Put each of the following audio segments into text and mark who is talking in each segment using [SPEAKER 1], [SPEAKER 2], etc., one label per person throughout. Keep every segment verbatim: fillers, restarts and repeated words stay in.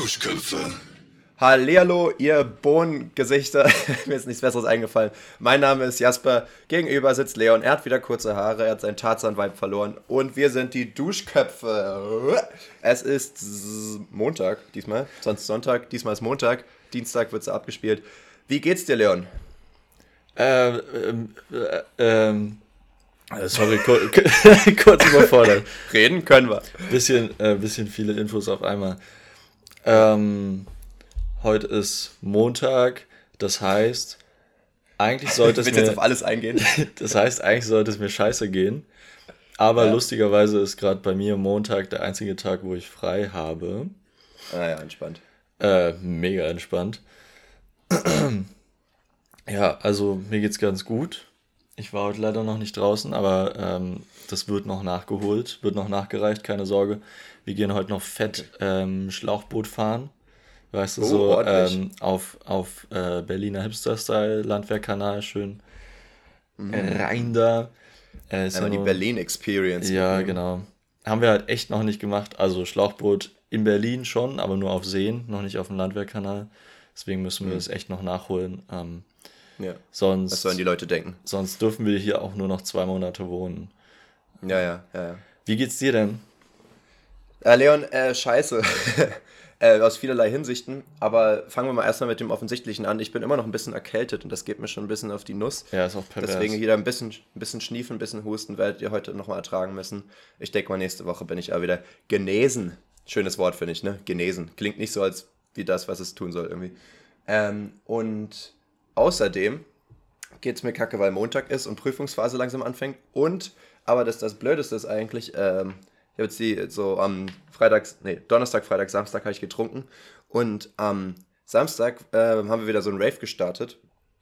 [SPEAKER 1] Duschköpfe.
[SPEAKER 2] Hallihallo, ihr Bohnengesichter. Mir ist nichts Besseres eingefallen. Mein Name ist Jasper. Gegenüber sitzt Leon. Er hat wieder kurze Haare. Er hat seinen Tarzan-Vibe verloren. Und wir sind die Duschköpfe. Es ist Montag diesmal. Sonst Sonntag. Diesmal ist Montag. Dienstag wird es abgespielt. Wie geht's dir, Leon?
[SPEAKER 3] Ähm, ähm, äh, ähm, sorry, kur- kurz überfordert.
[SPEAKER 2] Reden können wir.
[SPEAKER 3] Bisschen, äh, bisschen viele Infos auf einmal. Ähm, heute ist Montag, das heißt, eigentlich sollte es
[SPEAKER 2] Ich will
[SPEAKER 3] mir,
[SPEAKER 2] jetzt auf alles eingehen.
[SPEAKER 3] das heißt, eigentlich sollte es mir scheiße gehen. Aber
[SPEAKER 2] Ja.
[SPEAKER 3] lustigerweise ist gerade bei mir Montag der einzige Tag, wo ich frei habe.
[SPEAKER 2] Ah ja, entspannt.
[SPEAKER 3] Äh, mega entspannt. Ja, also mir geht's ganz gut. Ich war heute leider noch nicht draußen, aber ähm, das wird noch nachgeholt, wird noch nachgereicht, keine Sorge. Wir gehen heute noch fett ähm, Schlauchboot fahren. Weißt du,
[SPEAKER 2] Oh,
[SPEAKER 3] so
[SPEAKER 2] ordentlich.
[SPEAKER 3] ähm, auf, auf äh, Berliner Hipster-Style, Landwehrkanal, schön rein da. Äh, ist
[SPEAKER 2] Einmal
[SPEAKER 3] ja
[SPEAKER 2] die
[SPEAKER 3] nur-
[SPEAKER 2] Berlin-Experience.
[SPEAKER 3] Ja,
[SPEAKER 2] mitnehmen.
[SPEAKER 3] genau. Haben wir halt echt noch nicht gemacht. Also Schlauchboot in Berlin schon, aber nur auf Seen, noch nicht auf dem Landwehrkanal. Deswegen müssen wir das echt noch nachholen. Ähm,
[SPEAKER 2] Ja.
[SPEAKER 3] sonst,
[SPEAKER 2] Was sollen die Leute denken?
[SPEAKER 3] sonst dürfen wir hier auch nur noch zwei Monate wohnen.
[SPEAKER 2] Ja, ja, ja, ja.
[SPEAKER 3] Wie geht's dir denn?
[SPEAKER 2] Äh, Leon, äh, scheiße. äh, aus vielerlei Hinsichten. Aber fangen wir mal erstmal mit dem Offensichtlichen an. Ich bin immer noch ein bisschen erkältet und das geht mir schon ein bisschen auf die Nuss.
[SPEAKER 3] Ja, ist auch pervers.
[SPEAKER 2] Deswegen wieder ein bisschen, ein bisschen schniefen, ein bisschen husten werdet ihr heute nochmal ertragen müssen. Ich denke mal, nächste Woche bin ich auch wieder genesen. Schönes Wort, finde ich, ne? Genesen. Klingt nicht so als wie das, was es tun soll irgendwie. Ähm, und außerdem geht es mir kacke, weil Montag ist und Prüfungsphase langsam anfängt. Und, aber das, das Blödeste ist eigentlich, ähm, ich habe jetzt die so am Freitags, nee, Donnerstag, Freitag, Samstag habe ich getrunken. Und am Samstag äh, haben wir wieder so einen Rave gestartet.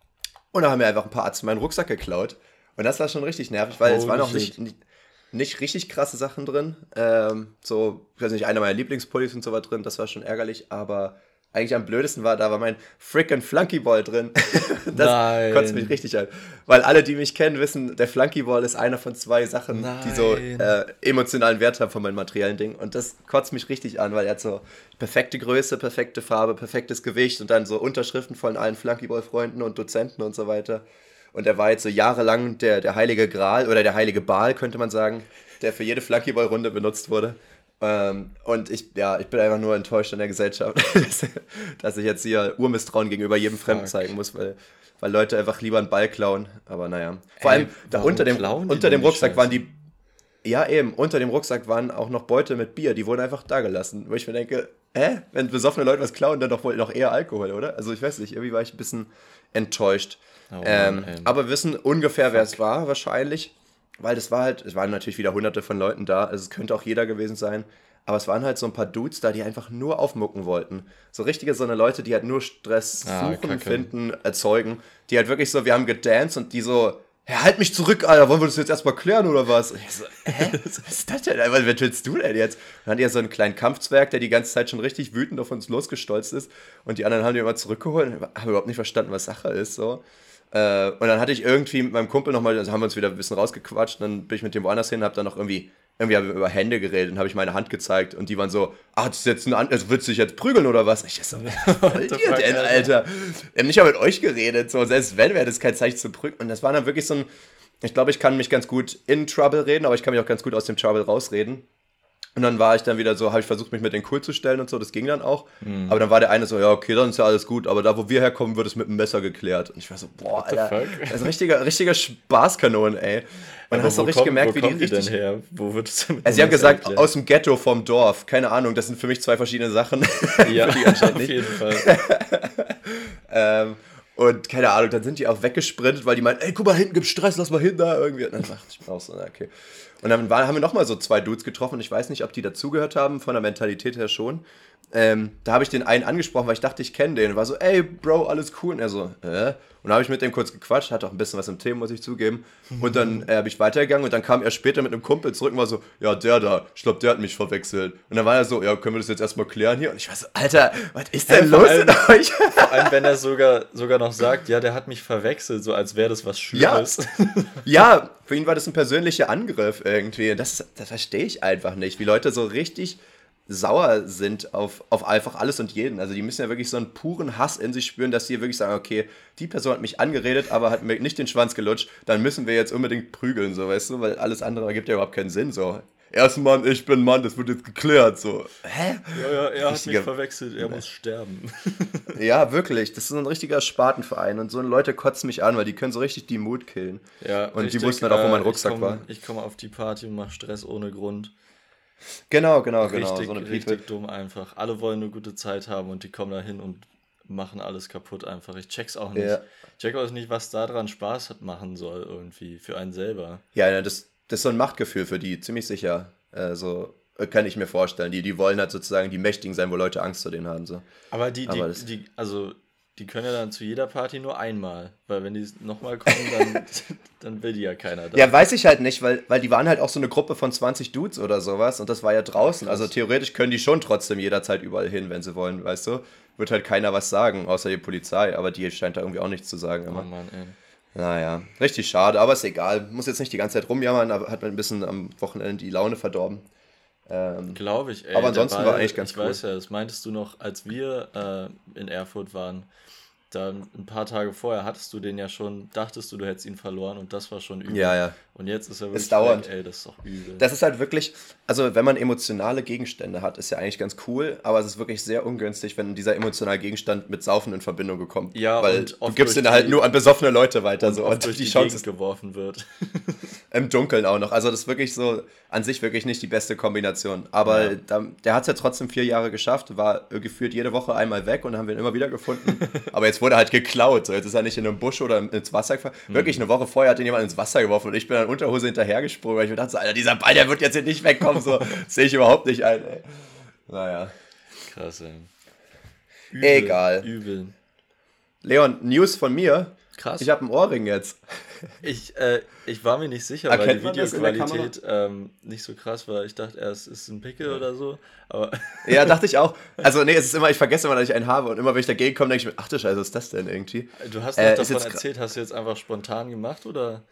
[SPEAKER 2] Und da haben wir einfach ein paar Arzt meinen Rucksack geklaut. Und das war schon richtig nervig, weil es
[SPEAKER 3] Holy
[SPEAKER 2] waren auch
[SPEAKER 3] shit.
[SPEAKER 2] nicht, nicht, nicht richtig krasse Sachen drin. Ähm, so, ich weiß nicht, einer meiner Lieblingspullis und so war drin, das war schon ärgerlich, aber eigentlich am blödesten war, da war mein frickin' Flunkyball drin. Das
[SPEAKER 3] Nein.
[SPEAKER 2] kotzt mich richtig an. Weil alle, die mich kennen, wissen, der Flunkyball ist einer von zwei Sachen, die so
[SPEAKER 3] Nein.
[SPEAKER 2] äh, emotionalen Wert haben von meinem materiellen Ding. Und das kotzt mich richtig an, weil er hat so perfekte Größe, perfekte Farbe, perfektes Gewicht und dann so Unterschriften von allen Flunkyball-Freunden und Dozenten und so weiter. Und er war jetzt so jahrelang der, der heilige Gral oder der heilige Bal, könnte man sagen, der für jede Flunkyball-Runde benutzt wurde. Ähm, und ich, ja, ich bin einfach nur enttäuscht an der Gesellschaft, dass, dass ich jetzt hier Urmisstrauen gegenüber jedem Fremden
[SPEAKER 3] Fuck.
[SPEAKER 2] zeigen muss, weil, weil Leute einfach lieber einen Ball klauen. Aber naja. Vor
[SPEAKER 3] Ey,
[SPEAKER 2] allem da
[SPEAKER 3] warum
[SPEAKER 2] unter dem,
[SPEAKER 3] klauen die
[SPEAKER 2] unter
[SPEAKER 3] denn
[SPEAKER 2] dem
[SPEAKER 3] die
[SPEAKER 2] Rucksack waren
[SPEAKER 3] Scheiße?
[SPEAKER 2] die. Ja, eben, unter dem Rucksack waren auch noch Beutel mit Bier, die wurden einfach da gelassen. Wo ich mir denke, hä? Wenn besoffene Leute was klauen, dann doch wohl noch eher Alkohol, oder? Also ich weiß nicht, irgendwie war ich ein bisschen enttäuscht.
[SPEAKER 3] Oh Mann,
[SPEAKER 2] ähm,
[SPEAKER 3] ey.
[SPEAKER 2] aber wir wissen ungefähr, wer es war, wahrscheinlich. Weil das war halt, es waren natürlich wieder hunderte von Leuten da, also es könnte auch jeder gewesen sein. Aber es waren halt so ein paar Dudes da, die einfach nur aufmucken wollten. So richtige so eine Leute, die halt nur Stress
[SPEAKER 3] Ah,
[SPEAKER 2] suchen,
[SPEAKER 3] Kacke.
[SPEAKER 2] finden, erzeugen. Die halt wirklich so, wir haben gedanced und die so, ja, halt mich zurück, Alter, wollen wir das jetzt erstmal klären oder was? Und ich so, hä? Was ist das denn? Was was willst du denn jetzt? Dann hat die ja so einen kleinen Kampfzwerg, der die ganze Zeit schon richtig wütend auf uns losgestolzt ist. Und die anderen haben die immer zurückgeholt und haben überhaupt nicht verstanden, was Sache ist, so. Äh, und dann hatte ich irgendwie mit meinem Kumpel nochmal, also haben wir uns wieder ein bisschen rausgequatscht, und dann bin ich mit dem woanders hin, hab dann noch irgendwie, irgendwie haben wir über Hände geredet und habe ich meine Hand gezeigt und die waren so, ah, das ist jetzt ein, An- also willst du dich jetzt prügeln oder was? Und ich so, was wollt
[SPEAKER 3] the
[SPEAKER 2] ihr
[SPEAKER 3] fuck,
[SPEAKER 2] denn,
[SPEAKER 3] Alter?
[SPEAKER 2] Alter? Wir haben nicht mal mit euch geredet, so, selbst wenn, wäre das kein Zeichen zu prügeln. Und das war dann wirklich so ein, ich glaube, ich kann mich ganz gut in Trouble reden, aber ich kann mich auch ganz gut aus dem Trouble rausreden. Und dann war ich dann wieder so, habe ich versucht, mich mit denen cool zu stellen und so, das ging dann auch. Aber dann war der eine so, ja, okay, dann ist ja alles gut, aber da, wo wir herkommen, wird es mit einem Messer geklärt. Und ich war so, boah,
[SPEAKER 3] the
[SPEAKER 2] Alter,
[SPEAKER 3] fuck?
[SPEAKER 2] das ist ein richtiger, richtiger Spaßkanon, ey. Und dann
[SPEAKER 3] Aber
[SPEAKER 2] hast du
[SPEAKER 3] wo
[SPEAKER 2] richtig
[SPEAKER 3] kommen-
[SPEAKER 2] gemerkt,
[SPEAKER 3] wo
[SPEAKER 2] wie die
[SPEAKER 3] kommen die
[SPEAKER 2] richtig...
[SPEAKER 3] denn her? Wo wird es denn mit
[SPEAKER 2] Also sie
[SPEAKER 3] dem
[SPEAKER 2] haben
[SPEAKER 3] Messer
[SPEAKER 2] gesagt,
[SPEAKER 3] erklärt?
[SPEAKER 2] aus dem Ghetto vom Dorf. Keine Ahnung, das sind für mich zwei verschiedene Sachen.
[SPEAKER 3] Ja,
[SPEAKER 2] für die anscheinend
[SPEAKER 3] auf
[SPEAKER 2] nicht.
[SPEAKER 3] jeden Fall.
[SPEAKER 2] Ähm, und keine Ahnung, dann sind die auch weggesprintet, weil die meinten, ey, guck mal, hinten gibt's Stress, lass mal hin da irgendwie. Und dann dachte ich mir auch so, na, okay. Und dann waren, haben wir nochmal so zwei Dudes getroffen und ich weiß nicht, ob die dazugehört haben, von der Mentalität her schon. Ähm, da habe ich den einen angesprochen, weil ich dachte, ich kenne den. Und war so, ey, Bro, alles cool. Und er so, äh? Und dann habe ich mit dem kurz gequatscht, hatte auch ein bisschen was im Thema, muss ich zugeben. Und dann äh, habe ich weitergegangen und dann kam er später mit einem Kumpel zurück und war so, ja, der da, ich glaube, der hat mich verwechselt. Und dann war er so, ja, können wir das jetzt erstmal klären hier? Und ich war so, Alter, was ist denn
[SPEAKER 3] Hey, vor
[SPEAKER 2] los
[SPEAKER 3] allem-
[SPEAKER 2] mit euch?
[SPEAKER 3] Vor allem, wenn er sogar, sogar noch sagt, ja, der hat mich verwechselt, so als wäre das was Schlimmes.
[SPEAKER 2] Ja, für ihn war das ein persönlicher Angriff irgendwie. Und das, das verstehe ich einfach nicht, wie Leute so richtig sauer sind auf, auf einfach alles und jeden. Also die müssen ja wirklich so einen puren Hass in sich spüren, dass sie wirklich sagen, okay, die Person hat mich angeredet, aber hat mir nicht den Schwanz gelutscht, dann müssen wir jetzt unbedingt prügeln, so, weißt du, weil alles andere ergibt ja überhaupt keinen Sinn, so. Er ist Mann, ich bin Mann, das wird jetzt geklärt, so. Hä?
[SPEAKER 3] Ja, ja, er hat
[SPEAKER 2] Richtiger-
[SPEAKER 3] mich verwechselt, er muss sterben.
[SPEAKER 2] Ja, wirklich, das ist so ein richtiger Spatenverein und so Leute kotzen mich an, weil die können so richtig die Mut killen.
[SPEAKER 3] Ja,
[SPEAKER 2] Und die
[SPEAKER 3] richtig,
[SPEAKER 2] wussten halt auch, wo mein
[SPEAKER 3] äh,
[SPEAKER 2] Rucksack
[SPEAKER 3] ich komm,
[SPEAKER 2] war.
[SPEAKER 3] Ich komme auf die Party und mache Stress ohne Grund.
[SPEAKER 2] Genau, genau, genau,
[SPEAKER 3] Richtig,
[SPEAKER 2] so eine
[SPEAKER 3] richtig
[SPEAKER 2] People.
[SPEAKER 3] dumm einfach. Alle wollen eine gute Zeit haben und die kommen da hin und machen alles kaputt einfach. Ich check's auch nicht.
[SPEAKER 2] Ja.
[SPEAKER 3] Ich check auch nicht, was da dran Spaß hat machen soll irgendwie für einen selber.
[SPEAKER 2] Ja, ja, das, das ist so ein Machtgefühl für die, ziemlich sicher. Äh, so äh, kann ich mir vorstellen. Die, die wollen halt sozusagen die Mächtigen sein, wo Leute Angst vor denen haben. So.
[SPEAKER 3] Aber die, die,
[SPEAKER 2] Aber das-
[SPEAKER 3] die, also die können ja dann zu jeder Party nur einmal, weil wenn die nochmal kommen, dann, dann will die ja keiner da.
[SPEAKER 2] Ja, weiß ich halt nicht, weil, weil die waren halt auch so eine Gruppe von zwanzig Dudes oder sowas und das war ja draußen.
[SPEAKER 3] Krass.
[SPEAKER 2] Also theoretisch können die schon trotzdem jederzeit überall hin, wenn sie wollen, weißt du? Wird halt keiner was sagen, außer die Polizei, aber die scheint da irgendwie auch nichts zu sagen
[SPEAKER 3] Oh
[SPEAKER 2] immer.
[SPEAKER 3] Mann, ey.
[SPEAKER 2] Naja, richtig schade, aber ist egal. Muss jetzt nicht die ganze Zeit rumjammern, aber hat mir ein bisschen am Wochenende die Laune verdorben. Ähm,
[SPEAKER 3] Glaube ich, ey.
[SPEAKER 2] Aber ansonsten
[SPEAKER 3] der
[SPEAKER 2] war
[SPEAKER 3] Ball,
[SPEAKER 2] eigentlich ganz
[SPEAKER 3] Ich
[SPEAKER 2] cool.
[SPEAKER 3] weiß ja, das meintest du noch, als wir äh, in Erfurt waren, dann ein paar Tage vorher hattest du den ja schon, dachtest du, du hättest ihn verloren und das war schon übel.
[SPEAKER 2] Ja, ja.
[SPEAKER 3] Und jetzt ist er wirklich
[SPEAKER 2] dauernd.
[SPEAKER 3] weg, ey, das ist doch übel.
[SPEAKER 2] Das ist halt wirklich, also wenn man emotionale Gegenstände hat, ist ja eigentlich ganz cool, aber es ist wirklich sehr ungünstig, wenn dieser emotionale Gegenstand mit Saufen in Verbindung kommt.
[SPEAKER 3] Ja,
[SPEAKER 2] weil
[SPEAKER 3] und
[SPEAKER 2] du
[SPEAKER 3] oft
[SPEAKER 2] gibst
[SPEAKER 3] durch
[SPEAKER 2] den halt
[SPEAKER 3] die-
[SPEAKER 2] nur an besoffene Leute weiter.
[SPEAKER 3] und
[SPEAKER 2] so.
[SPEAKER 3] oft
[SPEAKER 2] Und
[SPEAKER 3] durch
[SPEAKER 2] die
[SPEAKER 3] die,
[SPEAKER 2] Chance
[SPEAKER 3] Gegend
[SPEAKER 2] ist
[SPEAKER 3] geworfen wird.
[SPEAKER 2] im Dunkeln auch noch. Also das ist wirklich so an sich wirklich nicht die beste Kombination. Aber
[SPEAKER 3] Ja.
[SPEAKER 2] da, der hat es ja trotzdem vier Jahre geschafft, war äh, gefühlt jede Woche einmal weg und dann haben wir ihn immer wieder gefunden. Aber jetzt wurde er halt geklaut. So. Jetzt ist er nicht in einem Busch oder ins Wasser gefallen.
[SPEAKER 3] Mhm.
[SPEAKER 2] Wirklich, eine Woche vorher hat ihn jemand ins Wasser geworfen und ich bin an Unterhose hinterhergesprungen, weil ich mir dachte, so, Alter, dieser Ball, der wird jetzt hier nicht wegkommen. So. Das sehe ich überhaupt nicht ein. Ey. Naja.
[SPEAKER 3] Krass, ey.
[SPEAKER 2] Egal.
[SPEAKER 3] Übel.
[SPEAKER 2] Leon, News von mir.
[SPEAKER 3] Krass.
[SPEAKER 2] Ich habe einen Ohrring jetzt.
[SPEAKER 3] Ich, äh, ich war mir nicht sicher, weil
[SPEAKER 2] Erkennt
[SPEAKER 3] die
[SPEAKER 2] man das in der
[SPEAKER 3] Videoqualität ähm, nicht so krass war. Ich dachte erst, es ist ein Pickel oder so. Aber
[SPEAKER 2] Ja, dachte ich auch. Also, nee, es ist immer, ich vergesse immer, dass ich einen habe. Und immer, wenn ich dagegen komme, denke ich mir, ach du Scheiße, was ist das denn irgendwie?
[SPEAKER 3] du hast doch
[SPEAKER 2] Äh, ist
[SPEAKER 3] davon
[SPEAKER 2] jetzt gra-
[SPEAKER 3] erzählt, hast du jetzt einfach spontan gemacht oder?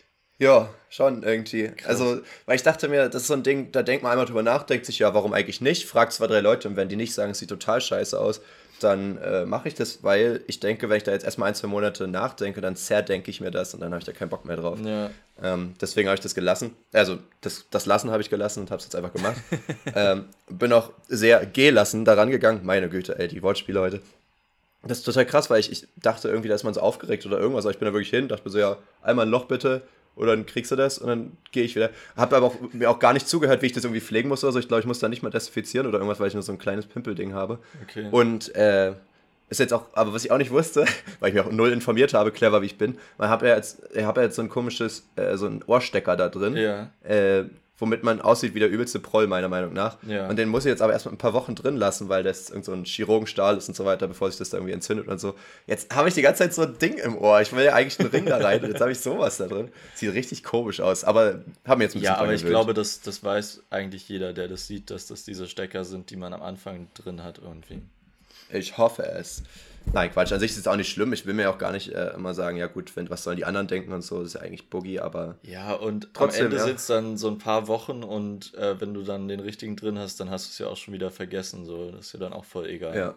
[SPEAKER 2] Ja, schon irgendwie. Also, weil ich dachte mir, das ist so ein Ding, da denkt man einmal drüber nach, denkt sich, ja, warum eigentlich nicht? Fragt zwei, drei Leute und wenn die nicht sagen, es sieht total scheiße aus, dann äh, mache ich das, weil ich denke, wenn ich da jetzt erstmal ein, zwei Monate nachdenke, dann zerdenke ich mir das und dann habe ich da keinen Bock mehr drauf.
[SPEAKER 3] Ja.
[SPEAKER 2] Ähm, deswegen habe ich das gelassen. Also das, das Lassen habe ich gelassen und habe es jetzt einfach gemacht. ähm, bin auch sehr gelassen daran gegangen. Meine Güte, ey, die Wortspiele heute. Das ist total krass, weil ich, ich dachte irgendwie, da ist man so aufgeregt oder irgendwas. Aber ich bin da wirklich hin, dachte mir so, ja, einmal ein Loch bitte oder dann kriegst du das und dann gehe ich wieder. Habe aber auch, mir auch gar nicht zugehört, wie ich das irgendwie pflegen muss oder so. Ich glaube, ich muss da nicht mal desinfizieren oder irgendwas, weil ich nur so ein kleines Pimpelding habe.
[SPEAKER 3] Okay.
[SPEAKER 2] Und äh, ist jetzt auch, aber was ich auch nicht wusste, weil ich mich auch null informiert habe, clever wie ich bin, man hat ja jetzt, ich habe ja jetzt so ein komisches, äh, so ein Ohrstecker da drin,
[SPEAKER 3] Ja.
[SPEAKER 2] äh, womit man aussieht wie der übelste Proll, meiner Meinung nach.
[SPEAKER 3] Ja.
[SPEAKER 2] Und den muss ich jetzt aber erstmal ein paar Wochen drin lassen, weil das irgend so ein Chirurgenstahl ist und so weiter, bevor sich das da irgendwie entzündet und so. Jetzt habe ich die ganze Zeit so ein Ding im Ohr. Ich will ja eigentlich einen Ring da rein. Jetzt habe ich sowas da drin. Sieht richtig komisch aus, aber haben mir jetzt ein bisschen
[SPEAKER 3] Ja, aber
[SPEAKER 2] dran
[SPEAKER 3] ich
[SPEAKER 2] gewöhnt.
[SPEAKER 3] glaube, das, das weiß eigentlich jeder, der das sieht, dass das diese Stecker sind, die man am Anfang drin hat irgendwie.
[SPEAKER 2] Ich hoffe es. Nein, Quatsch. An sich ist es auch nicht schlimm. Ich will mir auch gar nicht äh, immer sagen, ja gut, wenn, was sollen die anderen denken und so. Das ist ja eigentlich Boogie, aber
[SPEAKER 3] Ja, und
[SPEAKER 2] Trotzdem,
[SPEAKER 3] am Ende
[SPEAKER 2] ja.
[SPEAKER 3] sind es dann so ein paar Wochen und äh, wenn du dann den richtigen drin hast, dann hast du es ja auch schon wieder vergessen. So, das ist dir dann auch voll egal.
[SPEAKER 2] ja.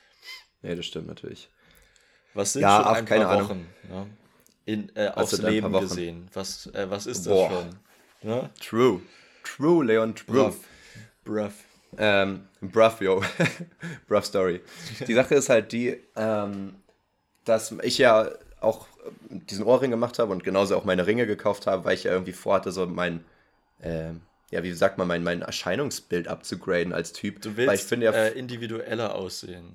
[SPEAKER 2] Nee, das stimmt natürlich.
[SPEAKER 3] Was sind
[SPEAKER 2] Ja,
[SPEAKER 3] schon
[SPEAKER 2] ach,
[SPEAKER 3] ein
[SPEAKER 2] keine
[SPEAKER 3] paar
[SPEAKER 2] Ahnung.
[SPEAKER 3] Wochen? Ja? In, äh,
[SPEAKER 2] Was
[SPEAKER 3] aufs
[SPEAKER 2] sind ein
[SPEAKER 3] Leben
[SPEAKER 2] paar Wochen?
[SPEAKER 3] gesehen. Was, äh, was ist das
[SPEAKER 2] Boah.
[SPEAKER 3] schon? Ja?
[SPEAKER 2] True. True, Leon, true.
[SPEAKER 3] Bruv. Bruv.
[SPEAKER 2] Ähm, Bruv, yo. Bruv Story. Die Sache ist halt die, ähm, dass ich ja auch äh, diesen Ohrring gemacht habe und genauso auch meine Ringe gekauft habe, weil ich ja irgendwie vorhatte, so mein, ähm, ja, wie sagt man, mein, mein Erscheinungsbild abzugraden als Typ.
[SPEAKER 3] Du
[SPEAKER 2] weil ich
[SPEAKER 3] willst
[SPEAKER 2] finde ja,
[SPEAKER 3] äh, individueller aussehen.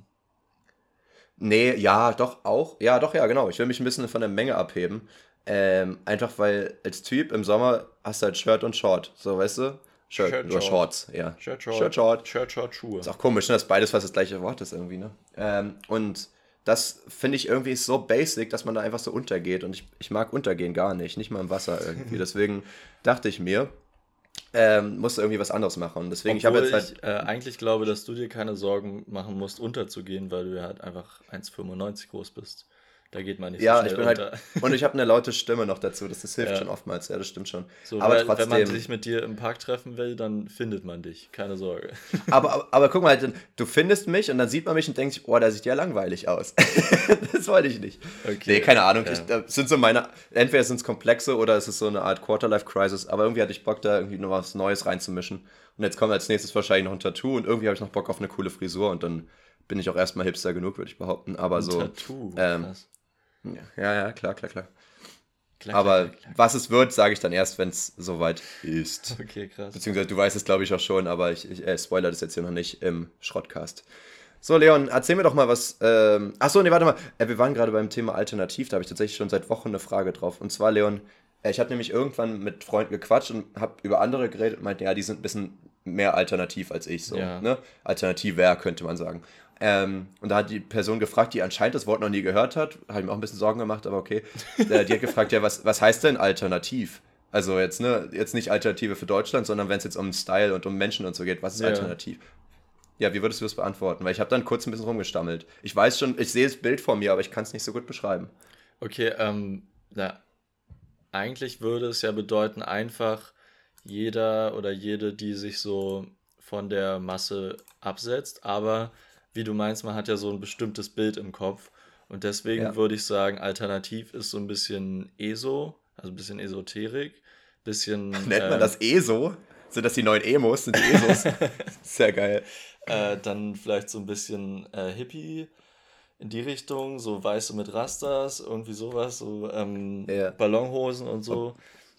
[SPEAKER 2] nee, ja, doch, auch. Ja, doch, ja, genau. Ich will mich ein bisschen von der Menge abheben. Ähm, einfach weil als Typ im Sommer hast du halt Shirt und Short. So, weißt du? Shirt,
[SPEAKER 3] Shirt,
[SPEAKER 2] oder
[SPEAKER 3] Short.
[SPEAKER 2] Shorts, ja.
[SPEAKER 3] Shirt, Short.
[SPEAKER 2] Shirt, Short.
[SPEAKER 3] Shirt, Short, Schuhe.
[SPEAKER 2] Ist auch komisch, ne, dass beides fast das gleiche Wort ist irgendwie, ne? Ähm, und das finde ich irgendwie ist so basic, dass man da einfach so untergeht. Und ich, ich mag untergehen gar nicht, nicht mal im Wasser irgendwie. Deswegen dachte ich mir, ähm, musst du irgendwie was anderes machen. Und deswegen,
[SPEAKER 3] Obwohl
[SPEAKER 2] ich habe jetzt halt.
[SPEAKER 3] ich äh, eigentlich glaube, dass du dir keine Sorgen machen musst, unterzugehen, weil du ja halt einfach eins Komma fünfundneunzig groß bist. Da geht man nicht
[SPEAKER 2] Ja,
[SPEAKER 3] so schnell
[SPEAKER 2] ich bin
[SPEAKER 3] unter.
[SPEAKER 2] halt, und ich habe eine laute Stimme noch dazu, das, das hilft
[SPEAKER 3] Ja.
[SPEAKER 2] schon oftmals, ja, das stimmt schon.
[SPEAKER 3] So,
[SPEAKER 2] Aber
[SPEAKER 3] weil, wenn man
[SPEAKER 2] trotzdem,
[SPEAKER 3] sich mit dir im Park treffen will, dann findet man dich, keine Sorge.
[SPEAKER 2] aber, aber, aber guck mal, du findest mich und dann sieht man mich und denkt sich, oh, der sieht ja langweilig aus. Das wollte ich nicht.
[SPEAKER 3] Okay.
[SPEAKER 2] Nee, keine Ahnung,
[SPEAKER 3] Ja.
[SPEAKER 2] ich, das sind so meine, entweder sind es Komplexe oder es ist so eine Art Quarterlife-Crisis, aber irgendwie hatte ich Bock, da irgendwie noch was Neues reinzumischen. Und jetzt kommt als nächstes wahrscheinlich noch ein Tattoo und irgendwie habe ich noch Bock auf eine coole Frisur und dann bin ich auch erstmal hipster genug, würde ich behaupten, aber
[SPEAKER 3] Ein
[SPEAKER 2] so...
[SPEAKER 3] Tattoo,
[SPEAKER 2] ähm,
[SPEAKER 3] krass.
[SPEAKER 2] Ja, ja, klar, klar, klar.
[SPEAKER 3] Klar,
[SPEAKER 2] Aber
[SPEAKER 3] klar, klar,
[SPEAKER 2] was es wird, sage ich dann erst, wenn es soweit ist.
[SPEAKER 3] klar. Okay, krass.
[SPEAKER 2] Beziehungsweise du weißt es, glaube ich, auch schon, aber ich, ich äh, spoilere das jetzt hier noch nicht im Schrottcast. So, Leon, erzähl mir doch mal was. Ähm, achso, nee, warte mal. Äh, wir waren gerade beim Thema Alternativ, da habe ich tatsächlich schon seit Wochen eine Frage drauf. Und zwar, Leon, äh, ich habe nämlich irgendwann mit Freunden gequatscht und habe über andere geredet und meinte, ja, die sind ein bisschen mehr alternativ als ich. So,
[SPEAKER 3] Ja.
[SPEAKER 2] ne? Alternativer, könnte man sagen. Ähm, und da hat die Person gefragt, die anscheinend das Wort noch nie gehört hat, habe ich mir auch ein bisschen Sorgen gemacht, aber okay. Äh, die hat gefragt, ja, was, was heißt denn alternativ? Also jetzt, ne, jetzt nicht Alternative für Deutschland, sondern wenn es jetzt um Style und um Menschen und so geht, was ist
[SPEAKER 3] Ja.
[SPEAKER 2] alternativ? Ja, wie würdest du das beantworten? Weil ich habe dann kurz ein bisschen rumgestammelt. Ich weiß schon, ich sehe das Bild vor mir, aber ich kann es nicht so gut beschreiben.
[SPEAKER 3] Okay, ähm, na, eigentlich würde es ja bedeuten, einfach jeder oder jede, die sich so von der Masse absetzt, aber wie du meinst, man hat ja so ein bestimmtes Bild im Kopf und deswegen
[SPEAKER 2] Ja.
[SPEAKER 3] würde ich sagen, alternativ ist so ein bisschen ESO, also ein bisschen Esoterik, bisschen
[SPEAKER 2] Nennt man
[SPEAKER 3] äh,
[SPEAKER 2] das ESO? Sind das die neuen Emos? Sind die Esos? Sehr geil.
[SPEAKER 3] äh, dann vielleicht so ein bisschen äh, Hippie in die Richtung, so Weiße mit Rastas, irgendwie sowas, so ähm,
[SPEAKER 2] Ja.
[SPEAKER 3] Ballonhosen und so,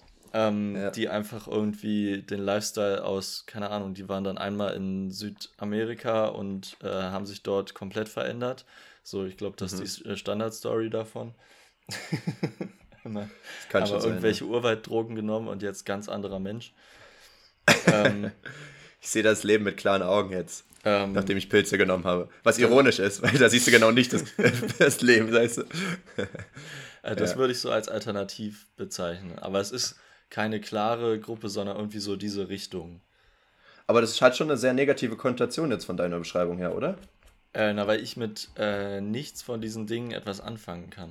[SPEAKER 3] ähm,
[SPEAKER 2] Ja.
[SPEAKER 3] die einfach irgendwie den Lifestyle aus, keine Ahnung, die waren dann einmal in Südamerika und äh, haben sich dort komplett verändert. So, ich glaube, das
[SPEAKER 2] Mhm.
[SPEAKER 3] ist die äh, Standardstory davon. Immer.
[SPEAKER 2] Das kann
[SPEAKER 3] Aber
[SPEAKER 2] schon sein.
[SPEAKER 3] irgendwelche Urwalddrogen genommen und jetzt ganz anderer Mensch. ähm,
[SPEAKER 2] Ne? Ich sehe das Leben mit klaren Augen jetzt,
[SPEAKER 3] ähm,
[SPEAKER 2] nachdem ich Pilze genommen habe. Was ironisch ist, weil da siehst du genau nicht das, das Leben, weißt du?
[SPEAKER 3] Äh, Das
[SPEAKER 2] Ja.
[SPEAKER 3] würde ich so als alternativ bezeichnen. Aber es ist keine klare Gruppe, sondern irgendwie so diese Richtung.
[SPEAKER 2] Aber das hat schon eine sehr negative Konnotation jetzt von deiner Beschreibung her, oder?
[SPEAKER 3] Äh, na, weil ich mit äh, nichts von diesen Dingen etwas anfangen kann.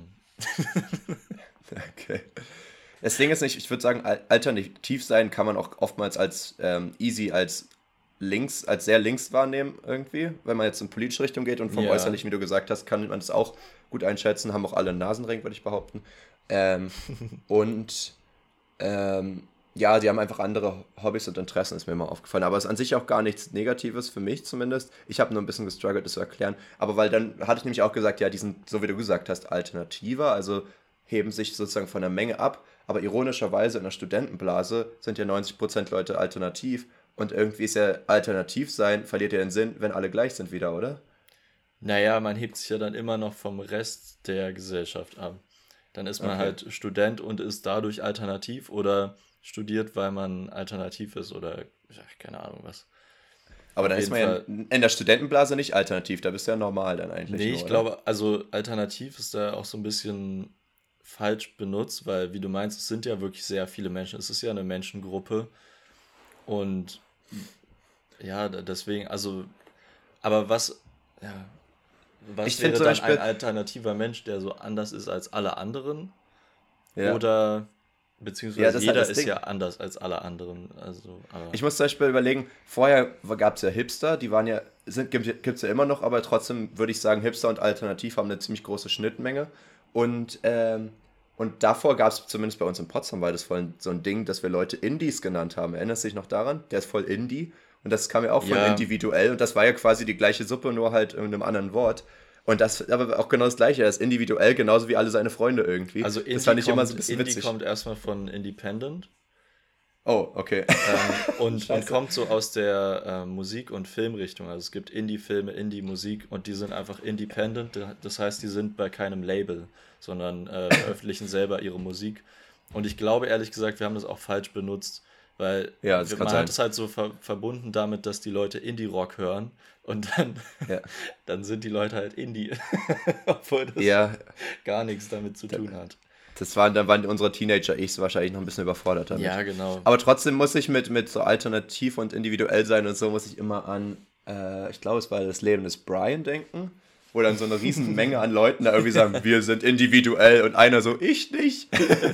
[SPEAKER 2] Okay. Das Ding ist nicht, ich würde sagen, al- alternativ sein kann man auch oftmals als ähm, easy, als links, als sehr links wahrnehmen irgendwie, wenn man jetzt in politische Richtung geht und vom
[SPEAKER 3] Ja.
[SPEAKER 2] Äußerlichen, wie du gesagt hast, kann man das auch gut einschätzen, haben auch alle einen Nasenring, würde ich behaupten. Ähm, und ähm, ja, die haben einfach andere Hobbys und Interessen, ist mir immer aufgefallen. Aber es ist an sich auch gar nichts Negatives, für mich zumindest. Ich habe nur ein bisschen gestruggelt, das zu erklären. Aber weil dann hatte ich nämlich auch gesagt, ja, die sind, so wie du gesagt hast, alternativer, also heben sich sozusagen von der Menge ab. Aber ironischerweise in der Studentenblase sind ja neunzig Prozent Leute alternativ. Und irgendwie ist ja alternativ sein, verliert ja den Sinn, wenn alle gleich sind wieder, oder?
[SPEAKER 3] Naja, man hebt sich ja dann immer noch vom Rest der Gesellschaft ab. Dann ist man
[SPEAKER 2] Okay.
[SPEAKER 3] halt Student und ist dadurch alternativ oder studiert, weil man alternativ ist oder ja, keine Ahnung was.
[SPEAKER 2] Aber
[SPEAKER 3] Auf
[SPEAKER 2] dann ist
[SPEAKER 3] jeden
[SPEAKER 2] man ja
[SPEAKER 3] Fall.
[SPEAKER 2] in der Studentenblase nicht alternativ, da bist du ja normal dann eigentlich
[SPEAKER 3] Nee,
[SPEAKER 2] nur,
[SPEAKER 3] ich
[SPEAKER 2] oder?
[SPEAKER 3] glaube, also alternativ ist da auch so ein bisschen falsch benutzt, weil, wie du meinst, es sind ja wirklich sehr viele Menschen. Es ist ja eine Menschengruppe und ja, da- deswegen, also, aber was, ja, was
[SPEAKER 2] Ich finde
[SPEAKER 3] wäre
[SPEAKER 2] zum
[SPEAKER 3] dann
[SPEAKER 2] Beispiel,
[SPEAKER 3] ein alternativer Mensch, der so anders ist als alle anderen?
[SPEAKER 2] ja,
[SPEAKER 3] Oder,
[SPEAKER 2] ja,
[SPEAKER 3] beziehungsweise
[SPEAKER 2] das ist halt
[SPEAKER 3] jeder
[SPEAKER 2] das
[SPEAKER 3] ist
[SPEAKER 2] Ding.
[SPEAKER 3] ja anders als alle anderen, also, aber,
[SPEAKER 2] Ich muss zum Beispiel überlegen, vorher gab es ja Hipster, die waren ja, sind, gibt es ja immer noch, aber trotzdem würde ich sagen, Hipster und Alternativ haben eine ziemlich große Schnittmenge. Und, ähm, und davor gab es zumindest bei uns in Potsdam, war das voll so ein Ding, dass wir Leute Indies genannt haben. Erinnerst du dich noch daran? Der ist voll Indie. Und das kam ja auch von
[SPEAKER 3] ja,
[SPEAKER 2] individuell. Und das war ja quasi die gleiche Suppe, nur halt in einem anderen Wort. Und das aber auch genau das Gleiche. Er ist individuell, genauso wie alle seine Freunde irgendwie.
[SPEAKER 3] also
[SPEAKER 2] Das
[SPEAKER 3] Indie
[SPEAKER 2] fand ich immer so ein
[SPEAKER 3] kommt,
[SPEAKER 2] bisschen
[SPEAKER 3] Indie
[SPEAKER 2] witzig.
[SPEAKER 3] kommt erstmal von Independent.
[SPEAKER 2] Oh, okay.
[SPEAKER 3] Ähm, und, und
[SPEAKER 2] Scheiße.
[SPEAKER 3] kommt so aus der äh, Musik- und Filmrichtung. Also es gibt Indie-Filme, Indie-Musik und die sind einfach independent. Das heißt, die sind bei keinem Label, sondern äh, veröffentlichen selber ihre Musik. Und ich glaube ehrlich gesagt, wir haben das auch falsch benutzt, weil
[SPEAKER 2] Ja, das
[SPEAKER 3] wir-
[SPEAKER 2] kann
[SPEAKER 3] man
[SPEAKER 2] sein.
[SPEAKER 3] hat es halt so ver verbunden damit, dass die Leute Indie-Rock hören und dann,
[SPEAKER 2] Ja.
[SPEAKER 3] dann sind die Leute halt Indie, obwohl das
[SPEAKER 2] Ja,
[SPEAKER 3] gar nichts damit zu tun hat.
[SPEAKER 2] das waren, dann waren unsere Teenager-Ichs wahrscheinlich noch ein bisschen überfordert damit.
[SPEAKER 3] Ja, genau.
[SPEAKER 2] Aber trotzdem muss ich mit, mit so alternativ und individuell sein und so muss ich immer an, äh, ich glaube, es war das Leben des Brian denken. wo dann so eine riesen Menge an Leuten da irgendwie sagen, wir sind individuell und einer so, ich nicht.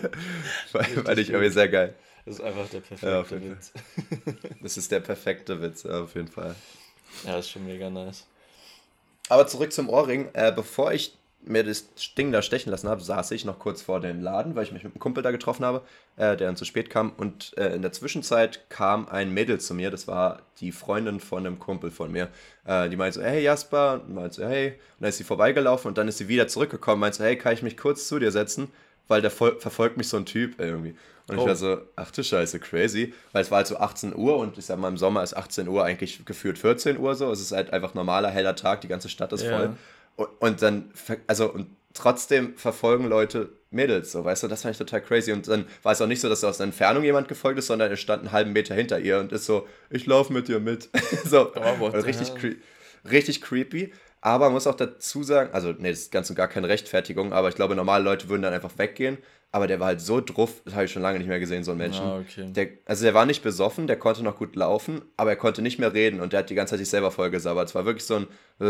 [SPEAKER 2] Fand ich irgendwie sehr geil.
[SPEAKER 3] Das ist einfach der perfekte
[SPEAKER 2] Ja,
[SPEAKER 3] Witz.
[SPEAKER 2] Das ist der perfekte Witz, ja, auf jeden Fall.
[SPEAKER 3] Ja, ist schon mega nice.
[SPEAKER 2] Aber zurück zum Ohrring. Äh, bevor ich mir das Ding da stechen lassen habe, saß ich noch kurz vor dem Laden, weil ich mich mit einem Kumpel da getroffen habe, äh, der dann zu spät kam. Und äh, in der Zwischenzeit kam ein Mädel zu mir, das war die Freundin von einem Kumpel von mir. Äh, die meinte so, hey Jasper, und meinte so, hey. Und dann ist sie vorbeigelaufen und dann ist sie wieder zurückgekommen, meinte so, hey, kann ich mich kurz zu dir setzen? Weil der Vol- verfolgt mich so ein Typ irgendwie. Und oh. ich war so, ach du Scheiße, crazy. Weil es war halt so achtzehn Uhr und ich sag mal, im Sommer ist achtzehn Uhr eigentlich gefühlt vierzehn Uhr so. Es ist halt einfach normaler, heller Tag, die ganze Stadt ist
[SPEAKER 3] Ja.
[SPEAKER 2] voll. Und, und dann, also, und trotzdem verfolgen Leute Mädels, so, weißt du, das fand ich total crazy. Und dann war es auch nicht so, dass aus der Entfernung jemand gefolgt ist, sondern er stand einen halben Meter hinter ihr und ist so, ich laufe mit dir mit. so,
[SPEAKER 3] Oh,
[SPEAKER 2] also richtig, cre- richtig creepy. Aber man muss auch dazu sagen, also, nee, das ist ganz und gar keine Rechtfertigung, aber ich glaube, normale Leute würden dann einfach weggehen. Aber der war halt so druff, das habe ich schon lange nicht mehr gesehen, so einen Menschen.
[SPEAKER 3] Ah, okay.
[SPEAKER 2] Der, also der war nicht besoffen, der konnte noch gut laufen, aber er konnte nicht mehr reden und der hat die ganze Zeit sich selber vollgesabbert. Es war wirklich so ein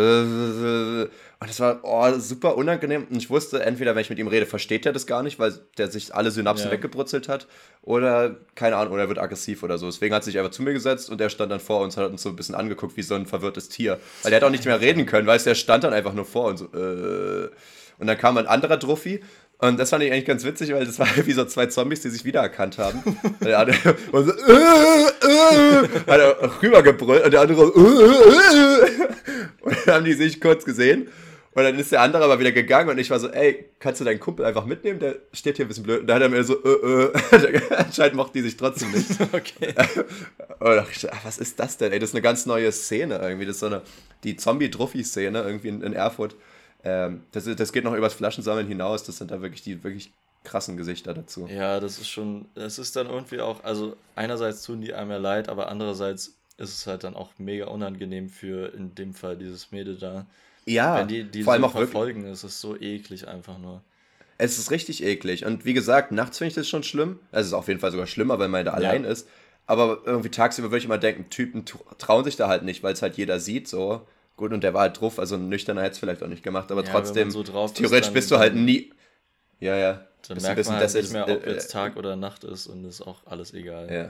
[SPEAKER 2] und das war oh, super unangenehm und ich wusste, entweder wenn ich mit ihm rede, versteht er das gar nicht, weil der sich alle Synapsen
[SPEAKER 3] Ja.
[SPEAKER 2] weggebrutzelt hat oder, keine Ahnung, oder er wird aggressiv oder so. Deswegen hat er sich einfach zu mir gesetzt und der stand dann vor uns und hat uns so ein bisschen angeguckt wie so ein verwirrtes Tier. Weil der hat auch nicht mehr reden können, weißt du, der stand dann einfach nur vor und so äh. Und dann kam ein anderer Druffi. Und das fand ich eigentlich ganz witzig, weil das war wie so zwei Zombies, die sich wiedererkannt haben. Und der andere und so, äh, äh, hat er rübergebrüllt und der andere so, äh, äh. Und dann haben die sich kurz gesehen. Und dann ist der andere aber wieder gegangen und ich war so, ey, kannst du deinen Kumpel einfach mitnehmen? Der steht hier ein bisschen blöd. Und da hat er mir so, äh, äh. Anscheinend mochten die sich trotzdem nicht.
[SPEAKER 3] Okay.
[SPEAKER 2] Und da dachte ich, ach, was ist das denn? Ey, das ist eine ganz neue Szene irgendwie. Das ist so eine, die Zombie-Druffi-Szene irgendwie in, in Erfurt. Ähm, das, das geht noch übers Flaschensammeln hinaus. Das sind da wirklich die wirklich krassen Gesichter dazu.
[SPEAKER 3] Ja, das ist schon, es ist dann irgendwie auch, also einerseits tun die einem ja leid, aber andererseits ist es halt dann auch mega unangenehm für, in dem Fall, dieses Mädel da.
[SPEAKER 2] Ja,
[SPEAKER 3] Wenn die, die
[SPEAKER 2] vor allem
[SPEAKER 3] so
[SPEAKER 2] auch wirklich.
[SPEAKER 3] verfolgen, ist es so eklig einfach nur.
[SPEAKER 2] Es ist richtig eklig. Und wie gesagt, nachts finde ich das schon schlimm. Es ist auf jeden Fall sogar schlimmer, wenn man da
[SPEAKER 3] Ja.
[SPEAKER 2] allein ist. Aber irgendwie tagsüber würde ich immer denken, Typen tu- trauen sich da halt nicht, weil es halt jeder sieht so. Gut, und der war halt drauf, also ein nüchterner hätte es vielleicht auch nicht gemacht, aber
[SPEAKER 3] Ja,
[SPEAKER 2] trotzdem,
[SPEAKER 3] wenn man so drauf ist,
[SPEAKER 2] theoretisch
[SPEAKER 3] dann-
[SPEAKER 2] bist du halt
[SPEAKER 3] dann-
[SPEAKER 2] nie. Ja, ja.
[SPEAKER 3] Dann
[SPEAKER 2] Bist du ein
[SPEAKER 3] merkt
[SPEAKER 2] bisschen
[SPEAKER 3] man halt
[SPEAKER 2] des-
[SPEAKER 3] nicht mehr, ob
[SPEAKER 2] äh,
[SPEAKER 3] jetzt Tag oder Nacht ist und ist auch alles egal.
[SPEAKER 2] Ja.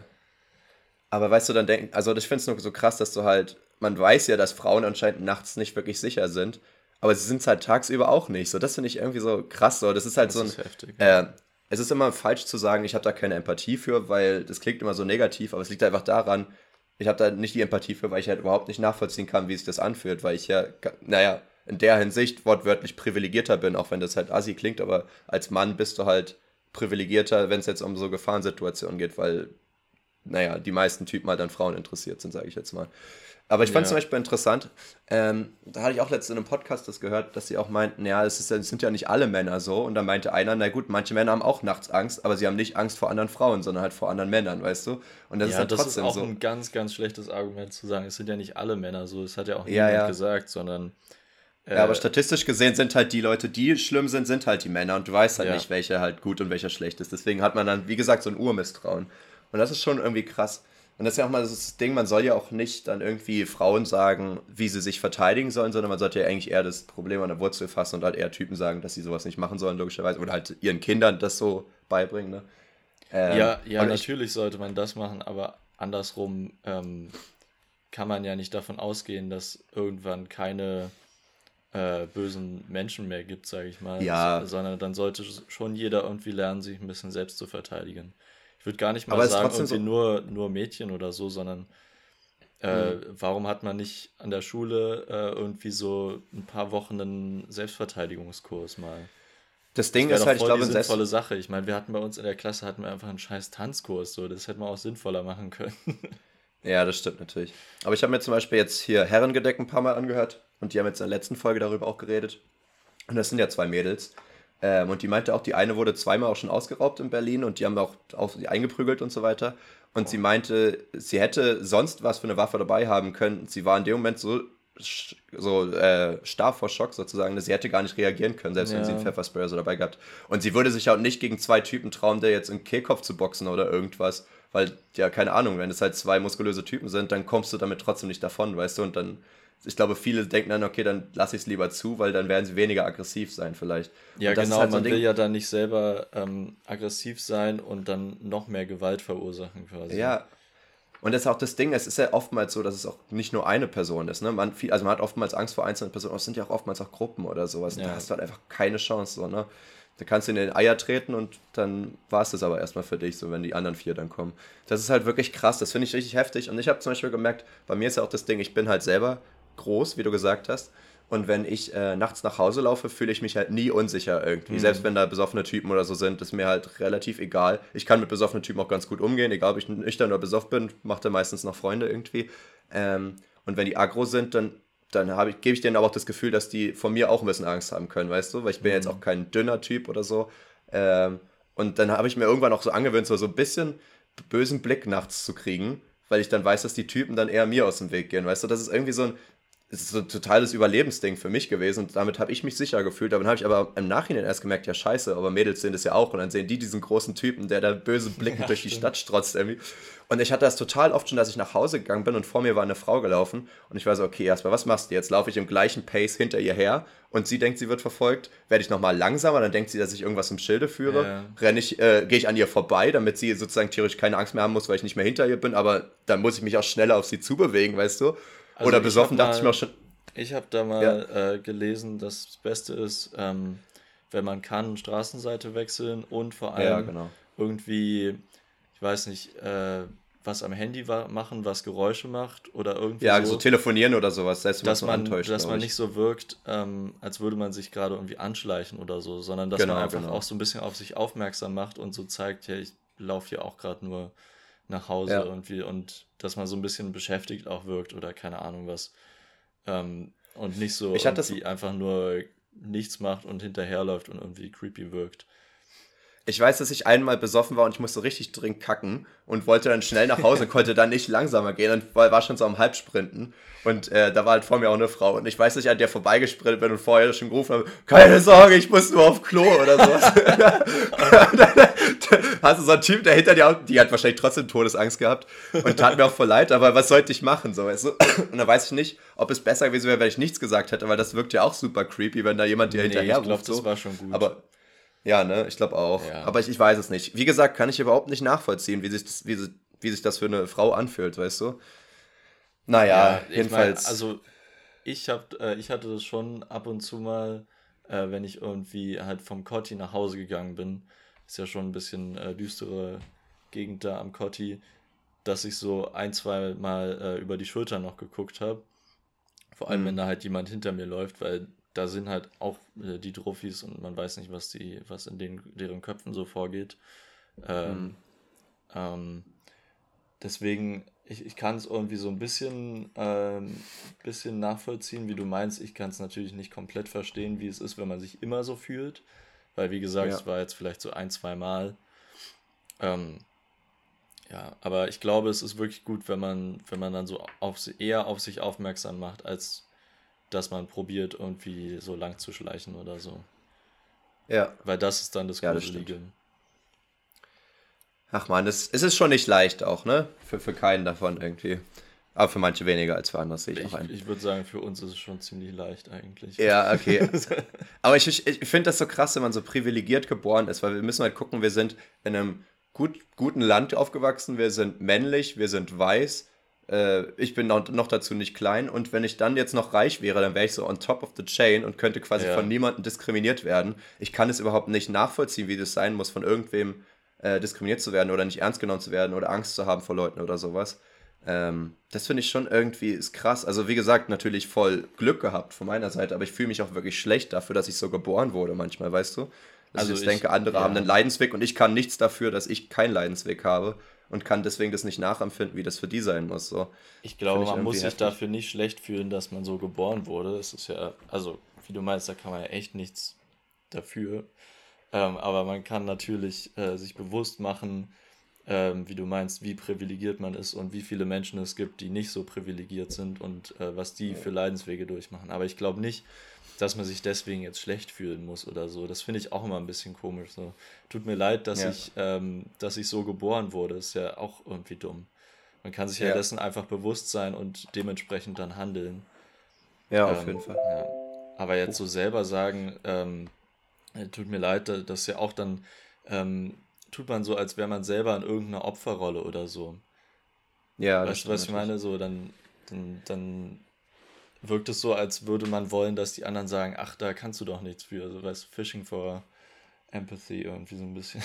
[SPEAKER 2] Aber weißt du, dann denken, also ich finde es nur so krass, dass du halt, man weiß ja, dass Frauen anscheinend nachts nicht wirklich sicher sind, aber sie sind es halt tagsüber auch nicht. So, das finde ich irgendwie so krass. So, das ist halt
[SPEAKER 3] Das
[SPEAKER 2] so ein.
[SPEAKER 3] ist heftig.
[SPEAKER 2] Äh, es ist immer falsch zu sagen, ich habe da keine Empathie für, weil das klingt immer so negativ, aber es liegt einfach daran, ich habe da nicht die Empathie für, weil ich halt überhaupt nicht nachvollziehen kann, wie sich das anfühlt, weil ich ja, ga- naja, in der Hinsicht wortwörtlich privilegierter bin, auch wenn das halt assi klingt, aber als Mann bist du halt privilegierter, wenn es jetzt um so Gefahrensituationen geht, weil, naja, die meisten Typen halt an Frauen interessiert sind, sage ich jetzt mal. Aber ich fand
[SPEAKER 3] Ja.
[SPEAKER 2] zum Beispiel interessant, ähm, da hatte ich auch letztens in einem Podcast das gehört, dass sie auch meinten, ja, es, ist, ja- es sind ja nicht alle Männer so. Und dann meinte einer, na gut, manche Männer haben auch nachts Angst, aber sie haben nicht Angst vor anderen Frauen, sondern halt vor anderen Männern, weißt du? Und das ist
[SPEAKER 3] ja,
[SPEAKER 2] dann
[SPEAKER 3] das ist
[SPEAKER 2] trotzdem
[SPEAKER 3] auch
[SPEAKER 2] so.
[SPEAKER 3] ein ganz, ganz schlechtes Argument zu sagen, es sind ja nicht alle Männer so, das hat ja auch
[SPEAKER 2] Ja,
[SPEAKER 3] niemand
[SPEAKER 2] ja.
[SPEAKER 3] gesagt, sondern äh,
[SPEAKER 2] Ja, aber statistisch gesehen sind halt die Leute, die schlimm sind, sind halt die Männer. Und du weißt halt
[SPEAKER 3] Ja.
[SPEAKER 2] nicht, welcher halt gut und welcher schlecht ist. Deswegen hat man dann, wie gesagt, so ein Urmisstrauen. Und das ist schon irgendwie krass. Und das ist ja auch mal das Ding, man soll ja auch nicht dann irgendwie Frauen sagen, wie sie sich verteidigen sollen, sondern man sollte ja eigentlich eher das Problem an der Wurzel fassen und halt eher Typen sagen, dass sie sowas nicht machen sollen, logischerweise. Oder halt ihren Kindern das so beibringen, ne? Ähm,
[SPEAKER 3] ja, ja,
[SPEAKER 2] und ich-
[SPEAKER 3] natürlich sollte man das machen, aber andersrum ähm, kann man ja nicht davon ausgehen, dass irgendwann keine äh, bösen Menschen mehr gibt, sage ich mal.
[SPEAKER 2] Ja.
[SPEAKER 3] So, sondern dann sollte schon jeder irgendwie lernen, sich ein bisschen selbst zu verteidigen. Ich würde gar nicht mal
[SPEAKER 2] Aber es ist
[SPEAKER 3] sagen,
[SPEAKER 2] trotzdem
[SPEAKER 3] irgendwie nur, nur Mädchen oder so, sondern äh, warum hat man nicht an der Schule äh, irgendwie so ein paar Wochen einen Selbstverteidigungskurs mal?
[SPEAKER 2] Das Ding
[SPEAKER 3] Wäre
[SPEAKER 2] ist
[SPEAKER 3] doch
[SPEAKER 2] halt, ich
[SPEAKER 3] voll
[SPEAKER 2] glaube,
[SPEAKER 3] die
[SPEAKER 2] ein Selbst-
[SPEAKER 3] sinnvolle Sache. Ich meine, wir hatten bei uns in der Klasse hatten wir einfach einen scheiß Tanzkurs, so das hätte man auch sinnvoller machen können.
[SPEAKER 2] Ja, das stimmt natürlich. Aber ich habe mir zum Beispiel jetzt hier Herrengedeck ein paar Mal angehört und die haben jetzt in der letzten Folge darüber auch geredet. Und das sind ja zwei Mädels. Ähm, und die meinte auch, die eine wurde zweimal auch schon ausgeraubt in Berlin und die haben auch auf sie eingeprügelt und so weiter. Und sie meinte, sie hätte sonst was für eine Waffe dabei haben können. Sie war in dem Moment so, sch- so äh, starr vor Schock sozusagen, dass sie hätte gar nicht reagieren können, selbst wenn
[SPEAKER 3] Ja.
[SPEAKER 2] sie einen Pfefferspray oder so dabei gehabt. Und sie würde sich auch nicht gegen zwei Typen trauen, der jetzt in Kehlkopf zu boxen oder irgendwas. Weil, ja, keine Ahnung, wenn es halt zwei muskulöse Typen sind, dann kommst du damit trotzdem nicht davon, weißt du? Und dann ich glaube, viele denken dann, okay, dann lasse ich es lieber zu, weil dann werden sie weniger aggressiv sein vielleicht.
[SPEAKER 3] Ja,
[SPEAKER 2] und das
[SPEAKER 3] genau,
[SPEAKER 2] ist halt so ein
[SPEAKER 3] man will
[SPEAKER 2] Ding,
[SPEAKER 3] ja dann nicht selber ähm, aggressiv sein und dann noch mehr Gewalt verursachen quasi.
[SPEAKER 2] ja, und das ist auch das Ding, es ist ja oftmals so, dass es auch nicht nur eine Person ist, ne? Man viel, also man hat oftmals Angst vor einzelnen Personen, aber es sind ja auch oftmals auch Gruppen oder sowas. Und da
[SPEAKER 3] Ja,
[SPEAKER 2] hast du halt einfach keine Chance, so, ne? Da kannst du in den Eier treten und dann war es das aber erstmal für dich, so wenn die anderen vier dann kommen. Das ist halt wirklich krass, das finde ich richtig heftig. Und ich habe zum Beispiel gemerkt, bei mir ist ja auch das Ding, ich bin halt selber groß, wie du gesagt hast. Und wenn ich äh, nachts nach Hause laufe, fühle ich mich halt nie unsicher irgendwie. Selbst
[SPEAKER 3] mhm.
[SPEAKER 2] wenn da besoffene Typen oder so sind, ist mir halt relativ egal. Ich kann mit besoffenen Typen auch ganz gut umgehen, egal ob ich nüchtern oder besoffen bin, macht er meistens noch Freunde irgendwie. Ähm, und wenn die aggro sind, dann, dann hab ich, gebe ich denen aber auch das Gefühl, dass die von mir auch ein bisschen Angst haben können, weißt du? Weil ich bin jetzt auch
[SPEAKER 3] Mhm.
[SPEAKER 2] kein dünner Typ oder so. Ähm, und dann habe ich mir irgendwann auch so angewöhnt, so, so ein bisschen bösen Blick nachts zu kriegen, weil ich dann weiß, dass die Typen dann eher mir aus dem Weg gehen, weißt du? Das ist irgendwie so ein es ist so ein totales Überlebensding für mich gewesen und damit habe ich mich sicher gefühlt. Dann habe ich aber im Nachhinein erst gemerkt, ja scheiße, aber Mädels sehen das ja auch und dann sehen die diesen großen Typen, der da böse blickend
[SPEAKER 3] Ja,
[SPEAKER 2] durch die Stadt
[SPEAKER 3] stimmt.
[SPEAKER 2] strotzt irgendwie. Und ich hatte das total oft schon, dass ich nach Hause gegangen bin und vor mir war eine Frau gelaufen und ich war so, okay, erstmal, was machst du jetzt? Laufe ich im gleichen Pace hinter ihr her und sie denkt, sie wird verfolgt, werde ich nochmal langsamer, dann denkt sie, dass ich irgendwas im Schilde führe,
[SPEAKER 3] Ja,
[SPEAKER 2] renne ich, äh, gehe ich an ihr vorbei, damit sie sozusagen theoretisch keine Angst mehr haben muss, weil ich nicht mehr hinter ihr bin, aber dann muss ich mich auch schneller auf sie zubewegen, weißt du?
[SPEAKER 3] also
[SPEAKER 2] Oder
[SPEAKER 3] ich habe
[SPEAKER 2] besoffen dachte ich mir auch
[SPEAKER 3] mal,
[SPEAKER 2] schon,
[SPEAKER 3] ich habe da
[SPEAKER 2] ja,
[SPEAKER 3] mal äh, gelesen, dass das Beste ist, ähm, wenn man kann, Straßenseite wechseln und vor
[SPEAKER 2] ja,
[SPEAKER 3] allem
[SPEAKER 2] genau.
[SPEAKER 3] irgendwie, ich weiß nicht, äh, was am Handy wa machen, was Geräusche macht oder irgendwie
[SPEAKER 2] Ja, so
[SPEAKER 3] so,
[SPEAKER 2] telefonieren oder sowas, selbst wenn man es
[SPEAKER 3] dass
[SPEAKER 2] nur
[SPEAKER 3] man,
[SPEAKER 2] antäuscht,
[SPEAKER 3] dass
[SPEAKER 2] glaube
[SPEAKER 3] man
[SPEAKER 2] ich.
[SPEAKER 3] nicht so wirkt, ähm, als würde man sich gerade irgendwie anschleichen oder so, sondern dass man
[SPEAKER 2] Genau,
[SPEAKER 3] einfach auch
[SPEAKER 2] genau.
[SPEAKER 3] so ein bisschen auf sich aufmerksam macht und so zeigt, ja, ich laufe hier auch gerade nur nach Hause
[SPEAKER 2] Ja.
[SPEAKER 3] irgendwie und dass man so ein bisschen beschäftigt auch wirkt oder keine Ahnung was. Ähm, und nicht so
[SPEAKER 2] Ich hatte das,
[SPEAKER 3] irgendwie einfach nur nichts macht und hinterherläuft und irgendwie creepy wirkt.
[SPEAKER 2] ich weiß, dass ich einmal besoffen war und ich musste richtig dringend kacken und wollte dann schnell nach Hause, konnte dann nicht langsamer gehen und war, war schon so am Halbsprinten. Und äh, da war halt vor mir auch eine Frau. Und ich weiß, dass ich an der vorbeigesprintet bin und vorher schon gerufen habe, keine Sorge, ich muss nur auf Klo oder sowas. Und dann hast du so einen Typ, der hinter dir, auch, die hat wahrscheinlich trotzdem Todesangst gehabt und tat mir auch voll leid, aber was sollte ich machen, so, weißt du? Und da weiß ich nicht, ob es besser gewesen wäre, wenn ich nichts gesagt hätte, weil das wirkt ja auch super creepy, wenn da jemand dir
[SPEAKER 3] Nee,
[SPEAKER 2] hinterher
[SPEAKER 3] ich glaube,
[SPEAKER 2] ruft,
[SPEAKER 3] das
[SPEAKER 2] so.
[SPEAKER 3] war schon gut.
[SPEAKER 2] Aber ja, ne, ich glaube auch.
[SPEAKER 3] Ja.
[SPEAKER 2] Aber ich, ich weiß es nicht. Wie gesagt, kann ich überhaupt nicht nachvollziehen, wie sich das, wie, si- wie sich das für eine Frau anfühlt, weißt du? Naja,
[SPEAKER 3] Ja, ich meine,
[SPEAKER 2] jedenfalls.
[SPEAKER 3] also ich hab, äh, ich hatte das schon ab und zu mal, äh, wenn ich irgendwie halt vom Kotti nach Hause gegangen bin, ist ja schon ein bisschen äh, düstere Gegend da am Kotti, dass ich so ein, zwei Mal äh, über die Schulter noch geguckt habe. Vor allem, wenn
[SPEAKER 2] Hm,
[SPEAKER 3] da halt jemand hinter mir läuft, weil da sind halt auch äh, die Trophys und man weiß nicht, was die, was in den, deren Köpfen so vorgeht.
[SPEAKER 2] hm,
[SPEAKER 3] Ähm, ähm, Deswegen, ich, ich kann es irgendwie so ein bisschen, ähm, bisschen nachvollziehen, wie du meinst. Ich kann es natürlich nicht komplett verstehen, wie es ist, wenn man sich immer so fühlt. Weil, wie gesagt,
[SPEAKER 2] ja.
[SPEAKER 3] es war jetzt vielleicht so ein, zwei Mal. Ähm, ja, aber ich glaube, es ist wirklich gut, wenn man, wenn man dann so auf, si- eher auf sich aufmerksam macht, als dass man probiert, irgendwie so lang zu schleichen oder so.
[SPEAKER 2] Ja.
[SPEAKER 3] Weil das ist dann das
[SPEAKER 2] Ja, das stimmt.
[SPEAKER 3] Gruselige.
[SPEAKER 2] Ach man, es, es ist schon nicht leicht auch, ne? Für, für keinen davon irgendwie. Aber für manche weniger als für andere, sehe ich auch
[SPEAKER 3] Ich,
[SPEAKER 2] ein.
[SPEAKER 3] ich würde sagen, für uns ist es schon ziemlich leicht eigentlich.
[SPEAKER 2] Ja, okay. Aber ich, ich, ich finde das so krass, wenn man so privilegiert geboren ist, weil wir müssen halt gucken, wir sind in einem gut, guten Land aufgewachsen, wir sind männlich, wir sind weiß, äh, ich bin noch, noch dazu nicht klein und wenn ich dann jetzt noch reich wäre, dann wäre ich so on top of the chain und könnte quasi von
[SPEAKER 3] Ja.
[SPEAKER 2] niemandem diskriminiert werden. Ich kann es überhaupt nicht nachvollziehen, wie das sein muss, von irgendwem äh, diskriminiert zu werden oder nicht ernst genommen zu werden oder Angst zu haben vor Leuten oder sowas. Ähm, das finde ich schon irgendwie ist krass. Also wie gesagt, natürlich voll Glück gehabt von meiner Seite, aber ich fühle mich auch wirklich schlecht dafür, dass ich so geboren wurde manchmal, weißt du? Dass ich
[SPEAKER 3] Also
[SPEAKER 2] jetzt
[SPEAKER 3] ich,
[SPEAKER 2] denke, andere haben einen
[SPEAKER 3] ja.
[SPEAKER 2] Leidensweg und ich kann nichts dafür, dass ich keinen Leidensweg habe und kann deswegen das nicht nachempfinden, wie das für die sein muss. So,
[SPEAKER 3] Ich
[SPEAKER 2] finde
[SPEAKER 3] glaube,
[SPEAKER 2] ich
[SPEAKER 3] man
[SPEAKER 2] irgendwie
[SPEAKER 3] muss sich
[SPEAKER 2] heftig.
[SPEAKER 3] dafür nicht schlecht fühlen, dass man so geboren wurde. Es ist ja, also, wie du meinst, da kann man ja echt nichts dafür. Ähm, aber man kann natürlich äh, sich bewusst machen, ähm, wie du meinst, wie privilegiert man ist und wie viele Menschen es gibt, die nicht so privilegiert sind und äh, was die für Leidenswege durchmachen. Aber ich glaube nicht, dass man sich deswegen jetzt schlecht fühlen muss oder so. Das finde ich auch immer ein bisschen komisch. So. Tut mir leid, dass
[SPEAKER 2] Ja,
[SPEAKER 3] ich, ähm, dass ich so geboren wurde. Ist ja auch irgendwie dumm. Man kann sich ja
[SPEAKER 2] ja,
[SPEAKER 3] dessen einfach bewusst sein und dementsprechend dann handeln.
[SPEAKER 2] Ja, auf
[SPEAKER 3] Ähm,
[SPEAKER 2] jeden Fall.
[SPEAKER 3] ja. Aber jetzt so selber sagen, ähm, äh, tut mir leid, da- das ist ja auch dann, ähm, tut man so, als wäre man selber in irgendeiner Opferrolle oder so.
[SPEAKER 2] Ja, das
[SPEAKER 3] Weißt du,
[SPEAKER 2] stimmt
[SPEAKER 3] was ich
[SPEAKER 2] natürlich.
[SPEAKER 3] meine? So, dann, dann, dann wirkt es so, als würde man wollen, dass die anderen sagen, ach, da kannst du doch nichts für. Also, weißt du, Fishing for Empathy irgendwie so ein bisschen.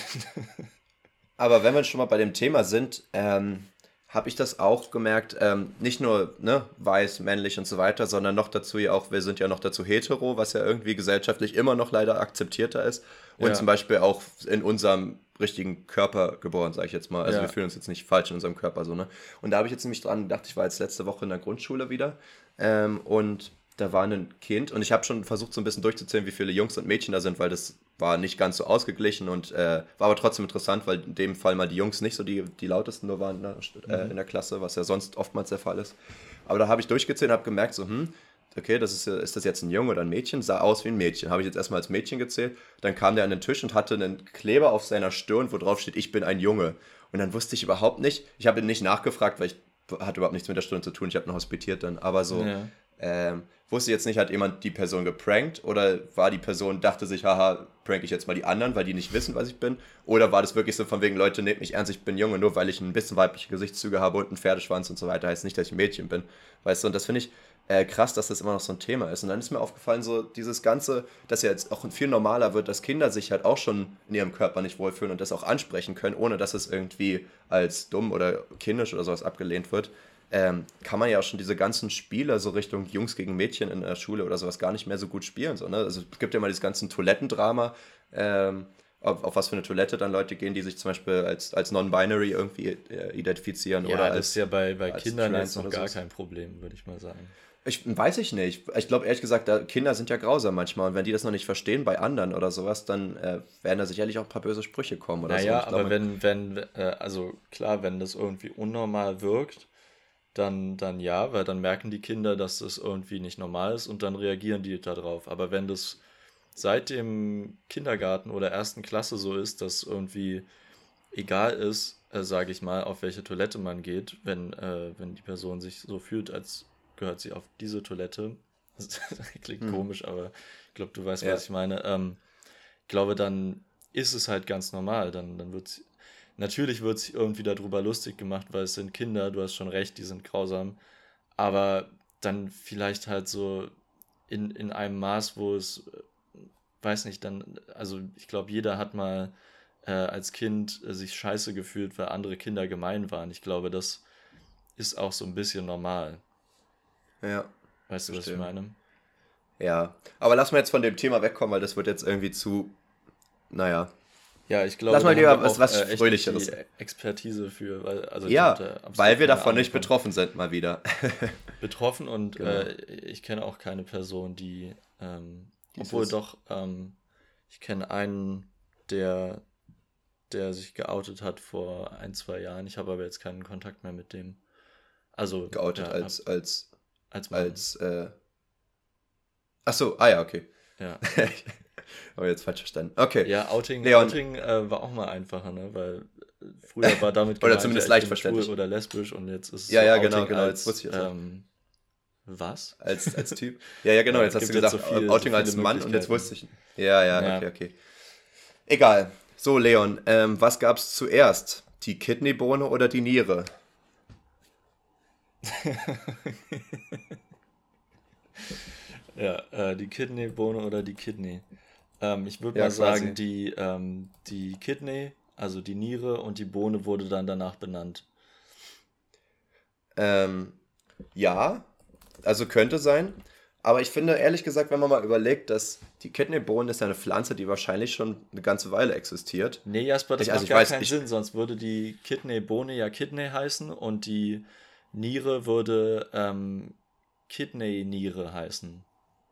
[SPEAKER 2] Aber wenn wir schon mal bei dem Thema sind, ähm, habe ich das auch gemerkt, ähm, nicht nur ne, weiß, männlich und so weiter, sondern noch dazu ja auch, wir sind ja noch dazu hetero, was ja irgendwie gesellschaftlich immer noch leider akzeptierter ist. Und zum
[SPEAKER 3] Ja,
[SPEAKER 2] Beispiel auch in unserem richtigen Körper geboren, sage ich jetzt mal. Also wir
[SPEAKER 3] ja,
[SPEAKER 2] fühlen uns jetzt nicht falsch in unserem Körper so, ne? Und da habe ich jetzt nämlich dran gedacht, ich war jetzt letzte Woche in der Grundschule wieder ähm, und da war ein Kind und ich habe schon versucht so ein bisschen durchzuzählen, wie viele Jungs und Mädchen da sind, weil das war nicht ganz so ausgeglichen und äh, war aber trotzdem interessant, weil in dem Fall mal die Jungs nicht so die, die lautesten nur waren in der, St- äh,
[SPEAKER 3] mhm.
[SPEAKER 2] in der Klasse, was ja sonst oftmals der Fall ist. Aber da habe ich durchgezählt und habe gemerkt, so, hm, okay, das ist, ja- ist das jetzt ein Junge oder ein Mädchen? Sah aus wie ein Mädchen. Habe ich jetzt erstmal als Mädchen gezählt. Dann kam der an den Tisch und hatte einen Kleber auf seiner Stirn, wo drauf steht, ich bin ein Junge. Und dann wusste ich überhaupt nicht, ich habe ihn nicht nachgefragt, weil ich hatte überhaupt nichts mit der Stirn zu tun, ich habe noch hospitiert dann, aber so,
[SPEAKER 3] Ja.
[SPEAKER 2] ähm, wusste jetzt nicht, hat jemand die Person geprankt oder war die Person, dachte sich, haha, prank ich jetzt mal die anderen, weil die nicht wissen, was ich bin? Oder war das wirklich so von wegen, Leute, nehmt mich ernst, ich bin Junge, nur weil ich ein bisschen weibliche Gesichtszüge habe und einen Pferdeschwanz und so weiter, heißt nicht, dass ich ein Mädchen bin. Weißt du, und das finde ich äh, krass, dass das immer noch so ein Thema ist. Und dann ist mir aufgefallen, so dieses Ganze, dass ja jetzt auch viel normaler wird, dass Kinder sich halt auch schon in ihrem Körper nicht wohlfühlen und das auch ansprechen können, ohne dass es irgendwie als dumm oder kindisch oder sowas abgelehnt wird, ähm, kann man ja auch schon diese ganzen Spiele so Richtung Jungs gegen Mädchen in der Schule oder sowas gar nicht mehr so gut spielen. So, ne? Also es gibt ja mal dieses ganzen Toilettendrama, ähm, auf, auf was für eine Toilette dann Leute gehen, die sich zum Beispiel als, als Non-Binary irgendwie äh, identifizieren oder
[SPEAKER 3] Ja, das ist
[SPEAKER 2] als,
[SPEAKER 3] ja bei, bei
[SPEAKER 2] als
[SPEAKER 3] Kindern jetzt
[SPEAKER 2] Trans
[SPEAKER 3] noch
[SPEAKER 2] oder
[SPEAKER 3] gar
[SPEAKER 2] sowas.
[SPEAKER 3] kein Problem, würde ich mal sagen.
[SPEAKER 2] Ich weiß ich nicht. Ich glaube ehrlich gesagt, da, Kinder sind ja grausam manchmal und wenn die das noch nicht verstehen bei anderen oder sowas, dann äh, werden da sicherlich auch ein paar böse Sprüche kommen oder so. Und
[SPEAKER 3] Naja,
[SPEAKER 2] ich glaube,
[SPEAKER 3] aber
[SPEAKER 2] man.
[SPEAKER 3] wenn, wenn, äh, also klar, wenn das irgendwie unnormal wirkt, dann, dann ja, weil dann merken die Kinder, dass das irgendwie nicht normal ist und dann reagieren die darauf. Aber wenn das seit dem Kindergarten oder ersten Klasse so ist, dass irgendwie egal ist, äh, sage ich mal, auf welche Toilette man geht, wenn, äh, wenn die Person sich so fühlt, als gehört sie auf diese Toilette. Das klingt
[SPEAKER 2] Hm,
[SPEAKER 3] komisch, aber ich glaube, du weißt, was
[SPEAKER 2] ja,
[SPEAKER 3] ich meine. Ähm, ich glaube, dann ist es halt ganz normal. Dann, dann wird's, natürlich wird sich irgendwie darüber lustig gemacht, weil es sind Kinder, du hast schon recht, die sind grausam. Aber dann vielleicht halt so in, in einem Maß, wo es, äh, weiß nicht, dann, also ich glaube, jeder hat mal äh, als Kind äh, sich scheiße gefühlt, weil andere Kinder gemein waren. Ich glaube, das ist auch so ein bisschen normal.
[SPEAKER 2] ja,
[SPEAKER 3] Weißt du, was ich
[SPEAKER 2] verstehe.
[SPEAKER 3] meine?
[SPEAKER 2] Ja, aber lass mal jetzt von dem Thema wegkommen, weil das wird jetzt irgendwie zu, naja.
[SPEAKER 3] Ja, ich
[SPEAKER 2] Lass
[SPEAKER 3] glaube,
[SPEAKER 2] mal
[SPEAKER 3] da haben
[SPEAKER 2] lieber
[SPEAKER 3] wir
[SPEAKER 2] was,
[SPEAKER 3] auch
[SPEAKER 2] was
[SPEAKER 3] äh, echt nicht die
[SPEAKER 2] Fröhlicheres.
[SPEAKER 3] Expertise für, weil, also ich habe
[SPEAKER 2] Ja,
[SPEAKER 3] da absolut
[SPEAKER 2] weil wir
[SPEAKER 3] keine
[SPEAKER 2] davon
[SPEAKER 3] Ahnung
[SPEAKER 2] nicht
[SPEAKER 3] von.
[SPEAKER 2] betroffen sind, mal wieder.
[SPEAKER 3] Betroffen und
[SPEAKER 2] Genau.
[SPEAKER 3] äh, ich kenne auch keine Person, die, ähm,
[SPEAKER 2] Dies
[SPEAKER 3] obwohl
[SPEAKER 2] ist.
[SPEAKER 3] doch, ähm, ich kenne einen, der, der sich geoutet hat vor ein, zwei Jahren. Ich habe aber jetzt keinen Kontakt mehr mit dem. Also,
[SPEAKER 2] Geoutet
[SPEAKER 3] ja, hab,
[SPEAKER 2] als, als,
[SPEAKER 3] als Mann.
[SPEAKER 2] als, äh. Ach so, ah ja, okay.
[SPEAKER 3] Ja.
[SPEAKER 2] Aber jetzt falsch verstanden. Okay.
[SPEAKER 3] Ja, Outing,
[SPEAKER 2] Leon,
[SPEAKER 3] Outing äh, war auch mal einfacher, ne? Weil äh, früher war damit
[SPEAKER 2] oder
[SPEAKER 3] gemeint, ja,
[SPEAKER 2] zumindest
[SPEAKER 3] ich
[SPEAKER 2] leicht
[SPEAKER 3] bin schwul
[SPEAKER 2] verständlich.
[SPEAKER 3] oder lesbisch und jetzt ist es
[SPEAKER 2] Ja,
[SPEAKER 3] so
[SPEAKER 2] ja, genau,
[SPEAKER 3] Outing
[SPEAKER 2] genau, jetzt
[SPEAKER 3] als,
[SPEAKER 2] wusste ich das auch.
[SPEAKER 3] ähm, was?
[SPEAKER 2] Als, als Typ. Ja, ja, genau,
[SPEAKER 3] Ja,
[SPEAKER 2] jetzt
[SPEAKER 3] es
[SPEAKER 2] hast du
[SPEAKER 3] gibt jetzt
[SPEAKER 2] gesagt,
[SPEAKER 3] so
[SPEAKER 2] äh,
[SPEAKER 3] viel, so
[SPEAKER 2] Outing
[SPEAKER 3] viele
[SPEAKER 2] als Mann und jetzt
[SPEAKER 3] Möglichkeiten.
[SPEAKER 2] wusste ich. Ja, ja, okay,
[SPEAKER 3] Ja.
[SPEAKER 2] okay. Egal. So, Leon, ähm, was gab's zuerst? Die Kidneybohne oder die Niere?
[SPEAKER 3] Ja, äh, die Kidneybohne oder die Kidney. Ähm, ich würde
[SPEAKER 2] Ja,
[SPEAKER 3] mal sagen,
[SPEAKER 2] quasi.
[SPEAKER 3] die, ähm, die Kidney, also die Niere und die Bohne wurde dann danach benannt.
[SPEAKER 2] Ähm, ja, also könnte sein. Aber ich finde, ehrlich gesagt, wenn man mal überlegt, dass die Kidneybohne ist ja eine Pflanze, die wahrscheinlich schon eine ganze Weile existiert.
[SPEAKER 3] Nee, Jasper, das
[SPEAKER 2] Ich, also
[SPEAKER 3] macht
[SPEAKER 2] ich
[SPEAKER 3] gar
[SPEAKER 2] weiß,
[SPEAKER 3] keinen
[SPEAKER 2] ich,
[SPEAKER 3] Sinn, sonst würde die Kidneybohne ja Kidney heißen und die Niere würde ähm, Kidney-Niere heißen.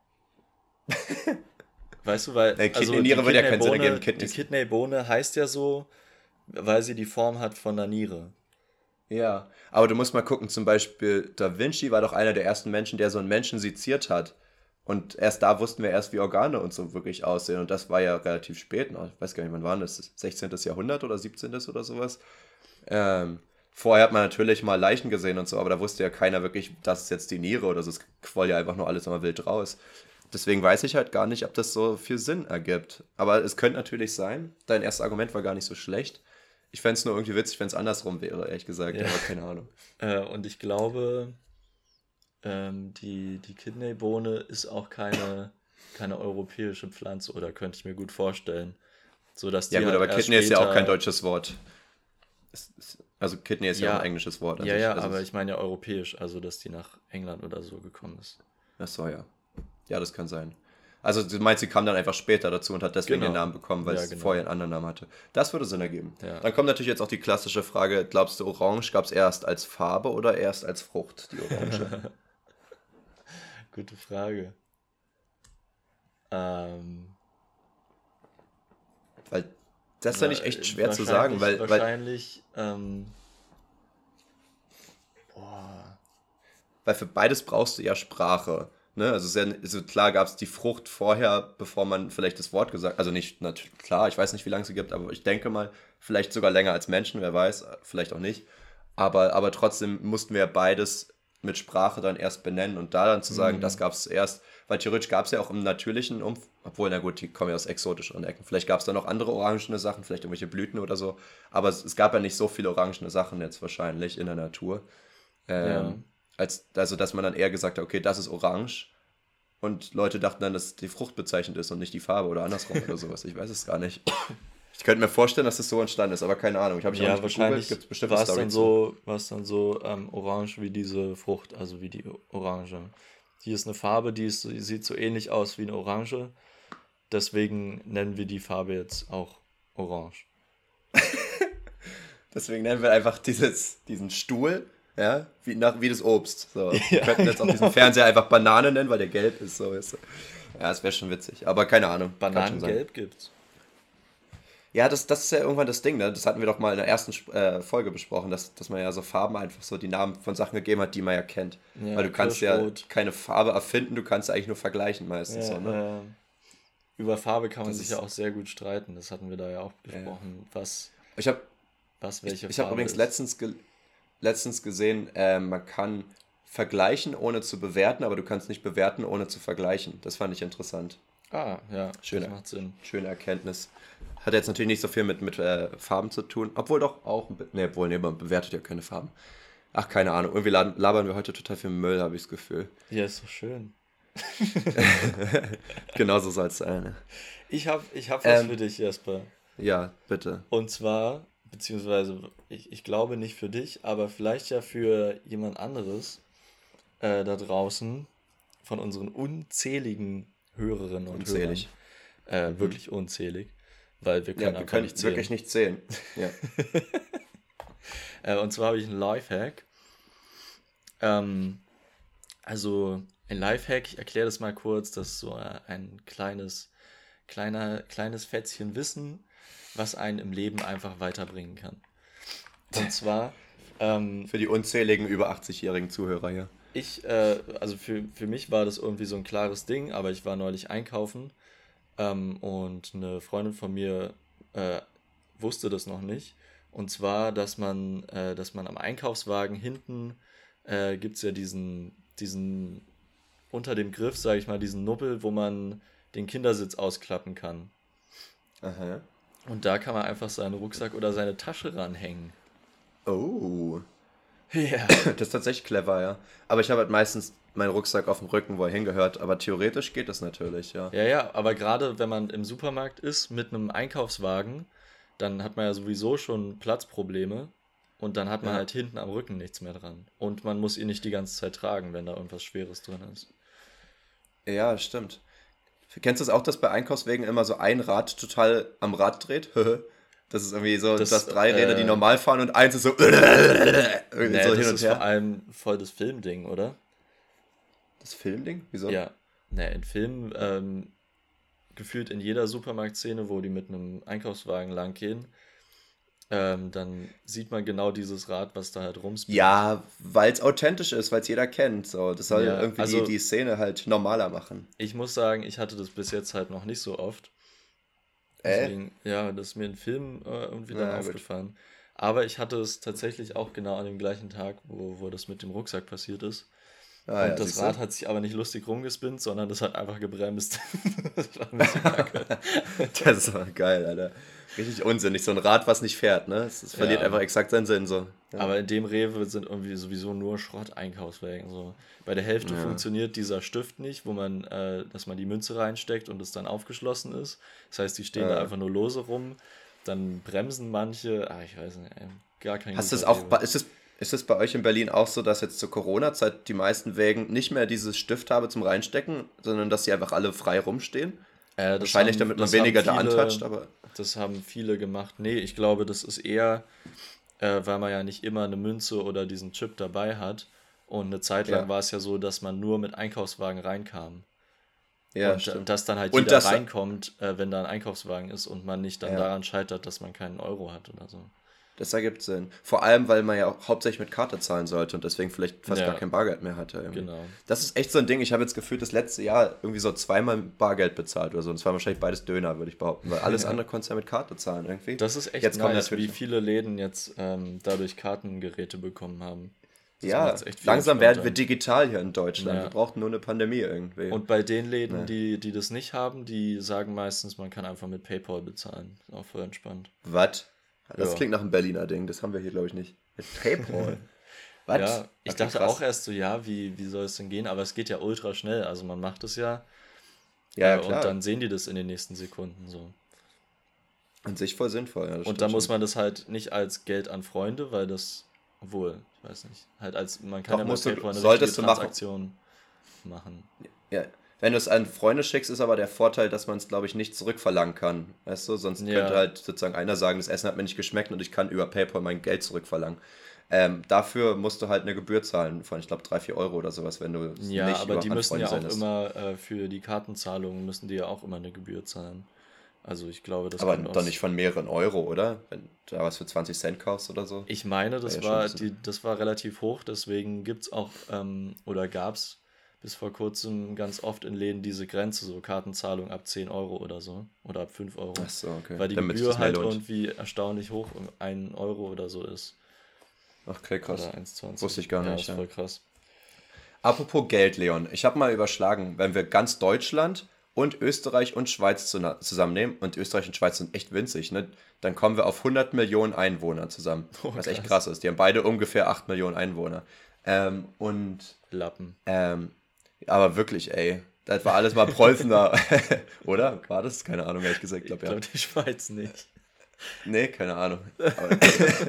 [SPEAKER 3] Weißt du, weil,
[SPEAKER 2] äh,
[SPEAKER 3] also die
[SPEAKER 2] Kidney-Niere würde ja keinen Sinn ergeben.
[SPEAKER 3] Kidneybohne, die
[SPEAKER 2] Kidneys.
[SPEAKER 3] Kidneybohne heißt ja so, weil sie die Form hat von der Niere.
[SPEAKER 2] Ja, aber du musst mal gucken, zum Beispiel Da Vinci war doch einer der ersten Menschen, der so einen Menschen seziert hat. Und erst da wussten wir erst, wie Organe und so wirklich aussehen. Und das war ja relativ spät noch. Ich weiß gar nicht, wann war das? sechzehntes. Jahrhundert oder siebzehntes oder sowas? Ähm, Vorher hat man natürlich mal Leichen gesehen und so, aber da wusste ja keiner wirklich, das ist jetzt die Niere oder so. Es quoll ja einfach nur alles immer wild raus. Deswegen weiß ich halt gar nicht, ob das so viel Sinn ergibt. Aber es könnte natürlich sein. Dein erstes Argument war gar nicht so schlecht. Ich fände es nur irgendwie witzig, wenn es andersrum wäre, ehrlich gesagt.
[SPEAKER 3] Ja.
[SPEAKER 2] Aber keine Ahnung.
[SPEAKER 3] Äh, und ich glaube, ähm, die, die Kidneybohne ist auch keine, keine europäische Pflanze, oder könnte ich mir gut vorstellen. So, dass die
[SPEAKER 2] Ja gut,
[SPEAKER 3] halt
[SPEAKER 2] aber
[SPEAKER 3] erst
[SPEAKER 2] Kidney ist ja auch kein
[SPEAKER 3] später-
[SPEAKER 2] deutsches Wort. Es ist, also Kidney ist ja,
[SPEAKER 3] Ja.
[SPEAKER 2] auch ein englisches Wort. an
[SPEAKER 3] Ja,
[SPEAKER 2] sich.
[SPEAKER 3] ja,
[SPEAKER 2] Also
[SPEAKER 3] aber
[SPEAKER 2] es-
[SPEAKER 3] ich meine ja europäisch, also dass die nach England oder so gekommen ist.
[SPEAKER 2] Ach so, ja. Ja, das kann sein. Also du meinst, sie kam dann einfach später dazu und hat deswegen
[SPEAKER 3] Genau.
[SPEAKER 2] den Namen bekommen, weil
[SPEAKER 3] Ja,
[SPEAKER 2] es
[SPEAKER 3] genau.
[SPEAKER 2] vorher einen anderen Namen hatte. Das würde Sinn ergeben.
[SPEAKER 3] Ja.
[SPEAKER 2] Dann kommt natürlich jetzt auch die klassische Frage, glaubst du, Orange gab es erst als Farbe oder erst als Frucht, die Orange?
[SPEAKER 3] Gute Frage. Ähm,
[SPEAKER 2] Weil das ist ja nicht echt schwer zu sagen,
[SPEAKER 3] wahrscheinlich-
[SPEAKER 2] weil, weil,
[SPEAKER 3] Wahrscheinlich, ähm, boah,
[SPEAKER 2] weil für beides brauchst du ja Sprache. Ne? Also, sehr, also klar gab es die Frucht vorher, bevor man vielleicht das Wort gesagt hat. Also nicht, natürlich, klar, ich weiß nicht, wie lange es sie gibt, aber ich denke mal, vielleicht sogar länger als Menschen, wer weiß, vielleicht auch nicht. Aber, aber trotzdem mussten wir beides mit Sprache dann erst benennen und da dann zu sagen,
[SPEAKER 3] Mhm.
[SPEAKER 2] das gab es zuerst, weil theoretisch gab es ja auch im natürlichen Umfeld, obwohl, na gut, die kommen ja aus exotischeren Ecken. Vielleicht gab es da noch andere orangene Sachen, vielleicht irgendwelche Blüten oder so. Aber es, es gab ja nicht so viele orangene Sachen jetzt wahrscheinlich in der Natur. Ähm,
[SPEAKER 3] Ja.
[SPEAKER 2] als, also, dass man dann eher gesagt hat, okay, das ist orange. Und Leute dachten dann, dass die Frucht bezeichnet ist und nicht die Farbe oder andersrum oder sowas. Ich weiß es gar nicht. Ich könnte mir vorstellen, dass das so entstanden ist, aber keine Ahnung. Ich habe mich
[SPEAKER 3] ja,
[SPEAKER 2] auch nicht
[SPEAKER 3] wahrscheinlich
[SPEAKER 2] Gibt es bestimmt
[SPEAKER 3] war
[SPEAKER 2] eine
[SPEAKER 3] es
[SPEAKER 2] Story
[SPEAKER 3] dann
[SPEAKER 2] zu.
[SPEAKER 3] so, war es dann so ähm, orange wie diese Frucht, also wie die Orange. Hier ist eine Farbe, die, ist, die sieht so ähnlich aus wie eine Orange. Deswegen nennen wir die Farbe jetzt auch Orange.
[SPEAKER 2] Deswegen nennen wir einfach dieses, diesen Stuhl, ja, wie, nach, wie das Obst. So. Wir
[SPEAKER 3] Ja,
[SPEAKER 2] könnten jetzt auch
[SPEAKER 3] genau.
[SPEAKER 2] diesen Fernseher einfach Banane nennen, weil der gelb ist. So ist. Ja, das wäre schon witzig. Aber keine Ahnung. kann schon sein.
[SPEAKER 3] Bananengelb gibt's.
[SPEAKER 2] Ja, das, das ist ja irgendwann das Ding, ne? Das hatten wir doch mal in der ersten äh, Folge besprochen, dass, dass man ja so Farben einfach so die Namen von Sachen gegeben hat, die man ja kennt.
[SPEAKER 3] Ja,
[SPEAKER 2] Weil du kannst ja
[SPEAKER 3] Kirschrot.
[SPEAKER 2] keine Farbe erfinden, du kannst eigentlich nur vergleichen meistens.
[SPEAKER 3] Ja,
[SPEAKER 2] so, ne?
[SPEAKER 3] ähm, über Farbe kann man
[SPEAKER 2] Das
[SPEAKER 3] sich
[SPEAKER 2] ist-
[SPEAKER 3] ja auch sehr gut streiten. Das hatten wir da ja auch besprochen. Was,
[SPEAKER 2] Ich habe
[SPEAKER 3] was
[SPEAKER 2] ich,
[SPEAKER 3] welche
[SPEAKER 2] ich hab
[SPEAKER 3] Farbe
[SPEAKER 2] übrigens
[SPEAKER 3] ist.
[SPEAKER 2] letztens, ge letztens gesehen, äh, man kann vergleichen, ohne zu bewerten, aber du kannst nicht bewerten, ohne zu vergleichen. Das fand ich interessant.
[SPEAKER 3] Ah, ja,
[SPEAKER 2] Schöne.
[SPEAKER 3] das macht Sinn.
[SPEAKER 2] Schöne Erkenntnis. Hat jetzt natürlich nicht so viel mit, mit äh, Farben zu tun, obwohl doch auch, ein bi- nee, obwohl, nee, man bewertet ja keine Farben. Ach, keine Ahnung, irgendwie laden- labern wir heute total viel Müll, habe ich das Gefühl.
[SPEAKER 3] Ja, ist doch schön.
[SPEAKER 2] Genauso soll es sein. Ne?
[SPEAKER 3] Ich habe ich hab was
[SPEAKER 2] Ähm.
[SPEAKER 3] für dich, Jesper.
[SPEAKER 2] Ja, bitte.
[SPEAKER 3] Und zwar, beziehungsweise, ich, ich glaube nicht für dich, aber vielleicht ja für jemand anderes äh, da draußen, von unseren unzähligen Hörerinnen und
[SPEAKER 2] Unzählig.
[SPEAKER 3] Hörern. Äh, wirklich unzählig, weil wir können
[SPEAKER 2] Ja, wir
[SPEAKER 3] einfach
[SPEAKER 2] können
[SPEAKER 3] nicht zählen.
[SPEAKER 2] wirklich nicht zählen. Ja.
[SPEAKER 3] Äh, und zwar habe ich einen Lifehack. Ähm, also ein Lifehack, ich erkläre das mal kurz, das ist so äh, ein kleines, kleiner, kleines Fätzchen Wissen, was einen im Leben einfach weiterbringen kann. Und zwar, ähm,
[SPEAKER 2] Für die unzähligen über achtzig-jährigen Zuhörer hier.
[SPEAKER 3] ich, äh, also für, für mich war das irgendwie so ein klares Ding, aber ich war neulich einkaufen ähm, und eine Freundin von mir äh, wusste das noch nicht. Und zwar, dass man, äh, dass man am Einkaufswagen hinten äh, gibt es ja diesen, diesen, unter dem Griff, sage ich mal, diesen Nubbel, wo man den Kindersitz ausklappen kann.
[SPEAKER 2] Aha.
[SPEAKER 3] Und da kann man einfach seinen Rucksack oder seine Tasche ranhängen.
[SPEAKER 2] Oh.
[SPEAKER 3] Ja.
[SPEAKER 2] Das ist tatsächlich clever, ja. Aber ich habe halt meistens meinen Rucksack auf dem Rücken, wo er hingehört. Aber theoretisch geht das natürlich, ja.
[SPEAKER 3] Ja, ja, aber gerade wenn man im Supermarkt ist mit einem Einkaufswagen, dann hat man ja sowieso schon Platzprobleme und dann hat man
[SPEAKER 2] Ja.
[SPEAKER 3] halt hinten am Rücken nichts mehr dran. Und man muss ihn nicht die ganze Zeit tragen, wenn da irgendwas Schweres drin ist.
[SPEAKER 2] Ja, stimmt. Kennst du es auch, dass bei Einkaufswegen immer so ein Rad total am Rad dreht? Das ist irgendwie so,
[SPEAKER 3] Das,
[SPEAKER 2] das, drei Räder, die
[SPEAKER 3] äh,
[SPEAKER 2] normal fahren und eins ist so, irgendwie
[SPEAKER 3] Nee,
[SPEAKER 2] so
[SPEAKER 3] das
[SPEAKER 2] hin und
[SPEAKER 3] ist vor
[SPEAKER 2] her.
[SPEAKER 3] allem voll das Filmding, oder?
[SPEAKER 2] Das Filmding? Wieso?
[SPEAKER 3] Ja. Ne, in Filmen, ähm, gefühlt in jeder Supermarktszene, wo die mit einem Einkaufswagen langgehen, ähm, dann sieht man genau dieses Rad, was da halt rumspinnt.
[SPEAKER 2] Ja, weil es authentisch ist, weil es jeder kennt. So. Das soll
[SPEAKER 3] Ja,
[SPEAKER 2] irgendwie
[SPEAKER 3] also-
[SPEAKER 2] die, die Szene halt normaler machen.
[SPEAKER 3] Ich muss sagen, ich hatte das bis jetzt halt noch nicht so oft.
[SPEAKER 2] Äh?
[SPEAKER 3] Deswegen, ja, das ist mir in Filmen äh, irgendwie dann
[SPEAKER 2] Na, gut.
[SPEAKER 3] aufgefallen. Aber ich hatte es tatsächlich auch genau an dem gleichen Tag, wo, wo das mit dem Rucksack passiert ist.
[SPEAKER 2] Ah
[SPEAKER 3] Und
[SPEAKER 2] ja,
[SPEAKER 3] das
[SPEAKER 2] siehst
[SPEAKER 3] Rad
[SPEAKER 2] du?
[SPEAKER 3] hat sich aber nicht lustig rumgespinnt, sondern das hat einfach gebremst. Das war ein bisschen kacke.
[SPEAKER 2] Das ist aber geil, Alter. Richtig unsinnig. So ein Rad, was nicht fährt, ne? Es, es verliert
[SPEAKER 3] Ja,
[SPEAKER 2] einfach exakt seinen Sinn, so. Ja.
[SPEAKER 3] aber in dem Rewe sind irgendwie sowieso nur Schrott-Einkaufswagen. So. Bei der Hälfte
[SPEAKER 2] Ja.
[SPEAKER 3] funktioniert dieser Stift nicht, wo man, äh, dass man die Münze reinsteckt und es dann aufgeschlossen ist. Das heißt, die stehen da
[SPEAKER 2] Äh.
[SPEAKER 3] einfach nur lose rum. Dann bremsen manche. Ah, ich weiß nicht, ey, gar kein
[SPEAKER 2] Hast du es
[SPEAKER 3] guter
[SPEAKER 2] auch,
[SPEAKER 3] Rewe.
[SPEAKER 2] bei- ist es, ist es bei euch in Berlin auch so, dass jetzt zur Corona-Zeit die meisten Wägen nicht mehr dieses Stift haben zum Reinstecken, sondern dass sie einfach alle frei rumstehen?
[SPEAKER 3] Äh, das
[SPEAKER 2] Wahrscheinlich,
[SPEAKER 3] haben,
[SPEAKER 2] damit man
[SPEAKER 3] das haben
[SPEAKER 2] weniger da antoucht,
[SPEAKER 3] viele,
[SPEAKER 2] aber
[SPEAKER 3] das haben viele gemacht. Nee, ich glaube, das ist eher, äh, weil man ja nicht immer eine Münze oder diesen Chip dabei hat. Und eine Zeit lang
[SPEAKER 2] ja,
[SPEAKER 3] war es ja so, dass man nur mit Einkaufswagen reinkam.
[SPEAKER 2] ja,
[SPEAKER 3] Und äh,
[SPEAKER 2] stimmt.
[SPEAKER 3] dass dann halt
[SPEAKER 2] Und
[SPEAKER 3] jeder
[SPEAKER 2] das,
[SPEAKER 3] reinkommt, äh, wenn da ein Einkaufswagen ist und man nicht dann
[SPEAKER 2] ja,
[SPEAKER 3] daran scheitert, dass man keinen Euro hat oder so.
[SPEAKER 2] das ergibt Sinn. Vor allem, weil man ja auch hauptsächlich mit Karte zahlen sollte und deswegen vielleicht fast gar
[SPEAKER 3] Ja,
[SPEAKER 2] kein Bargeld mehr hatte irgendwie.
[SPEAKER 3] genau.
[SPEAKER 2] Das ist echt so ein Ding. Ich habe jetzt gefühlt das letzte Jahr irgendwie so zweimal Bargeld bezahlt oder so. Und es war wahrscheinlich beides Döner, würde ich behaupten, weil alles andere konntest du ja mit Karte zahlen irgendwie.
[SPEAKER 3] Das ist echt
[SPEAKER 2] Jetzt kommt
[SPEAKER 3] nice, wie
[SPEAKER 2] natürlich.
[SPEAKER 3] viele Läden jetzt ähm, dadurch Kartengeräte bekommen haben. Das macht
[SPEAKER 2] Ja,
[SPEAKER 3] es echt viel
[SPEAKER 2] langsam werden wir
[SPEAKER 3] entspannter.
[SPEAKER 2] digital hier in Deutschland. Wir
[SPEAKER 3] Ja.
[SPEAKER 2] brauchten nur eine Pandemie irgendwie.
[SPEAKER 3] Und bei den Läden,
[SPEAKER 2] Ne.
[SPEAKER 3] die, die das nicht haben, die sagen meistens, man kann einfach mit PayPal bezahlen. Ist auch voll entspannt.
[SPEAKER 2] Was? Das
[SPEAKER 3] Ja.
[SPEAKER 2] klingt nach einem Berliner Ding. Das haben wir hier, glaube ich, nicht. Mit PayPal. Was?
[SPEAKER 3] Ja, ich
[SPEAKER 2] Okay,
[SPEAKER 3] dachte
[SPEAKER 2] krass.
[SPEAKER 3] auch erst so, ja, wie, wie soll es denn gehen? Aber es geht ja ultra schnell. Also man macht es ja
[SPEAKER 2] Ja, ja,
[SPEAKER 3] äh, und
[SPEAKER 2] klar.
[SPEAKER 3] dann sehen die das in den nächsten Sekunden so.
[SPEAKER 2] An sich voll sinnvoll, ja, das
[SPEAKER 3] Und
[SPEAKER 2] stimmt
[SPEAKER 3] dann muss
[SPEAKER 2] schon.
[SPEAKER 3] man das halt nicht als Geld an Freunde, weil das, obwohl, ich weiß nicht, halt als, man kann
[SPEAKER 2] Doch,
[SPEAKER 3] ja mit
[SPEAKER 2] musst du,
[SPEAKER 3] PayPal eine richtige
[SPEAKER 2] solltest du machen.
[SPEAKER 3] Transaktion machen.
[SPEAKER 2] Ja. Wenn du es an Freunde schickst, ist aber der Vorteil, dass man es, glaube ich, nicht zurückverlangen kann. Weißt du, sonst könnte
[SPEAKER 3] Ja,
[SPEAKER 2] halt sozusagen einer sagen, das Essen hat mir nicht geschmeckt und ich kann über PayPal mein Geld zurückverlangen. Ähm, dafür musst du halt eine Gebühr zahlen von, ich glaube, drei vier Euro oder sowas, wenn du es
[SPEAKER 3] ja,
[SPEAKER 2] nicht
[SPEAKER 3] aber
[SPEAKER 2] über
[SPEAKER 3] die
[SPEAKER 2] an
[SPEAKER 3] müssen
[SPEAKER 2] Freunde
[SPEAKER 3] ja auch
[SPEAKER 2] sendest.
[SPEAKER 3] immer äh, für die Kartenzahlungen müssen die ja auch immer eine Gebühr zahlen. Also ich glaube, das
[SPEAKER 2] Aber
[SPEAKER 3] kommt
[SPEAKER 2] doch nicht
[SPEAKER 3] aus.
[SPEAKER 2] von mehreren Euro, oder? Wenn du da was für zwanzig Cent kaufst oder so.
[SPEAKER 3] Ich meine,
[SPEAKER 2] Wäre
[SPEAKER 3] das
[SPEAKER 2] ja schon ein
[SPEAKER 3] war
[SPEAKER 2] bisschen.
[SPEAKER 3] die, das war relativ hoch, deswegen gibt es auch ähm, oder gab es bis vor kurzem ganz oft in Läden diese Grenze, so Kartenzahlung ab zehn Euro oder so oder ab fünf Euro.
[SPEAKER 2] Ach so, okay.
[SPEAKER 3] Weil die
[SPEAKER 2] Damit sich das
[SPEAKER 3] Gebühr
[SPEAKER 2] mehr
[SPEAKER 3] halt
[SPEAKER 2] lohnt.
[SPEAKER 3] irgendwie erstaunlich hoch, um ein Euro oder so ist.
[SPEAKER 2] Ach, okay, krass.
[SPEAKER 3] Oder eins Komma
[SPEAKER 2] Wusste ich
[SPEAKER 3] zwanzig.
[SPEAKER 2] gar
[SPEAKER 3] Ja,
[SPEAKER 2] nicht,
[SPEAKER 3] ist
[SPEAKER 2] ja.
[SPEAKER 3] voll krass.
[SPEAKER 2] Apropos Geld, Leon. Ich habe mal überschlagen, wenn wir ganz Deutschland und Österreich und Schweiz zu- zusammennehmen, und Österreich und Schweiz sind echt winzig, ne? Dann kommen wir auf hundert Millionen Einwohner zusammen.
[SPEAKER 3] Oh,
[SPEAKER 2] Was echt
[SPEAKER 3] krass.
[SPEAKER 2] krass ist. Die haben beide ungefähr acht Millionen Einwohner. Ähm, und,
[SPEAKER 3] Lappen.
[SPEAKER 2] ähm, aber wirklich, ey. Das war alles mal Preußen da. Oder? War das? Keine Ahnung, ehrlich gesagt. Ich
[SPEAKER 3] Ich
[SPEAKER 2] glaube, ja.
[SPEAKER 3] glaube, die Schweiz nicht.
[SPEAKER 2] Nee, keine Ahnung. Aber,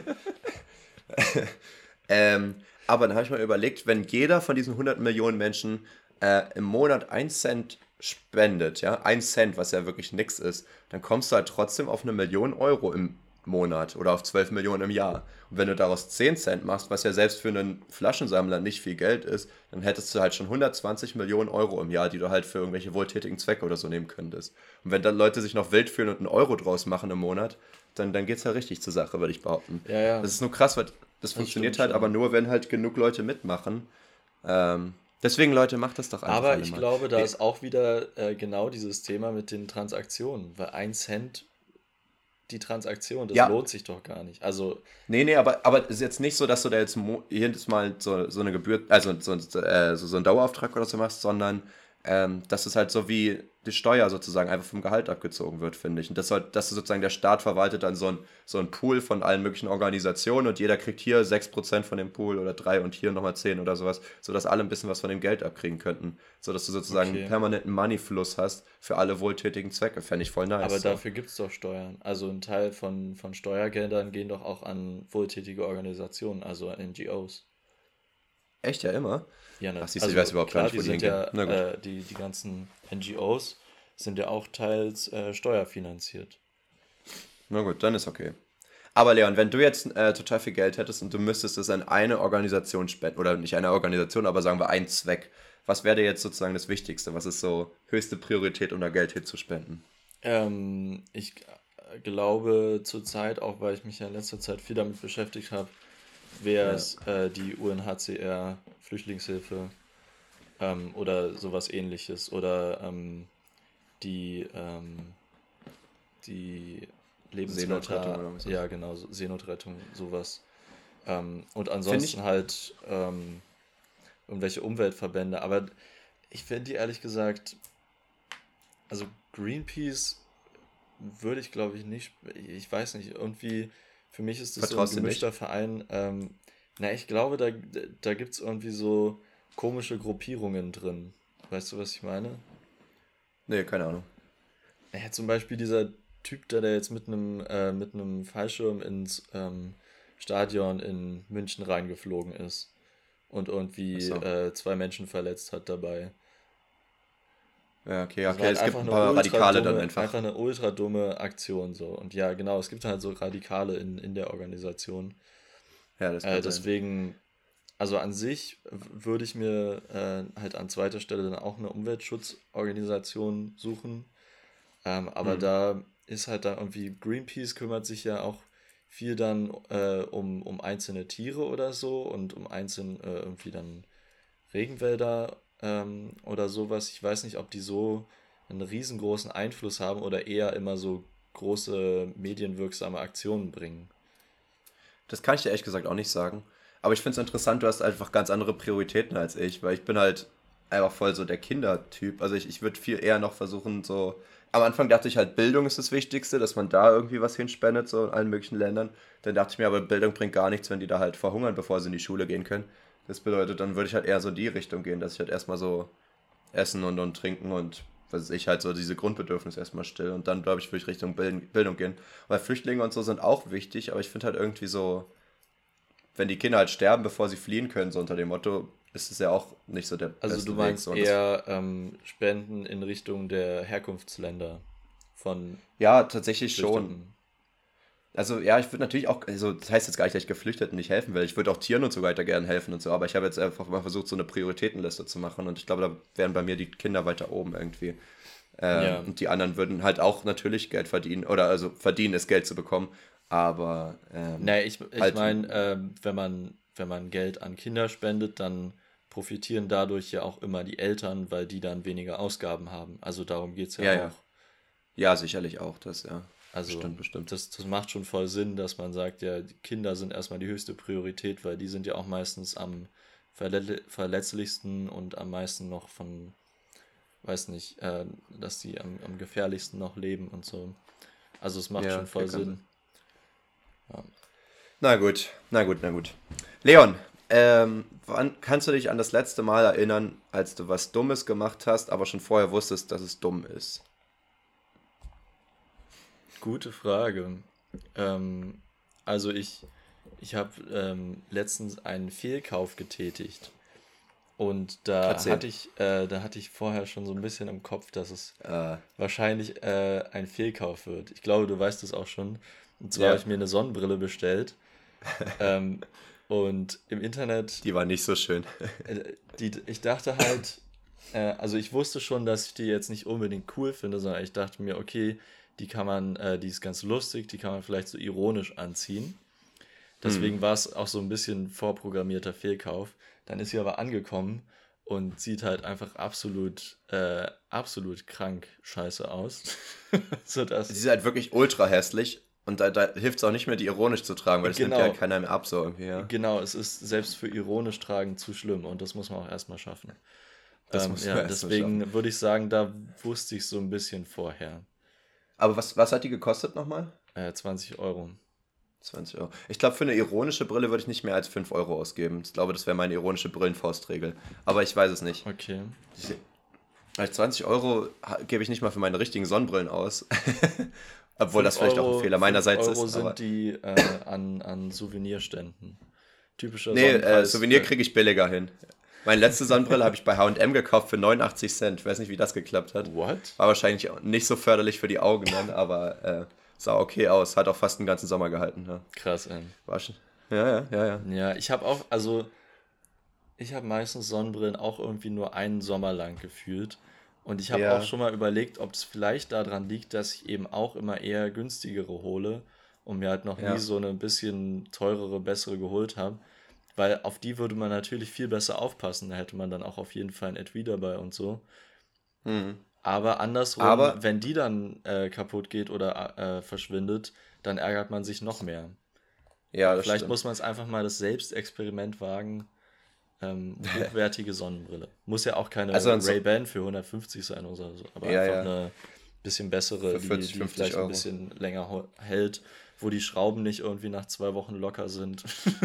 [SPEAKER 2] ähm, aber dann habe ich mal überlegt, wenn jeder von diesen hundert Millionen Menschen äh, im Monat ein Cent spendet, ja, ein Cent, was ja wirklich nix ist, dann kommst du halt trotzdem auf eine Million Euro im Monat oder auf zwölf Millionen im Jahr. Und wenn du daraus zehn Cent machst, was ja selbst für einen Flaschensammler nicht viel Geld ist, dann hättest du halt schon hundertzwanzig Millionen Euro im Jahr, die du halt für irgendwelche wohltätigen Zwecke oder so nehmen könntest. Und wenn dann Leute sich noch wild fühlen und einen Euro draus machen im Monat, dann, dann geht es ja richtig zur Sache, würde ich behaupten.
[SPEAKER 3] Ja, ja,
[SPEAKER 2] Das ist nur krass, weil das
[SPEAKER 3] das
[SPEAKER 2] funktioniert
[SPEAKER 3] stimmt
[SPEAKER 2] halt aber
[SPEAKER 3] schon.
[SPEAKER 2] nur, wenn halt genug Leute mitmachen. Ähm, deswegen, Leute, macht das doch einfach
[SPEAKER 3] Aber
[SPEAKER 2] alle
[SPEAKER 3] ich
[SPEAKER 2] mal.
[SPEAKER 3] glaube, da
[SPEAKER 2] Nee,
[SPEAKER 3] ist auch wieder äh, genau dieses Thema mit den Transaktionen, weil ein Cent die Transaktion, das
[SPEAKER 2] ja,
[SPEAKER 3] lohnt sich doch gar nicht. Also,
[SPEAKER 2] nee, nee, aber, aber es ist jetzt nicht so, dass du da jetzt mo- jedes Mal so, so eine Gebühr, also so, so, äh, so, so einen Dauerauftrag oder so machst, sondern ähm, dass es halt so wie die Steuer sozusagen einfach vom Gehalt abgezogen wird, finde ich. Und das soll, dass sozusagen der Staat verwaltet dann so ein, so ein Pool von allen möglichen Organisationen und jeder kriegt hier sechs Prozent von dem Pool oder drei und hier nochmal zehn oder sowas, sodass alle ein bisschen was von dem Geld abkriegen könnten. Sodass du sozusagen einen
[SPEAKER 3] okay.
[SPEAKER 2] permanenten Moneyfluss hast für alle wohltätigen Zwecke. Fände ich voll
[SPEAKER 3] Aber
[SPEAKER 2] nice. So.
[SPEAKER 3] dafür gibt es doch Steuern. Also ein Teil von, von Steuergeldern gehen doch auch an wohltätige Organisationen, also an N G Os.
[SPEAKER 2] Echt ja immer?
[SPEAKER 3] Ja,
[SPEAKER 2] Ach,
[SPEAKER 3] ne,
[SPEAKER 2] siehst du, ich weiß
[SPEAKER 3] also
[SPEAKER 2] überhaupt gar
[SPEAKER 3] klar,
[SPEAKER 2] nicht,
[SPEAKER 3] die
[SPEAKER 2] wo die
[SPEAKER 3] sind
[SPEAKER 2] hingehen.
[SPEAKER 3] ja,
[SPEAKER 2] Na gut.
[SPEAKER 3] äh, die, die ganzen N G Os sind ja auch teils äh, steuerfinanziert.
[SPEAKER 2] Na gut, dann ist okay. Aber Leon, wenn du jetzt äh, total viel Geld hättest und du müsstest es an eine Organisation spenden, oder nicht eine Organisation, aber sagen wir einen Zweck, was wäre dir jetzt sozusagen das Wichtigste? Was ist so höchste Priorität, um da Geld hinzuspenden?
[SPEAKER 3] Ähm, ich g- glaube zurzeit, auch weil ich mich ja in letzter Zeit viel damit beschäftigt habe, wäre
[SPEAKER 2] Ja.
[SPEAKER 3] es äh, die U N H C R, Flüchtlingshilfe ähm, oder sowas ähnliches oder ähm, die, ähm, die Lebensretter,
[SPEAKER 2] oder was ist
[SPEAKER 3] ja genau, so Seenotrettung, sowas. Ähm, und
[SPEAKER 2] Finde
[SPEAKER 3] ansonsten
[SPEAKER 2] ich,
[SPEAKER 3] halt ähm, irgendwelche Umweltverbände. Aber ich finde die ehrlich gesagt, also Greenpeace würde ich glaube ich nicht, ich weiß nicht, irgendwie, für mich ist das so ein
[SPEAKER 2] vertraust du
[SPEAKER 3] gemischter
[SPEAKER 2] nicht?
[SPEAKER 3] Verein. Ähm, na, ich glaube, da, da gibt es irgendwie so komische Gruppierungen drin. Weißt du, was ich meine?
[SPEAKER 2] Nee, keine Ahnung.
[SPEAKER 3] Ja, zum Beispiel dieser Typ, der, der jetzt mit einem äh, mit einem Fallschirm ins ähm, Stadion in München reingeflogen ist und
[SPEAKER 2] Ach
[SPEAKER 3] irgendwie
[SPEAKER 2] so.
[SPEAKER 3] äh, zwei Menschen verletzt hat dabei.
[SPEAKER 2] Ja, okay,
[SPEAKER 3] Das war
[SPEAKER 2] okay,
[SPEAKER 3] halt
[SPEAKER 2] es gibt
[SPEAKER 3] einfach
[SPEAKER 2] ein
[SPEAKER 3] eine
[SPEAKER 2] paar
[SPEAKER 3] ultra
[SPEAKER 2] Radikale dann
[SPEAKER 3] dumme,
[SPEAKER 2] einfach.
[SPEAKER 3] einfach eine ultra dumme Aktion so. Und ja, genau, es gibt halt so Radikale in, in der Organisation.
[SPEAKER 2] Ja, das
[SPEAKER 3] Äh,
[SPEAKER 2] kann sein.
[SPEAKER 3] deswegen, also an sich w- würde ich mir äh, halt an zweiter Stelle dann auch eine Umweltschutzorganisation suchen. Ähm, aber
[SPEAKER 2] Mhm.
[SPEAKER 3] da ist halt dann irgendwie, Greenpeace kümmert sich ja auch viel dann äh, um, um einzelne Tiere oder so und um einzelne äh, irgendwie dann Regenwälder ähm, oder sowas. Ich weiß nicht, ob die so einen riesengroßen Einfluss haben oder eher immer so große medienwirksame Aktionen bringen.
[SPEAKER 2] Das kann ich dir ehrlich gesagt auch nicht sagen. Aber ich finde es interessant, du hast einfach ganz andere Prioritäten als ich, weil ich bin halt einfach voll so der Kindertyp. Also ich, ich würde viel eher noch versuchen, so. Am Anfang dachte ich halt, Bildung ist das Wichtigste, dass man da irgendwie was hinspendet, so in allen möglichen Ländern. Dann dachte ich mir, aber Bildung bringt gar nichts, wenn die da halt verhungern, bevor sie in die Schule gehen können. Das bedeutet, dann würde ich halt eher so die Richtung gehen, dass ich halt erstmal so Essen und, und Trinken und was weiß ich halt so diese Grundbedürfnisse erstmal still und dann glaube ich, würde ich Richtung Bildung, Bildung gehen. Weil Flüchtlinge und so sind auch wichtig, aber ich finde halt irgendwie so, wenn die Kinder halt sterben, bevor sie fliehen können, so unter dem Motto, ist es ja auch nicht so der
[SPEAKER 3] Also du
[SPEAKER 2] beste Weg.
[SPEAKER 3] meinst
[SPEAKER 2] So. Und das,
[SPEAKER 3] eher ähm, Spenden in Richtung der Herkunftsländer von
[SPEAKER 2] ja, tatsächlich schon.
[SPEAKER 3] Geflüchteten.
[SPEAKER 2] Also ja, ich würde natürlich auch, also das heißt jetzt gar nicht, dass ich Geflüchteten nicht helfen will. Ich würde auch Tieren und so weiter gerne helfen und so, aber ich habe jetzt einfach mal versucht, so eine Prioritätenliste zu machen und ich glaube, da wären bei mir die Kinder weiter oben irgendwie. Ähm,
[SPEAKER 3] Ja,
[SPEAKER 2] und die anderen würden halt auch natürlich Geld verdienen, oder also verdienen ist Geld zu bekommen, aber ähm,
[SPEAKER 3] ne, ich, ich
[SPEAKER 2] halt,
[SPEAKER 3] meine, ähm, wenn man, wenn man Geld an Kinder spendet, dann profitieren dadurch ja auch immer die Eltern, weil die dann weniger Ausgaben haben. Also darum geht es ja
[SPEAKER 2] ja,
[SPEAKER 3] auch.
[SPEAKER 2] ja, ja, sicherlich auch, das, ja,
[SPEAKER 3] Also
[SPEAKER 2] bestimmt, bestimmt.
[SPEAKER 3] das, das macht schon voll Sinn, dass man sagt, ja, die Kinder sind erstmal die höchste Priorität, weil die sind ja auch meistens am verle verletzlichsten und am meisten noch von, weiß nicht, äh, dass die am, am gefährlichsten noch leben und so. Also es macht
[SPEAKER 2] Ja,
[SPEAKER 3] schon
[SPEAKER 2] okay,
[SPEAKER 3] voll
[SPEAKER 2] kann sein.
[SPEAKER 3] Sinn. Ja.
[SPEAKER 2] Na gut, na gut, na gut. Leon, ähm, wann kannst du dich an das letzte Mal erinnern, als du was Dummes gemacht hast, aber schon vorher wusstest, dass es dumm ist?
[SPEAKER 3] Gute Frage. Ähm, also ich, ich habe ähm, letztens einen Fehlkauf getätigt und da
[SPEAKER 2] Erzähl.
[SPEAKER 3] hatte ich, äh, da hatte ich vorher schon so ein bisschen im Kopf, dass es
[SPEAKER 2] Äh,
[SPEAKER 3] wahrscheinlich äh, ein Fehlkauf wird. Ich glaube, du weißt es auch schon. Und zwar habe
[SPEAKER 2] ja,
[SPEAKER 3] ich mir eine Sonnenbrille bestellt ähm, und im Internet,
[SPEAKER 2] die war nicht so schön.
[SPEAKER 3] äh, die, ich dachte halt, äh, also ich wusste schon, dass ich die jetzt nicht unbedingt cool finde, sondern ich dachte mir, okay, die kann man, äh, die ist ganz lustig, die kann man vielleicht so ironisch anziehen.
[SPEAKER 2] Hm.
[SPEAKER 3] Deswegen war es auch so ein bisschen vorprogrammierter Fehlkauf. Dann ist sie aber angekommen und sieht halt einfach absolut, äh, absolut krank scheiße aus. So
[SPEAKER 2] Sie
[SPEAKER 3] dass,
[SPEAKER 2] ist halt wirklich ultra hässlich und da, da hilft es auch nicht mehr, die ironisch zu tragen, weil das nimmt ja halt
[SPEAKER 3] genau,
[SPEAKER 2] keiner mehr ab, so irgendwie, ja.
[SPEAKER 3] genau, es ist selbst für ironisch tragen zu schlimm und das muss man auch erstmal schaffen.
[SPEAKER 2] Das
[SPEAKER 3] Ähm,
[SPEAKER 2] muss
[SPEAKER 3] ja,
[SPEAKER 2] man erstmal schaffen.
[SPEAKER 3] deswegen würde ich sagen, da wusste ich so ein bisschen vorher.
[SPEAKER 2] Aber was, was hat die gekostet nochmal?
[SPEAKER 3] Äh, zwanzig Euro.
[SPEAKER 2] zwanzig Euro. Ich glaube, für eine ironische Brille würde ich nicht mehr als fünf Euro ausgeben. Ich glaube, das wäre meine ironische Brillenfaustregel. Aber ich weiß es nicht.
[SPEAKER 3] Okay.
[SPEAKER 2] Ich, als zwanzig Euro ha- gebe ich nicht mal für meine richtigen Sonnenbrillen aus. Obwohl das
[SPEAKER 3] Fünf
[SPEAKER 2] vielleicht auch ein
[SPEAKER 3] Euro,
[SPEAKER 2] Fehler
[SPEAKER 3] fünf
[SPEAKER 2] meinerseits
[SPEAKER 3] Euro
[SPEAKER 2] ist. Aber
[SPEAKER 3] sind die äh, an, an Souvenirständen. Typischer
[SPEAKER 2] nee, äh,
[SPEAKER 3] Sonnenpreis.
[SPEAKER 2] Souvenir
[SPEAKER 3] Äh,
[SPEAKER 2] kriege ich billiger hin. Meine letzte Sonnenbrille habe ich bei H und M gekauft für neunundachtzig Cent. Ich weiß nicht, wie das geklappt hat.
[SPEAKER 3] what?
[SPEAKER 2] War wahrscheinlich auch nicht so förderlich für die Augen dann, aber äh, sah okay aus. Hat auch fast den ganzen Sommer gehalten. Ja.
[SPEAKER 3] Krass, ey.
[SPEAKER 2] War schon. Ja, ja, ja, ja.
[SPEAKER 3] Ja, ich habe auch, also ich habe meistens Sonnenbrillen auch irgendwie nur einen Sommer lang gefühlt. Und ich habe auch
[SPEAKER 2] Ja,
[SPEAKER 3] schon mal überlegt, ob es vielleicht daran liegt, dass ich eben auch immer eher günstigere hole und mir halt noch nie
[SPEAKER 2] ja.
[SPEAKER 3] so eine bisschen teurere, bessere geholt habe. Weil auf die würde man natürlich viel besser aufpassen. Da hätte man dann auch auf jeden Fall ein Etui dabei und so.
[SPEAKER 2] Mhm.
[SPEAKER 3] Aber andersrum,
[SPEAKER 2] Aber,
[SPEAKER 3] wenn die dann äh, kaputt geht oder äh, verschwindet, dann ärgert man sich noch mehr.
[SPEAKER 2] ja, das
[SPEAKER 3] Vielleicht
[SPEAKER 2] stimmt.
[SPEAKER 3] muss man es einfach mal das Selbstexperiment wagen. Ähm, hochwertige Sonnenbrille. Muss ja auch keine
[SPEAKER 2] Also, so,
[SPEAKER 3] Ray-Ban für hundertfünfzig sein oder so, aber
[SPEAKER 2] ja,
[SPEAKER 3] einfach
[SPEAKER 2] ja,
[SPEAKER 3] eine bisschen bessere,
[SPEAKER 2] für
[SPEAKER 3] die,
[SPEAKER 2] vierzig,
[SPEAKER 3] die
[SPEAKER 2] fünfzig
[SPEAKER 3] vielleicht ein
[SPEAKER 2] Euro.
[SPEAKER 3] bisschen länger ho- hält, wo die Schrauben nicht irgendwie nach zwei Wochen locker sind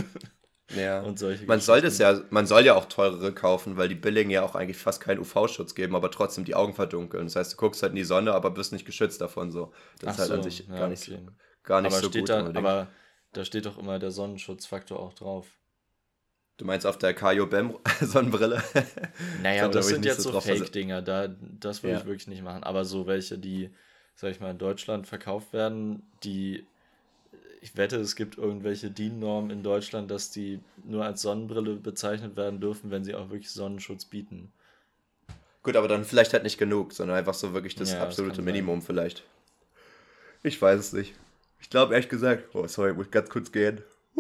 [SPEAKER 2] Ja.
[SPEAKER 3] und solche
[SPEAKER 2] Man soll das
[SPEAKER 3] Geschichten.
[SPEAKER 2] ja, man soll ja auch teurere kaufen, weil die billigen ja auch eigentlich fast keinen U V-Schutz geben, aber trotzdem die Augen verdunkeln. Das heißt, du guckst halt in die Sonne, aber wirst nicht geschützt davon so. Das
[SPEAKER 3] Ach
[SPEAKER 2] ist halt an
[SPEAKER 3] so,
[SPEAKER 2] sich gar
[SPEAKER 3] ja,
[SPEAKER 2] nicht, so-
[SPEAKER 3] okay.
[SPEAKER 2] gar nicht
[SPEAKER 3] Aber
[SPEAKER 2] so
[SPEAKER 3] steht
[SPEAKER 2] gut
[SPEAKER 3] da,
[SPEAKER 2] unbedingt.
[SPEAKER 3] aber da steht doch immer der Sonnenschutzfaktor auch drauf.
[SPEAKER 2] Du meinst auf der Kayo Bem Sonnenbrille?
[SPEAKER 3] Naja,
[SPEAKER 2] Sind
[SPEAKER 3] aber
[SPEAKER 2] da
[SPEAKER 3] das
[SPEAKER 2] wirklich
[SPEAKER 3] sind
[SPEAKER 2] nicht
[SPEAKER 3] jetzt
[SPEAKER 2] so
[SPEAKER 3] so
[SPEAKER 2] drauf verse-
[SPEAKER 3] Fake-Dinger, da, das würde ich
[SPEAKER 2] Ja.
[SPEAKER 3] wirklich nicht machen. Aber so welche, die, sag ich mal, in Deutschland verkauft werden, die, ich wette, es gibt irgendwelche D I N-Normen in Deutschland, dass die nur als Sonnenbrille bezeichnet werden dürfen, wenn sie auch wirklich Sonnenschutz bieten.
[SPEAKER 2] Gut, aber dann vielleicht halt nicht genug, sondern einfach so wirklich das
[SPEAKER 3] Ja, das
[SPEAKER 2] absolute
[SPEAKER 3] kann
[SPEAKER 2] Minimum
[SPEAKER 3] sein.
[SPEAKER 2] vielleicht. Ich weiß es nicht. Ich glaube ehrlich gesagt, oh sorry, ich muss ganz kurz gehen.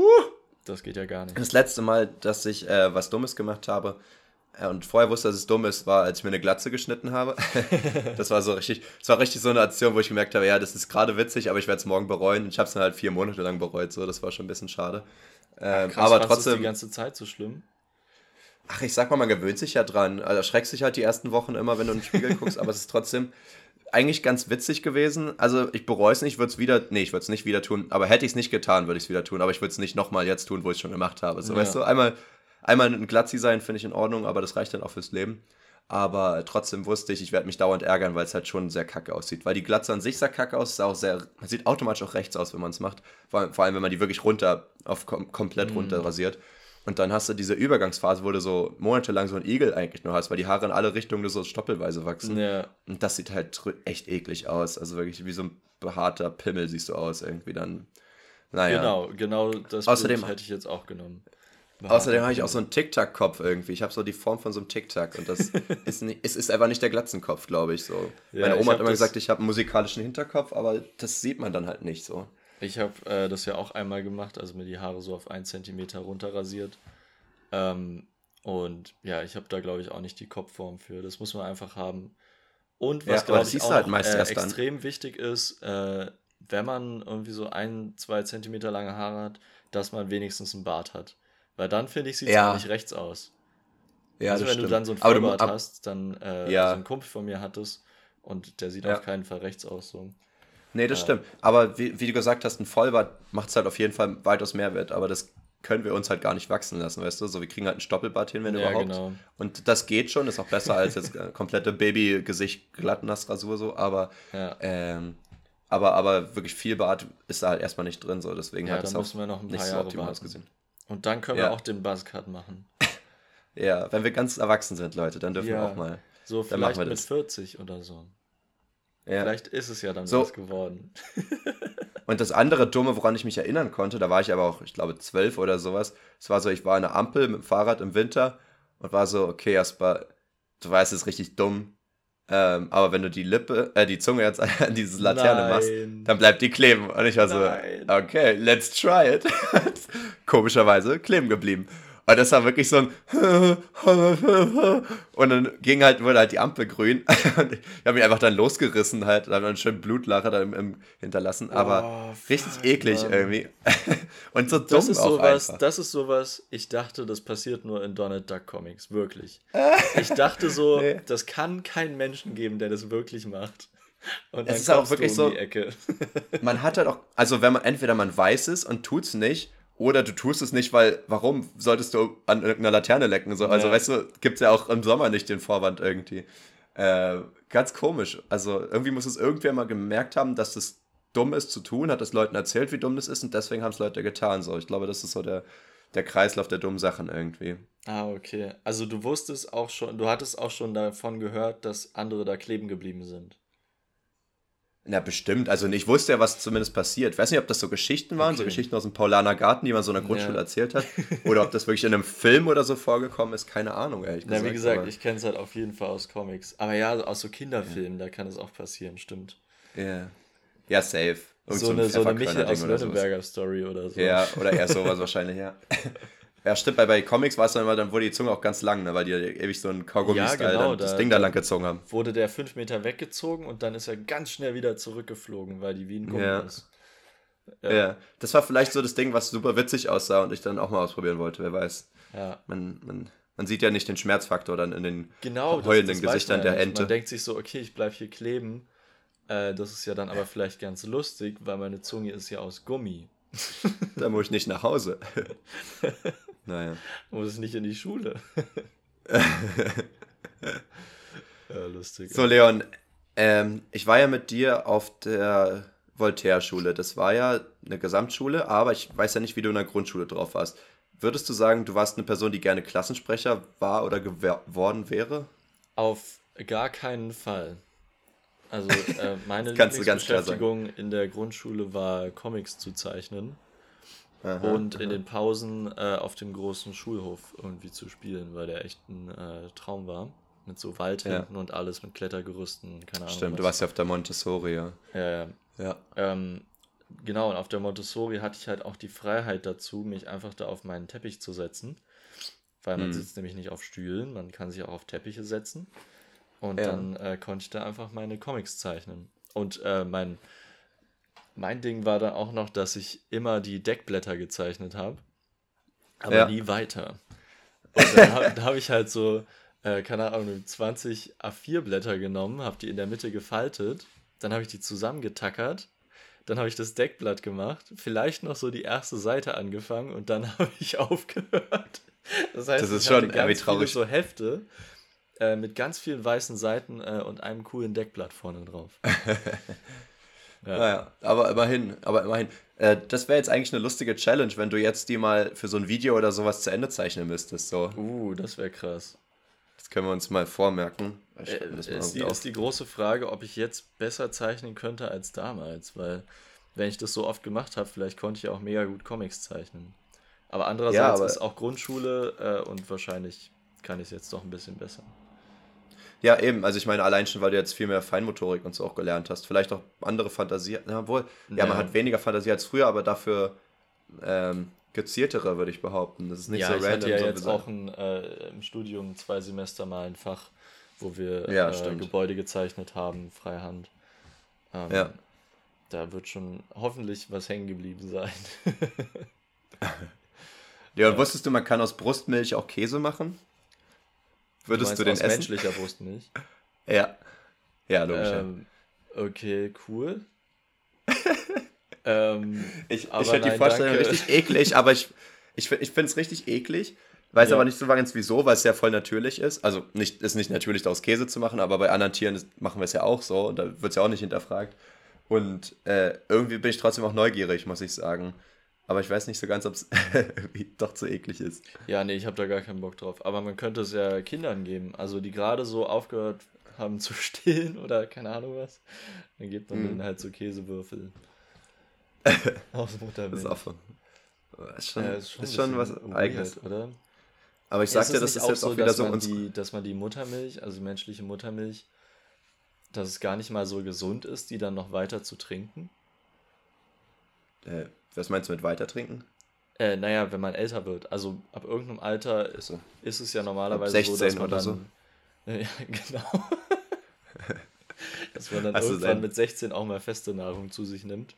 [SPEAKER 3] Das geht ja gar nicht.
[SPEAKER 2] Das letzte Mal, dass ich äh, was Dummes gemacht habe äh, und vorher wusste, dass es dumm ist, war, als ich mir eine Glatze geschnitten habe. Das war so richtig, das war richtig so eine Aktion, wo ich gemerkt habe, ja, das ist gerade witzig, aber ich werde es morgen bereuen. Und ich habe es dann halt vier Monate lang bereut, so, das war schon ein bisschen schade.
[SPEAKER 3] Ach,
[SPEAKER 2] Ähm,
[SPEAKER 3] krass,
[SPEAKER 2] aber
[SPEAKER 3] fandst du es die
[SPEAKER 2] trotzdem,
[SPEAKER 3] ganze Zeit so schlimm?
[SPEAKER 2] ach, ich sag mal, man gewöhnt sich ja dran. Also erschreckst dich halt die ersten Wochen immer, wenn du in den Spiegel guckst, aber es ist trotzdem eigentlich ganz witzig gewesen. Also ich bereue es nicht, würde es wieder, nee, ich würde es nicht wieder tun, aber hätte ich es nicht getan, würde ich es wieder tun, aber ich würde es nicht nochmal jetzt tun, wo ich es schon gemacht habe. So, weißt
[SPEAKER 3] Ja,
[SPEAKER 2] du, einmal, einmal ein Glatzi sein, finde ich in Ordnung, aber das reicht dann auch fürs Leben. Aber trotzdem wusste ich, ich werde mich dauernd ärgern, weil es halt schon sehr kacke aussieht. Weil die Glatze an sich sah kacke aus, sah auch sehr, man sieht automatisch auch rechts aus, wenn man es macht. Vor, vor allem, wenn man die wirklich runter, auf kom komplett runter
[SPEAKER 3] mm,
[SPEAKER 2] rasiert. Und dann hast du diese Übergangsphase, wo du so monatelang so einen Igel eigentlich nur hast, weil die Haare in alle Richtungen nur so stoppelweise wachsen.
[SPEAKER 3] ja,
[SPEAKER 2] Und das sieht halt tr- echt eklig aus. Also wirklich wie so ein behaarter Pimmel siehst du aus irgendwie dann. Naja.
[SPEAKER 3] genau, genau das Bild
[SPEAKER 2] Außerdem,
[SPEAKER 3] hätte ich jetzt auch genommen.
[SPEAKER 2] außerdem
[SPEAKER 3] Behaarter
[SPEAKER 2] habe ich auch so
[SPEAKER 3] Pimmel.
[SPEAKER 2] einen Tic-Tac-Kopf irgendwie. Ich habe so die Form von so einem Tic-Tac und das ist nicht, es ist einfach nicht der Glatzenkopf, glaube ich so.
[SPEAKER 3] Ja,
[SPEAKER 2] Meine
[SPEAKER 3] ich
[SPEAKER 2] Oma hat
[SPEAKER 3] habe
[SPEAKER 2] immer gesagt,
[SPEAKER 3] das,
[SPEAKER 2] ich habe einen musikalischen Hinterkopf, aber das sieht man dann halt nicht so.
[SPEAKER 3] ich habe äh, das ja auch einmal gemacht, also mir die Haare so auf einen Zentimeter runter rasiert. Ähm, und ja, ich habe da, glaube ich, auch nicht die Kopfform für. Das muss man einfach haben. Und
[SPEAKER 2] Ja,
[SPEAKER 3] was,
[SPEAKER 2] aber
[SPEAKER 3] glaube
[SPEAKER 2] das
[SPEAKER 3] ich,
[SPEAKER 2] siehst
[SPEAKER 3] auch
[SPEAKER 2] du halt
[SPEAKER 3] noch
[SPEAKER 2] meist
[SPEAKER 3] äh,
[SPEAKER 2] erst dann.
[SPEAKER 3] extrem wichtig ist, äh, wenn man irgendwie so ein, zwei Zentimeter lange Haare hat, dass man wenigstens einen Bart hat. Weil dann, finde ich, sieht es nämlich
[SPEAKER 2] Ja,
[SPEAKER 3] rechts aus.
[SPEAKER 2] ja,
[SPEAKER 3] Also
[SPEAKER 2] das
[SPEAKER 3] wenn du
[SPEAKER 2] stimmt.
[SPEAKER 3] dann so einen
[SPEAKER 2] Aber du, mu-
[SPEAKER 3] Vollbart
[SPEAKER 2] ab,
[SPEAKER 3] hast, dann, äh, also ein
[SPEAKER 2] ja,
[SPEAKER 3] Kumpel von mir hat es und der sieht auf
[SPEAKER 2] ja.
[SPEAKER 3] keinen Fall rechts aus. So.
[SPEAKER 2] Nee, das
[SPEAKER 3] Äh,
[SPEAKER 2] stimmt. Aber wie, wie du gesagt hast, ein Vollbart macht es halt auf jeden Fall weitaus mehr wert. Aber das können wir uns halt gar nicht wachsen lassen, weißt du? So, wir kriegen halt einen Stoppelbart hin, wenn
[SPEAKER 3] ja,
[SPEAKER 2] überhaupt.
[SPEAKER 3] genau.
[SPEAKER 2] Und das geht schon, ist auch besser als jetzt äh, komplette Babygesicht Glattnassrasur so. Aber,
[SPEAKER 3] Ja.
[SPEAKER 2] ähm, aber, aber wirklich viel Bart ist da halt erstmal nicht drin. So. Deswegen
[SPEAKER 3] Ja,
[SPEAKER 2] hat es
[SPEAKER 3] dann
[SPEAKER 2] auch
[SPEAKER 3] müssen wir noch ein
[SPEAKER 2] nicht
[SPEAKER 3] paar
[SPEAKER 2] so
[SPEAKER 3] Jahre
[SPEAKER 2] optimal
[SPEAKER 3] warten.
[SPEAKER 2] ausgesehen.
[SPEAKER 3] Und dann können wir
[SPEAKER 2] Ja,
[SPEAKER 3] auch den Buzzcut machen.
[SPEAKER 2] ja. Wenn wir ganz erwachsen sind, Leute, dann dürfen wir auch
[SPEAKER 3] Ja,
[SPEAKER 2] mal.
[SPEAKER 3] so
[SPEAKER 2] Dann machen wir
[SPEAKER 3] vielleicht mit
[SPEAKER 2] das.
[SPEAKER 3] vierzig oder so.
[SPEAKER 2] Ja.
[SPEAKER 3] Vielleicht ist es ja dann was
[SPEAKER 2] So,
[SPEAKER 3] geworden.
[SPEAKER 2] und das andere Dumme, woran ich mich erinnern konnte, da war ich aber auch, ich glaube, zwölf oder sowas. Es war so, ich war an der Ampel mit dem Fahrrad im Winter und war so, okay, Jasper, du weißt, es ist richtig dumm. Ähm, aber wenn du die Lippe, äh, die Zunge jetzt an diese Laterne machst,
[SPEAKER 3] Nein,
[SPEAKER 2] dann bleibt die kleben. Und ich war so,
[SPEAKER 3] nein.
[SPEAKER 2] okay, let's try it. Komischerweise kleben geblieben. Und das war wirklich so ein und dann ging halt, wurde halt die Ampel grün. Und ich habe mich einfach dann losgerissen halt, dann einen schönen Blutlacher dann im, im hinterlassen. Aber
[SPEAKER 3] Oh,
[SPEAKER 2] richtig
[SPEAKER 3] fuck,
[SPEAKER 2] eklig
[SPEAKER 3] Mann.
[SPEAKER 2] irgendwie. Und so
[SPEAKER 3] Das
[SPEAKER 2] dumm
[SPEAKER 3] ist
[SPEAKER 2] auch
[SPEAKER 3] sowas,
[SPEAKER 2] einfach.
[SPEAKER 3] das ist sowas, ich dachte, das passiert nur in Donald Duck Comics, wirklich. Ich dachte so,
[SPEAKER 2] Nee.
[SPEAKER 3] das kann keinen Menschen geben, der das wirklich macht. Und
[SPEAKER 2] Es
[SPEAKER 3] dann
[SPEAKER 2] ist halt auch
[SPEAKER 3] kommst du
[SPEAKER 2] wirklich
[SPEAKER 3] um
[SPEAKER 2] so,
[SPEAKER 3] die Ecke.
[SPEAKER 2] man hat halt auch, also wenn man, entweder man weiß es und tut's nicht, oder du tust es nicht, weil, warum solltest du an irgendeiner Laterne lecken? So, also
[SPEAKER 3] Ja,
[SPEAKER 2] weißt du, gibt's ja auch im Sommer nicht den Vorwand irgendwie. Äh, ganz komisch. Also irgendwie muss es irgendwer mal gemerkt haben, dass das dumm ist zu tun, hat es Leuten erzählt, wie dumm das ist und deswegen haben es Leute getan. So, ich glaube, das ist so der, der Kreislauf der dummen Sachen irgendwie.
[SPEAKER 3] ah, okay. Also du wusstest auch schon, du hattest auch schon davon gehört, dass andere da kleben geblieben sind.
[SPEAKER 2] Na, bestimmt. Also ich wusste ja, was zumindest passiert. Ich weiß nicht, ob das so Geschichten waren, so
[SPEAKER 3] Okay.
[SPEAKER 2] Geschichten aus dem Paulaner Garten, die man so in der Grundschule
[SPEAKER 3] Ja.
[SPEAKER 2] erzählt hat. Oder ob das wirklich in einem Film oder so vorgekommen ist. Keine Ahnung, ehrlich
[SPEAKER 3] Na, wie
[SPEAKER 2] gesagt.
[SPEAKER 3] gesagt,
[SPEAKER 2] Aber
[SPEAKER 3] ich kenne es halt auf jeden Fall aus Comics. Aber ja, aus so
[SPEAKER 2] ja,
[SPEAKER 3] Kinderfilmen, da kann es auch passieren, stimmt.
[SPEAKER 2] ja, ja, safe. Irgend
[SPEAKER 3] So
[SPEAKER 2] so ein
[SPEAKER 3] eine, so eine Michel
[SPEAKER 2] Pfefferkörner-Ding
[SPEAKER 3] aus
[SPEAKER 2] oder sowas.
[SPEAKER 3] Nürnberger Story oder so.
[SPEAKER 2] Ja, oder eher sowas wahrscheinlich, ja. Ja, stimmt, bei, bei Comics war es dann immer, dann wurde die Zunge auch ganz lang, ne, weil die ja ewig so einen Kaugummi-Style
[SPEAKER 3] Ja, genau,
[SPEAKER 2] dann das
[SPEAKER 3] da,
[SPEAKER 2] Ding da
[SPEAKER 3] da
[SPEAKER 2] lang gezogen haben.
[SPEAKER 3] wurde der fünf Meter weggezogen und dann ist er ganz schnell wieder zurückgeflogen, weil die wie ein Gummi
[SPEAKER 2] Ja,
[SPEAKER 3] ist. Ja,
[SPEAKER 2] ja. Das war vielleicht so das Ding, was super witzig aussah und ich dann auch mal ausprobieren wollte, wer weiß.
[SPEAKER 3] ja.
[SPEAKER 2] Man, man, man sieht ja nicht den Schmerzfaktor dann in den
[SPEAKER 3] Genau, das,
[SPEAKER 2] heulenden
[SPEAKER 3] das weiß man
[SPEAKER 2] Gesichtern
[SPEAKER 3] ja
[SPEAKER 2] der
[SPEAKER 3] nicht. Man
[SPEAKER 2] Ente.
[SPEAKER 3] denkt sich so, okay, ich bleib hier kleben. Äh, das ist ja dann aber vielleicht ganz lustig, weil meine Zunge ist ja aus Gummi.
[SPEAKER 2] Da muss ich nicht nach Hause. Naja.
[SPEAKER 3] Muss nicht in die Schule. Ja, lustig.
[SPEAKER 2] So, Leon, ähm, ich war ja mit dir auf der Voltaire-Schule. Das war ja eine Gesamtschule, aber ich weiß ja nicht, wie du in der Grundschule drauf warst. Würdest du sagen, du warst eine Person, die gerne Klassensprecher war oder geworden wäre?
[SPEAKER 3] Auf gar keinen Fall. Also äh, meine
[SPEAKER 2] Das kannst du ganz klar sagen.
[SPEAKER 3] Lieblingsbeschäftigung in der Grundschule war Comics zu zeichnen
[SPEAKER 2] Aha,
[SPEAKER 3] und in
[SPEAKER 2] aha.
[SPEAKER 3] den Pausen äh, auf dem großen Schulhof irgendwie zu spielen, weil der echt ein äh, Traum war. Mit so Wald
[SPEAKER 2] Ja,
[SPEAKER 3] hinten und alles mit Klettergerüsten, keine Ahnung
[SPEAKER 2] stimmt. Du
[SPEAKER 3] was.
[SPEAKER 2] warst ja auf der Montessori, ja.
[SPEAKER 3] Ja, ja.
[SPEAKER 2] Ja.
[SPEAKER 3] Ähm, genau, und auf der Montessori hatte ich halt auch die Freiheit dazu, mich einfach da auf meinen Teppich zu setzen, weil man
[SPEAKER 2] Hm.
[SPEAKER 3] sitzt nämlich nicht auf Stühlen, man kann sich auch auf Teppiche setzen. Und
[SPEAKER 2] Ja.
[SPEAKER 3] dann äh, konnte ich da einfach meine Comics zeichnen. Und äh, mein, mein Ding war dann auch noch, dass ich immer die Deckblätter gezeichnet habe, aber
[SPEAKER 2] Ja.
[SPEAKER 3] nie weiter. Und dann habe hab ich halt so, äh, keine Ahnung, zwanzig A vier Blätter genommen, habe die in der Mitte gefaltet, dann habe ich die zusammengetackert, dann habe ich das Deckblatt gemacht, vielleicht noch so die erste Seite angefangen und dann habe ich aufgehört. Das
[SPEAKER 2] Das
[SPEAKER 3] heißt,
[SPEAKER 2] ist
[SPEAKER 3] ich hatte
[SPEAKER 2] schon irgendwie
[SPEAKER 3] ganz viele
[SPEAKER 2] traurig.
[SPEAKER 3] so Hefte äh, mit ganz vielen weißen Seiten äh, und einem coolen Deckblatt vorne drauf. Ja.
[SPEAKER 2] Naja, aber immerhin, aber immerhin. Äh, das wäre jetzt eigentlich eine lustige Challenge, wenn du jetzt die mal für so ein Video oder sowas zu Ende zeichnen müsstest. So,
[SPEAKER 3] Uh, das wäre krass.
[SPEAKER 2] das können wir uns mal vormerken. Ich
[SPEAKER 3] Äh,
[SPEAKER 2] schreibe mir das mal
[SPEAKER 3] ist, die,
[SPEAKER 2] irgendwie
[SPEAKER 3] ist
[SPEAKER 2] auf.
[SPEAKER 3] die große Frage, ob ich jetzt besser zeichnen könnte als damals, weil wenn ich das so oft gemacht habe, vielleicht konnte ich ja auch mega gut Comics zeichnen. Aber
[SPEAKER 2] Ja,
[SPEAKER 3] andererseits ist
[SPEAKER 2] aber
[SPEAKER 3] auch Grundschule äh, und wahrscheinlich kann ich es jetzt doch ein bisschen besser.
[SPEAKER 2] ja, eben. Also ich meine, allein schon, weil du jetzt viel mehr Feinmotorik und so auch gelernt hast. Vielleicht auch andere Fantasie. Na wohl, ja, man
[SPEAKER 3] Ja,
[SPEAKER 2] hat weniger Fantasie als früher, aber dafür ähm, gezieltere, würde ich behaupten. Das ist nicht so
[SPEAKER 3] ja, ich hatte
[SPEAKER 2] random,
[SPEAKER 3] ja
[SPEAKER 2] so wie
[SPEAKER 3] jetzt
[SPEAKER 2] gesagt.
[SPEAKER 3] auch ein, äh, im Studium zwei Semester mal ein Fach, wo wir
[SPEAKER 2] Ja,
[SPEAKER 3] äh,
[SPEAKER 2] stimmt.
[SPEAKER 3] Gebäude gezeichnet haben, freihand.
[SPEAKER 2] Ja.
[SPEAKER 3] Ähm, da wird schon hoffentlich was hängen geblieben sein.
[SPEAKER 2] Ja, und
[SPEAKER 3] Ja.
[SPEAKER 2] wusstest du, man kann aus Brustmilch auch Käse machen?
[SPEAKER 3] Du
[SPEAKER 2] Würdest
[SPEAKER 3] meinst
[SPEAKER 2] du den
[SPEAKER 3] aus
[SPEAKER 2] essen?
[SPEAKER 3] menschlicher Brustmilch?
[SPEAKER 2] Ja. Ja, logisch, ja.
[SPEAKER 3] Ähm, okay, cool. Ähm,
[SPEAKER 2] Ich, ich
[SPEAKER 3] aber
[SPEAKER 2] finde die
[SPEAKER 3] nein,
[SPEAKER 2] Vorstellung
[SPEAKER 3] danke.
[SPEAKER 2] richtig eklig, aber ich, ich, fi- ich finde es richtig eklig. Weiß aber
[SPEAKER 3] Ja,
[SPEAKER 2] nicht so ganz wieso, weil es ja voll natürlich ist. Also nicht, ist nicht natürlich, daraus Käse zu machen, aber bei anderen Tieren ist, machen wir es ja auch so und da wird es ja auch nicht hinterfragt. Und äh, irgendwie bin ich trotzdem auch neugierig, muss ich sagen. Aber ich weiß nicht so ganz, ob es irgendwie doch zu eklig ist.
[SPEAKER 3] ja, nee, ich habe da gar keinen Bock drauf. Aber man könnte es ja Kindern geben, also die gerade so aufgehört haben zu stillen oder keine Ahnung was. Dann gibt man denen
[SPEAKER 2] Hm.
[SPEAKER 3] halt so Käsewürfel aus
[SPEAKER 2] Das ist
[SPEAKER 3] Muttermilch.
[SPEAKER 2] auch so. Ist
[SPEAKER 3] Ja,
[SPEAKER 2] schon,
[SPEAKER 3] ist schon ein
[SPEAKER 2] ist schon was
[SPEAKER 3] bisschen
[SPEAKER 2] Eigenes.
[SPEAKER 3] weird, oder?
[SPEAKER 2] Aber ich
[SPEAKER 3] Ist
[SPEAKER 2] sag dir,
[SPEAKER 3] es
[SPEAKER 2] das
[SPEAKER 3] nicht
[SPEAKER 2] ist
[SPEAKER 3] auch
[SPEAKER 2] jetzt
[SPEAKER 3] so,
[SPEAKER 2] auch wieder
[SPEAKER 3] dass
[SPEAKER 2] so
[SPEAKER 3] man
[SPEAKER 2] uns.
[SPEAKER 3] die, dass man die Muttermilch, also die menschliche Muttermilch, dass es gar nicht mal so gesund ist, die dann noch weiter zu trinken?
[SPEAKER 2] Äh, was meinst du mit weiter trinken?
[SPEAKER 3] Äh, naja, wenn man älter wird. Also ab irgendeinem Alter
[SPEAKER 2] So,
[SPEAKER 3] ist es ja
[SPEAKER 2] ab
[SPEAKER 3] normalerweise so, dass
[SPEAKER 2] sechzehn
[SPEAKER 3] man
[SPEAKER 2] oder so.
[SPEAKER 3] dann, ja, genau, dass man dann
[SPEAKER 2] Hast du
[SPEAKER 3] irgendwann
[SPEAKER 2] sein.
[SPEAKER 3] mit sechzehn auch mal feste Nahrung zu sich nimmt.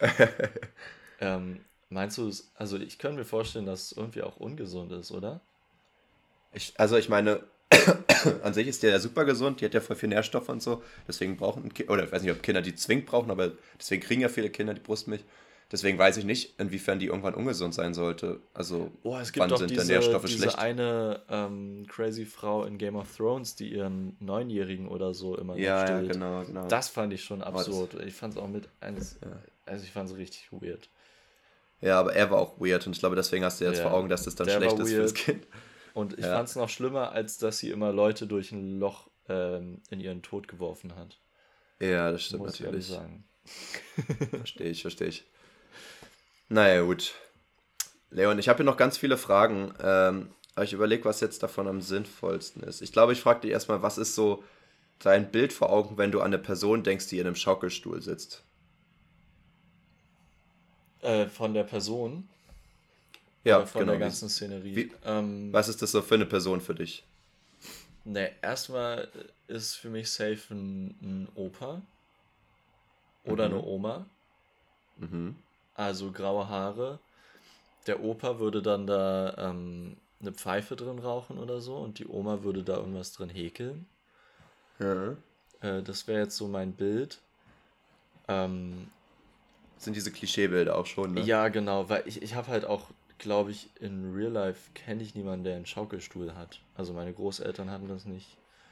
[SPEAKER 3] Ähm, meinst du, es- also ich könnte mir vorstellen, dass es irgendwie auch ungesund ist, oder?
[SPEAKER 2] Ich, also ich meine, an sich ist der ja super gesund, die hat ja voll viel Nährstoffe und so, deswegen brauchen Kinder, oder ich weiß nicht, ob Kinder die zwingend brauchen, aber deswegen kriegen ja viele Kinder die Brustmilch. Deswegen weiß ich nicht, inwiefern die irgendwann ungesund sein sollte. Also
[SPEAKER 3] Oh, es gibt
[SPEAKER 2] wann
[SPEAKER 3] doch
[SPEAKER 2] sind da
[SPEAKER 3] diese,
[SPEAKER 2] Nährstoffe
[SPEAKER 3] diese
[SPEAKER 2] schlecht?
[SPEAKER 3] eine ähm, crazy Frau in Game of Thrones, die ihren Neunjährigen oder so immer noch
[SPEAKER 2] Ja, ja,
[SPEAKER 3] stillt.
[SPEAKER 2] genau, genau.
[SPEAKER 3] Das fand ich schon
[SPEAKER 2] Aber das,
[SPEAKER 3] absurd. Ich fand es auch mit eines,
[SPEAKER 2] ja.
[SPEAKER 3] also ich fand es richtig weird.
[SPEAKER 2] Ja, aber er war auch weird und ich glaube, deswegen hast du jetzt vor
[SPEAKER 3] Ja,
[SPEAKER 2] Augen, dass das dann
[SPEAKER 3] der
[SPEAKER 2] schlecht
[SPEAKER 3] war
[SPEAKER 2] ist für das
[SPEAKER 3] weird.
[SPEAKER 2] Kind.
[SPEAKER 3] Und ich
[SPEAKER 2] Ja,
[SPEAKER 3] fand es noch schlimmer, als dass sie immer Leute durch ein Loch ähm, in ihren Tod geworfen hat.
[SPEAKER 2] ja, das stimmt
[SPEAKER 3] Muss ich ehrlich
[SPEAKER 2] natürlich.
[SPEAKER 3] sagen.
[SPEAKER 2] Verstehe ich, verstehe ich. Naja, gut. Leon, ich habe hier noch ganz viele Fragen, ähm, aber ich überlege, was jetzt davon am sinnvollsten ist. Ich glaube, ich frage dich erstmal, was ist so dein Bild vor Augen, wenn du an eine Person denkst, die in einem Schaukelstuhl sitzt?
[SPEAKER 3] Äh, von der Person,
[SPEAKER 2] Ja,
[SPEAKER 3] Oder von
[SPEAKER 2] genau.
[SPEAKER 3] der
[SPEAKER 2] Wie,
[SPEAKER 3] ganzen Szenerie.
[SPEAKER 2] wie,
[SPEAKER 3] Ähm,
[SPEAKER 2] was ist das so für eine Person für dich?
[SPEAKER 3] ne, erstmal ist für mich safe ein, ein Opa oder eine
[SPEAKER 2] Mhm.
[SPEAKER 3] Oma.
[SPEAKER 2] Mhm.
[SPEAKER 3] Also graue Haare. Der Opa würde dann da ähm, eine Pfeife drin rauchen oder so und die Oma würde da irgendwas drin häkeln.
[SPEAKER 2] Ja.
[SPEAKER 3] Äh, das wäre jetzt so mein Bild. Ähm,
[SPEAKER 2] Sind diese Klischeebilder auch schon, ne?
[SPEAKER 3] ja, genau, weil ich, ich habe halt auch, glaube ich, in Real Life kenne ich niemanden, der einen Schaukelstuhl hat. Also meine Großeltern hatten das nicht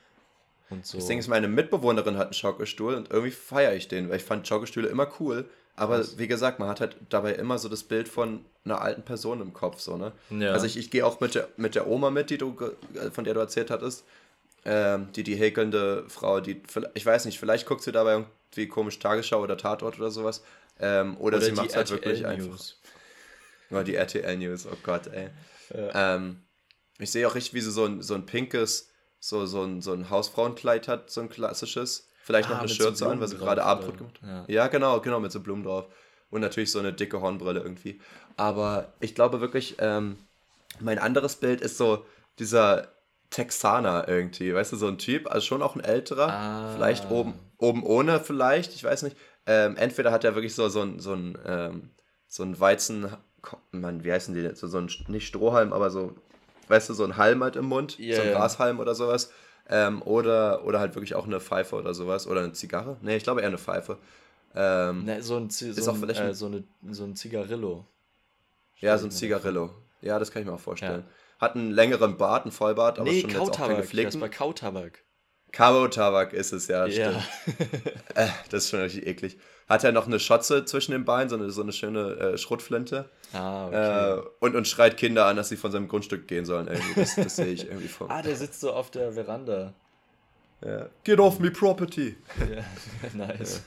[SPEAKER 3] und
[SPEAKER 2] Das Ding
[SPEAKER 3] so.
[SPEAKER 2] ist, meine Mitbewohnerin hat einen Schaukelstuhl und irgendwie feiere ich den, weil ich fand Schaukelstühle immer cool. Aber
[SPEAKER 3] Krass.
[SPEAKER 2] wie gesagt, man hat halt dabei immer so das Bild von einer alten Person im Kopf, so, ne? Also
[SPEAKER 3] Ja.
[SPEAKER 2] ich, ich gehe auch mit der, mit der Oma mit, die du, ge- äh, von der du erzählt hattest. Ähm, die, die häkelnde Frau, die, vill- ich weiß nicht, vielleicht guckt sie dabei irgendwie komisch Tagesschau oder Tatort oder sowas. Ähm, oder
[SPEAKER 3] Oder
[SPEAKER 2] sie
[SPEAKER 3] die
[SPEAKER 2] macht es halt wirklich einfach.
[SPEAKER 3] R T L-News.
[SPEAKER 2] Ja, die R T L-News, oh Gott, ey.
[SPEAKER 3] Ja.
[SPEAKER 2] Ähm, ich sehe auch richtig, wie sie so ein, so ein pinkes, so, so ein, so ein Hausfrauenkleid hat, so ein klassisches. Vielleicht noch
[SPEAKER 3] Ah,
[SPEAKER 2] eine
[SPEAKER 3] mit so
[SPEAKER 2] Schürze an, weil
[SPEAKER 3] Blumen
[SPEAKER 2] sie gerade
[SPEAKER 3] drauf,
[SPEAKER 2] Abendbrot
[SPEAKER 3] oder?
[SPEAKER 2] gemacht hat.
[SPEAKER 3] Ja.
[SPEAKER 2] Ja, genau, genau, mit so Blumen drauf. Und natürlich so eine dicke Hornbrille irgendwie. Aber ich glaube wirklich, ähm, mein anderes Bild ist so dieser Texaner irgendwie, weißt du, so ein Typ, also schon auch ein älterer, vielleicht
[SPEAKER 3] Ah.
[SPEAKER 2] oben, oben ohne vielleicht, ich weiß nicht. Ähm, entweder hat er wirklich so, so ein, so ein, ähm, so ein Weizen, Mann, wie heißen die denn? So, so ein, nicht Strohhalm, aber so, weißt du, so ein Halm halt im Mund,
[SPEAKER 3] Ja,
[SPEAKER 2] so ein
[SPEAKER 3] ja.
[SPEAKER 2] Grashalm oder sowas. Ähm, oder, oder halt wirklich auch eine Pfeife oder sowas. Oder eine Zigarre. Nee, ich glaube eher eine Pfeife. Ähm,
[SPEAKER 3] Ne, so ein, Zi-
[SPEAKER 2] ist
[SPEAKER 3] so
[SPEAKER 2] auch
[SPEAKER 3] ein,
[SPEAKER 2] vielleicht
[SPEAKER 3] äh,
[SPEAKER 2] ein,
[SPEAKER 3] so eine, so ein Zigarillo,
[SPEAKER 2] ja,
[SPEAKER 3] stelle
[SPEAKER 2] so
[SPEAKER 3] ich
[SPEAKER 2] ein
[SPEAKER 3] mir da vor.
[SPEAKER 2] Zigarillo. Ja, das kann ich mir auch
[SPEAKER 3] Ja.
[SPEAKER 2] vorstellen. Hat einen längeren Bart, einen Vollbart, aber
[SPEAKER 3] Nee,
[SPEAKER 2] schon jetzt auch keinen
[SPEAKER 3] Kautabak, Jasper,
[SPEAKER 2] gepflegten.
[SPEAKER 3] Kautabak.
[SPEAKER 2] Karo-Tabak ist es, ja,
[SPEAKER 3] Ja.
[SPEAKER 2] stimmt. Äh, das ist schon richtig eklig. Hat er noch eine Schotze zwischen den Beinen, so eine, so eine schöne äh, Schrotflinte.
[SPEAKER 3] Ah,
[SPEAKER 2] Äh,
[SPEAKER 3] okay.
[SPEAKER 2] und, und schreit Kinder an, dass sie von seinem Grundstück gehen sollen. Irgendwie. Das, das sehe ich irgendwie vom.
[SPEAKER 3] Ah, der sitzt so auf der Veranda.
[SPEAKER 2] Ja. Get off me property!
[SPEAKER 3] Ja, nice.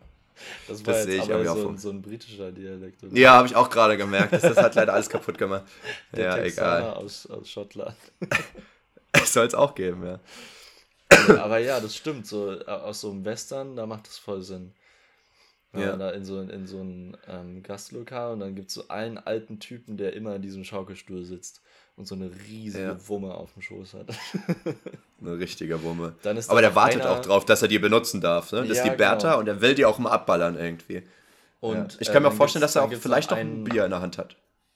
[SPEAKER 3] Das war
[SPEAKER 2] Das
[SPEAKER 3] jetzt
[SPEAKER 2] sehe ich
[SPEAKER 3] aber
[SPEAKER 2] irgendwie auch
[SPEAKER 3] so
[SPEAKER 2] vom.
[SPEAKER 3] ein, so ein britischer Dialekt, oder?
[SPEAKER 2] Ja, habe ich auch gerade gemerkt. Das, das hat leider alles kaputt gemacht.
[SPEAKER 3] Der
[SPEAKER 2] Ja, egal.
[SPEAKER 3] Texaner aus, aus Schottland.
[SPEAKER 2] Es soll es auch geben, ja.
[SPEAKER 3] Nee, aber ja, das stimmt. So äh, aus so einem Western, da macht das voll Sinn. Wenn man
[SPEAKER 2] Ja.
[SPEAKER 3] da in so, in so ein ähm, Gastlokal und dann gibt es so einen alten Typen, der immer in diesem Schaukelstuhl sitzt und so eine riesige
[SPEAKER 2] Ja.
[SPEAKER 3] Wumme auf dem Schoß hat.
[SPEAKER 2] Ein richtiger Wumme.
[SPEAKER 3] Dann ist
[SPEAKER 2] Aber
[SPEAKER 3] da
[SPEAKER 2] der
[SPEAKER 3] noch
[SPEAKER 2] wartet auch
[SPEAKER 3] einer.
[SPEAKER 2] drauf, dass er die benutzen darf. Ne? Das ist die
[SPEAKER 3] Ja,
[SPEAKER 2] Bertha
[SPEAKER 3] genau.
[SPEAKER 2] und er will die auch mal abballern irgendwie. Ja.
[SPEAKER 3] Und
[SPEAKER 2] Ich
[SPEAKER 3] äh,
[SPEAKER 2] kann mir auch
[SPEAKER 3] dann
[SPEAKER 2] vorstellen,
[SPEAKER 3] gibt's,
[SPEAKER 2] dass er
[SPEAKER 3] dann
[SPEAKER 2] auch
[SPEAKER 3] gibt's noch
[SPEAKER 2] vielleicht noch ein
[SPEAKER 3] einen.
[SPEAKER 2] Bier in der Hand hat.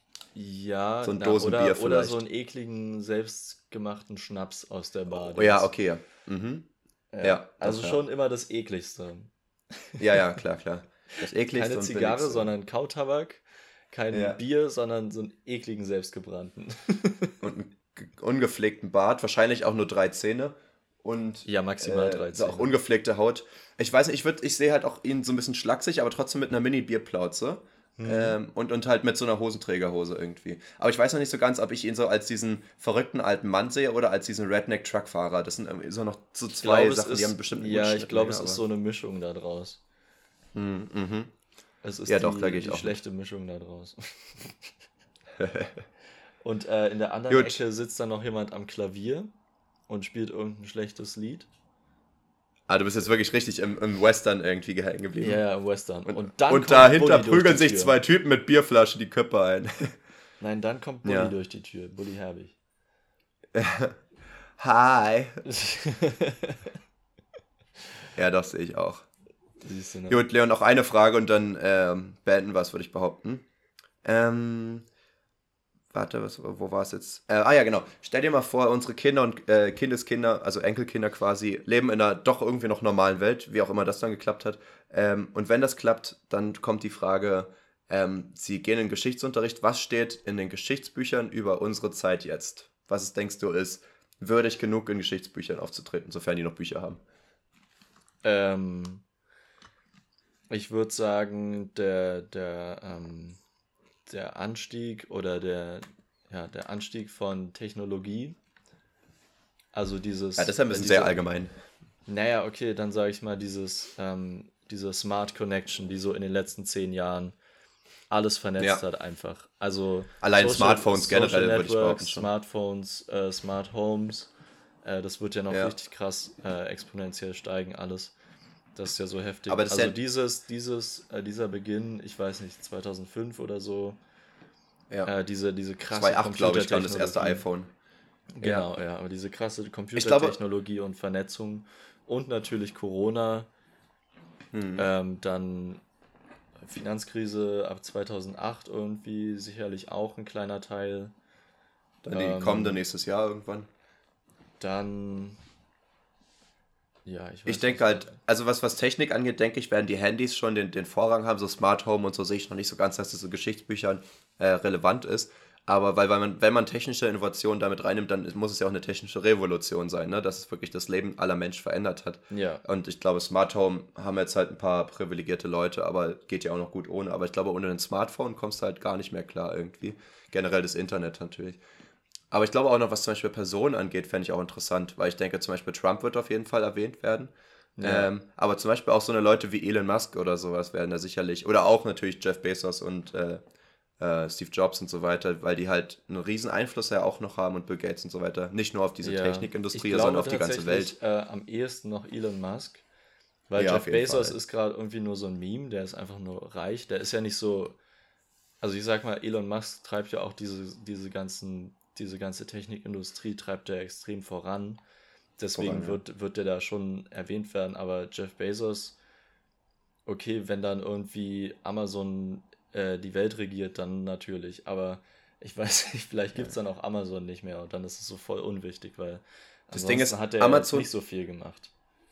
[SPEAKER 3] Ja,
[SPEAKER 2] So ein
[SPEAKER 3] na,
[SPEAKER 2] Dosenbier
[SPEAKER 3] oder, oder so
[SPEAKER 2] vielleicht.
[SPEAKER 3] einen ekligen, selbstgemachten Schnaps aus der Bar.
[SPEAKER 2] Oh,
[SPEAKER 3] Der
[SPEAKER 2] ja,
[SPEAKER 3] ist,
[SPEAKER 2] okay. Mhm.
[SPEAKER 3] ja,
[SPEAKER 2] Ja,
[SPEAKER 3] also
[SPEAKER 2] doch, ja.
[SPEAKER 3] schon immer das ekligste.
[SPEAKER 2] Ja, ja, klar, klar. Das ekligste
[SPEAKER 3] Keine
[SPEAKER 2] und
[SPEAKER 3] Zigarre,
[SPEAKER 2] billigste.
[SPEAKER 3] sondern Kautabak. Kein
[SPEAKER 2] Ja.
[SPEAKER 3] Bier, sondern so einen ekligen, selbstgebrannten.
[SPEAKER 2] Und einen ge- ungepflegten Bart, wahrscheinlich auch nur drei Zähne. Und
[SPEAKER 3] Ja, maximal
[SPEAKER 2] äh,
[SPEAKER 3] drei
[SPEAKER 2] so auch
[SPEAKER 3] Zähne.
[SPEAKER 2] ungepflegte Haut. Ich weiß nicht, ich, würd- ich sehe halt auch ihn so ein bisschen schlaksig, aber trotzdem mit einer Mini-Bierplauze.
[SPEAKER 3] Mhm.
[SPEAKER 2] Ähm, und, und halt mit so einer Hosenträgerhose irgendwie. Aber ich weiß noch nicht so ganz, ob ich ihn so als diesen verrückten alten Mann sehe oder als diesen Redneck-Truckfahrer. Das sind irgendwie so noch so
[SPEAKER 3] Ich
[SPEAKER 2] zwei
[SPEAKER 3] glaube, es
[SPEAKER 2] Sachen, die haben
[SPEAKER 3] ist,
[SPEAKER 2] bestimmt einen
[SPEAKER 3] ja,
[SPEAKER 2] guten
[SPEAKER 3] ich glaube, es
[SPEAKER 2] Schnittmenge,
[SPEAKER 3] ist
[SPEAKER 2] aber.
[SPEAKER 3] so eine Mischung da draus.
[SPEAKER 2] Mhm, mhm.
[SPEAKER 3] Es ist
[SPEAKER 2] Ja, doch, da
[SPEAKER 3] die,
[SPEAKER 2] gehe ich
[SPEAKER 3] die
[SPEAKER 2] auch mit.
[SPEAKER 3] schlechte Mischung da draus. Und äh, in der anderen
[SPEAKER 2] Gut.
[SPEAKER 3] Ecke sitzt dann noch jemand am Klavier und spielt irgendein schlechtes Lied.
[SPEAKER 2] Ah, du bist jetzt wirklich richtig im, im Western irgendwie hängen geblieben.
[SPEAKER 3] Ja, ja, im Western.
[SPEAKER 2] Und,
[SPEAKER 3] Und dann
[SPEAKER 2] und
[SPEAKER 3] kommt
[SPEAKER 2] dahinter
[SPEAKER 3] Bully durch
[SPEAKER 2] prügeln
[SPEAKER 3] die
[SPEAKER 2] sich
[SPEAKER 3] Tür.
[SPEAKER 2] zwei Typen mit Bierflaschen die Köpfe ein.
[SPEAKER 3] Nein, dann kommt Bully
[SPEAKER 2] Ja.
[SPEAKER 3] durch die Tür. Bully Herbig.
[SPEAKER 2] Hi. Ja, das sehe ich auch.
[SPEAKER 3] Siehst du, ne?
[SPEAKER 2] Gut, Leon, noch eine Frage und dann ähm, beenden wir es, würde ich behaupten. Ähm, warte, was, wo war es jetzt? Äh, ah ja, genau. Stell dir mal vor, unsere Kinder und äh, Kindeskinder, also Enkelkinder quasi, leben in einer doch irgendwie noch normalen Welt, wie auch immer das dann geklappt hat. Ähm, und wenn das klappt, dann kommt die Frage, ähm, sie gehen in den Geschichtsunterricht. Was steht in den Geschichtsbüchern über unsere Zeit jetzt? Was ist, denkst du, ist würdig genug in Geschichtsbüchern aufzutreten, sofern die noch Bücher haben?
[SPEAKER 3] Ähm, ich würde sagen, der, der, ähm, der Anstieg oder der, ja, der Anstieg von Technologie, also dieses,
[SPEAKER 2] Ja, das ist ein
[SPEAKER 3] äh,
[SPEAKER 2] bisschen
[SPEAKER 3] diese,
[SPEAKER 2] sehr allgemein.
[SPEAKER 3] naja, okay, dann sage ich mal dieses, ähm, diese Smart Connection, die so in den letzten zehn Jahren alles vernetzt
[SPEAKER 2] Ja.
[SPEAKER 3] hat einfach. Also
[SPEAKER 2] Allein
[SPEAKER 3] Social-
[SPEAKER 2] Smartphones
[SPEAKER 3] Social
[SPEAKER 2] generell, würde ich
[SPEAKER 3] Networks,
[SPEAKER 2] behaupten schon.
[SPEAKER 3] Smartphones, äh, Smart Homes, äh, das wird ja noch
[SPEAKER 2] Ja.
[SPEAKER 3] richtig krass äh, exponentiell steigen alles. Das ist ja so heftig.
[SPEAKER 2] Aber das ist
[SPEAKER 3] also
[SPEAKER 2] ja-
[SPEAKER 3] dieses, dieses, äh, dieser Beginn, ich weiß nicht, zweitausendfünf oder so,
[SPEAKER 2] Ja.
[SPEAKER 3] Äh, diese, diese krasse
[SPEAKER 2] zweitaunucht, glaube ich, kam das erste
[SPEAKER 3] Computertechnologie.
[SPEAKER 2] iPhone.
[SPEAKER 3] Genau, ja, aber diese krasse
[SPEAKER 2] Ich glaube,
[SPEAKER 3] Computertechnologie und Vernetzung und natürlich Corona,
[SPEAKER 2] hm,
[SPEAKER 3] ähm, dann Finanzkrise ab zweitausendacht irgendwie sicherlich auch ein kleiner Teil.
[SPEAKER 2] dann die kommende
[SPEAKER 3] Ähm,
[SPEAKER 2] nächstes Jahr irgendwann.
[SPEAKER 3] dann, ja, ich
[SPEAKER 2] Ich
[SPEAKER 3] weiß
[SPEAKER 2] denke
[SPEAKER 3] nicht.
[SPEAKER 2] halt, also was, was Technik angeht, denke ich, werden die Handys schon den, den Vorrang haben, so Smart Home und so sehe ich noch nicht so ganz, dass das in Geschichtsbüchern äh, relevant ist. Aber weil, weil man, wenn man technische Innovationen damit reinnimmt, dann muss es ja auch eine technische Revolution sein, ne? Dass es wirklich das Leben aller Menschen verändert hat.
[SPEAKER 3] Ja,
[SPEAKER 2] Und ich glaube, Smart Home haben jetzt halt ein paar privilegierte Leute, aber geht ja auch noch gut ohne. Aber ich glaube, ohne ein Smartphone kommst du halt gar nicht mehr klar irgendwie. Generell das Internet natürlich. Aber ich glaube auch noch, was zum Beispiel Personen angeht, fände ich auch interessant, weil ich denke, zum Beispiel Trump wird auf jeden Fall erwähnt werden.
[SPEAKER 3] ja,
[SPEAKER 2] Ähm, aber zum Beispiel auch so eine Leute wie Elon Musk oder sowas werden da sicherlich, oder auch natürlich Jeff Bezos und äh, äh, Steve Jobs und so weiter, weil die halt einen riesen Einfluss ja auch noch haben und Bill Gates und so weiter. Nicht nur auf diese
[SPEAKER 3] ja. Ich
[SPEAKER 2] Technikindustrie,
[SPEAKER 3] glaube
[SPEAKER 2] sondern auf die ganze Welt.
[SPEAKER 3] tatsächlich äh, am ehesten noch Elon Musk, weil
[SPEAKER 2] Ja,
[SPEAKER 3] Jeff
[SPEAKER 2] auf jeden
[SPEAKER 3] Bezos
[SPEAKER 2] Fall.
[SPEAKER 3] ist gerade irgendwie nur so ein Meme, der ist einfach nur reich, der ist ja nicht so, also ich sag mal, Elon Musk treibt ja auch diese, diese ganzen, diese ganze Technikindustrie treibt er extrem voran. Deswegen
[SPEAKER 2] Voran, ja.
[SPEAKER 3] wird, wird der da schon erwähnt werden, aber Jeff Bezos, okay, wenn dann irgendwie Amazon äh, die Welt regiert, dann natürlich, aber ich weiß nicht, vielleicht gibt es dann auch Amazon nicht mehr und dann ist es so voll unwichtig, weil
[SPEAKER 2] Das Ding
[SPEAKER 3] ansonsten
[SPEAKER 2] ist,
[SPEAKER 3] hat er ja jetzt
[SPEAKER 2] Amazon,
[SPEAKER 3] nicht so viel gemacht.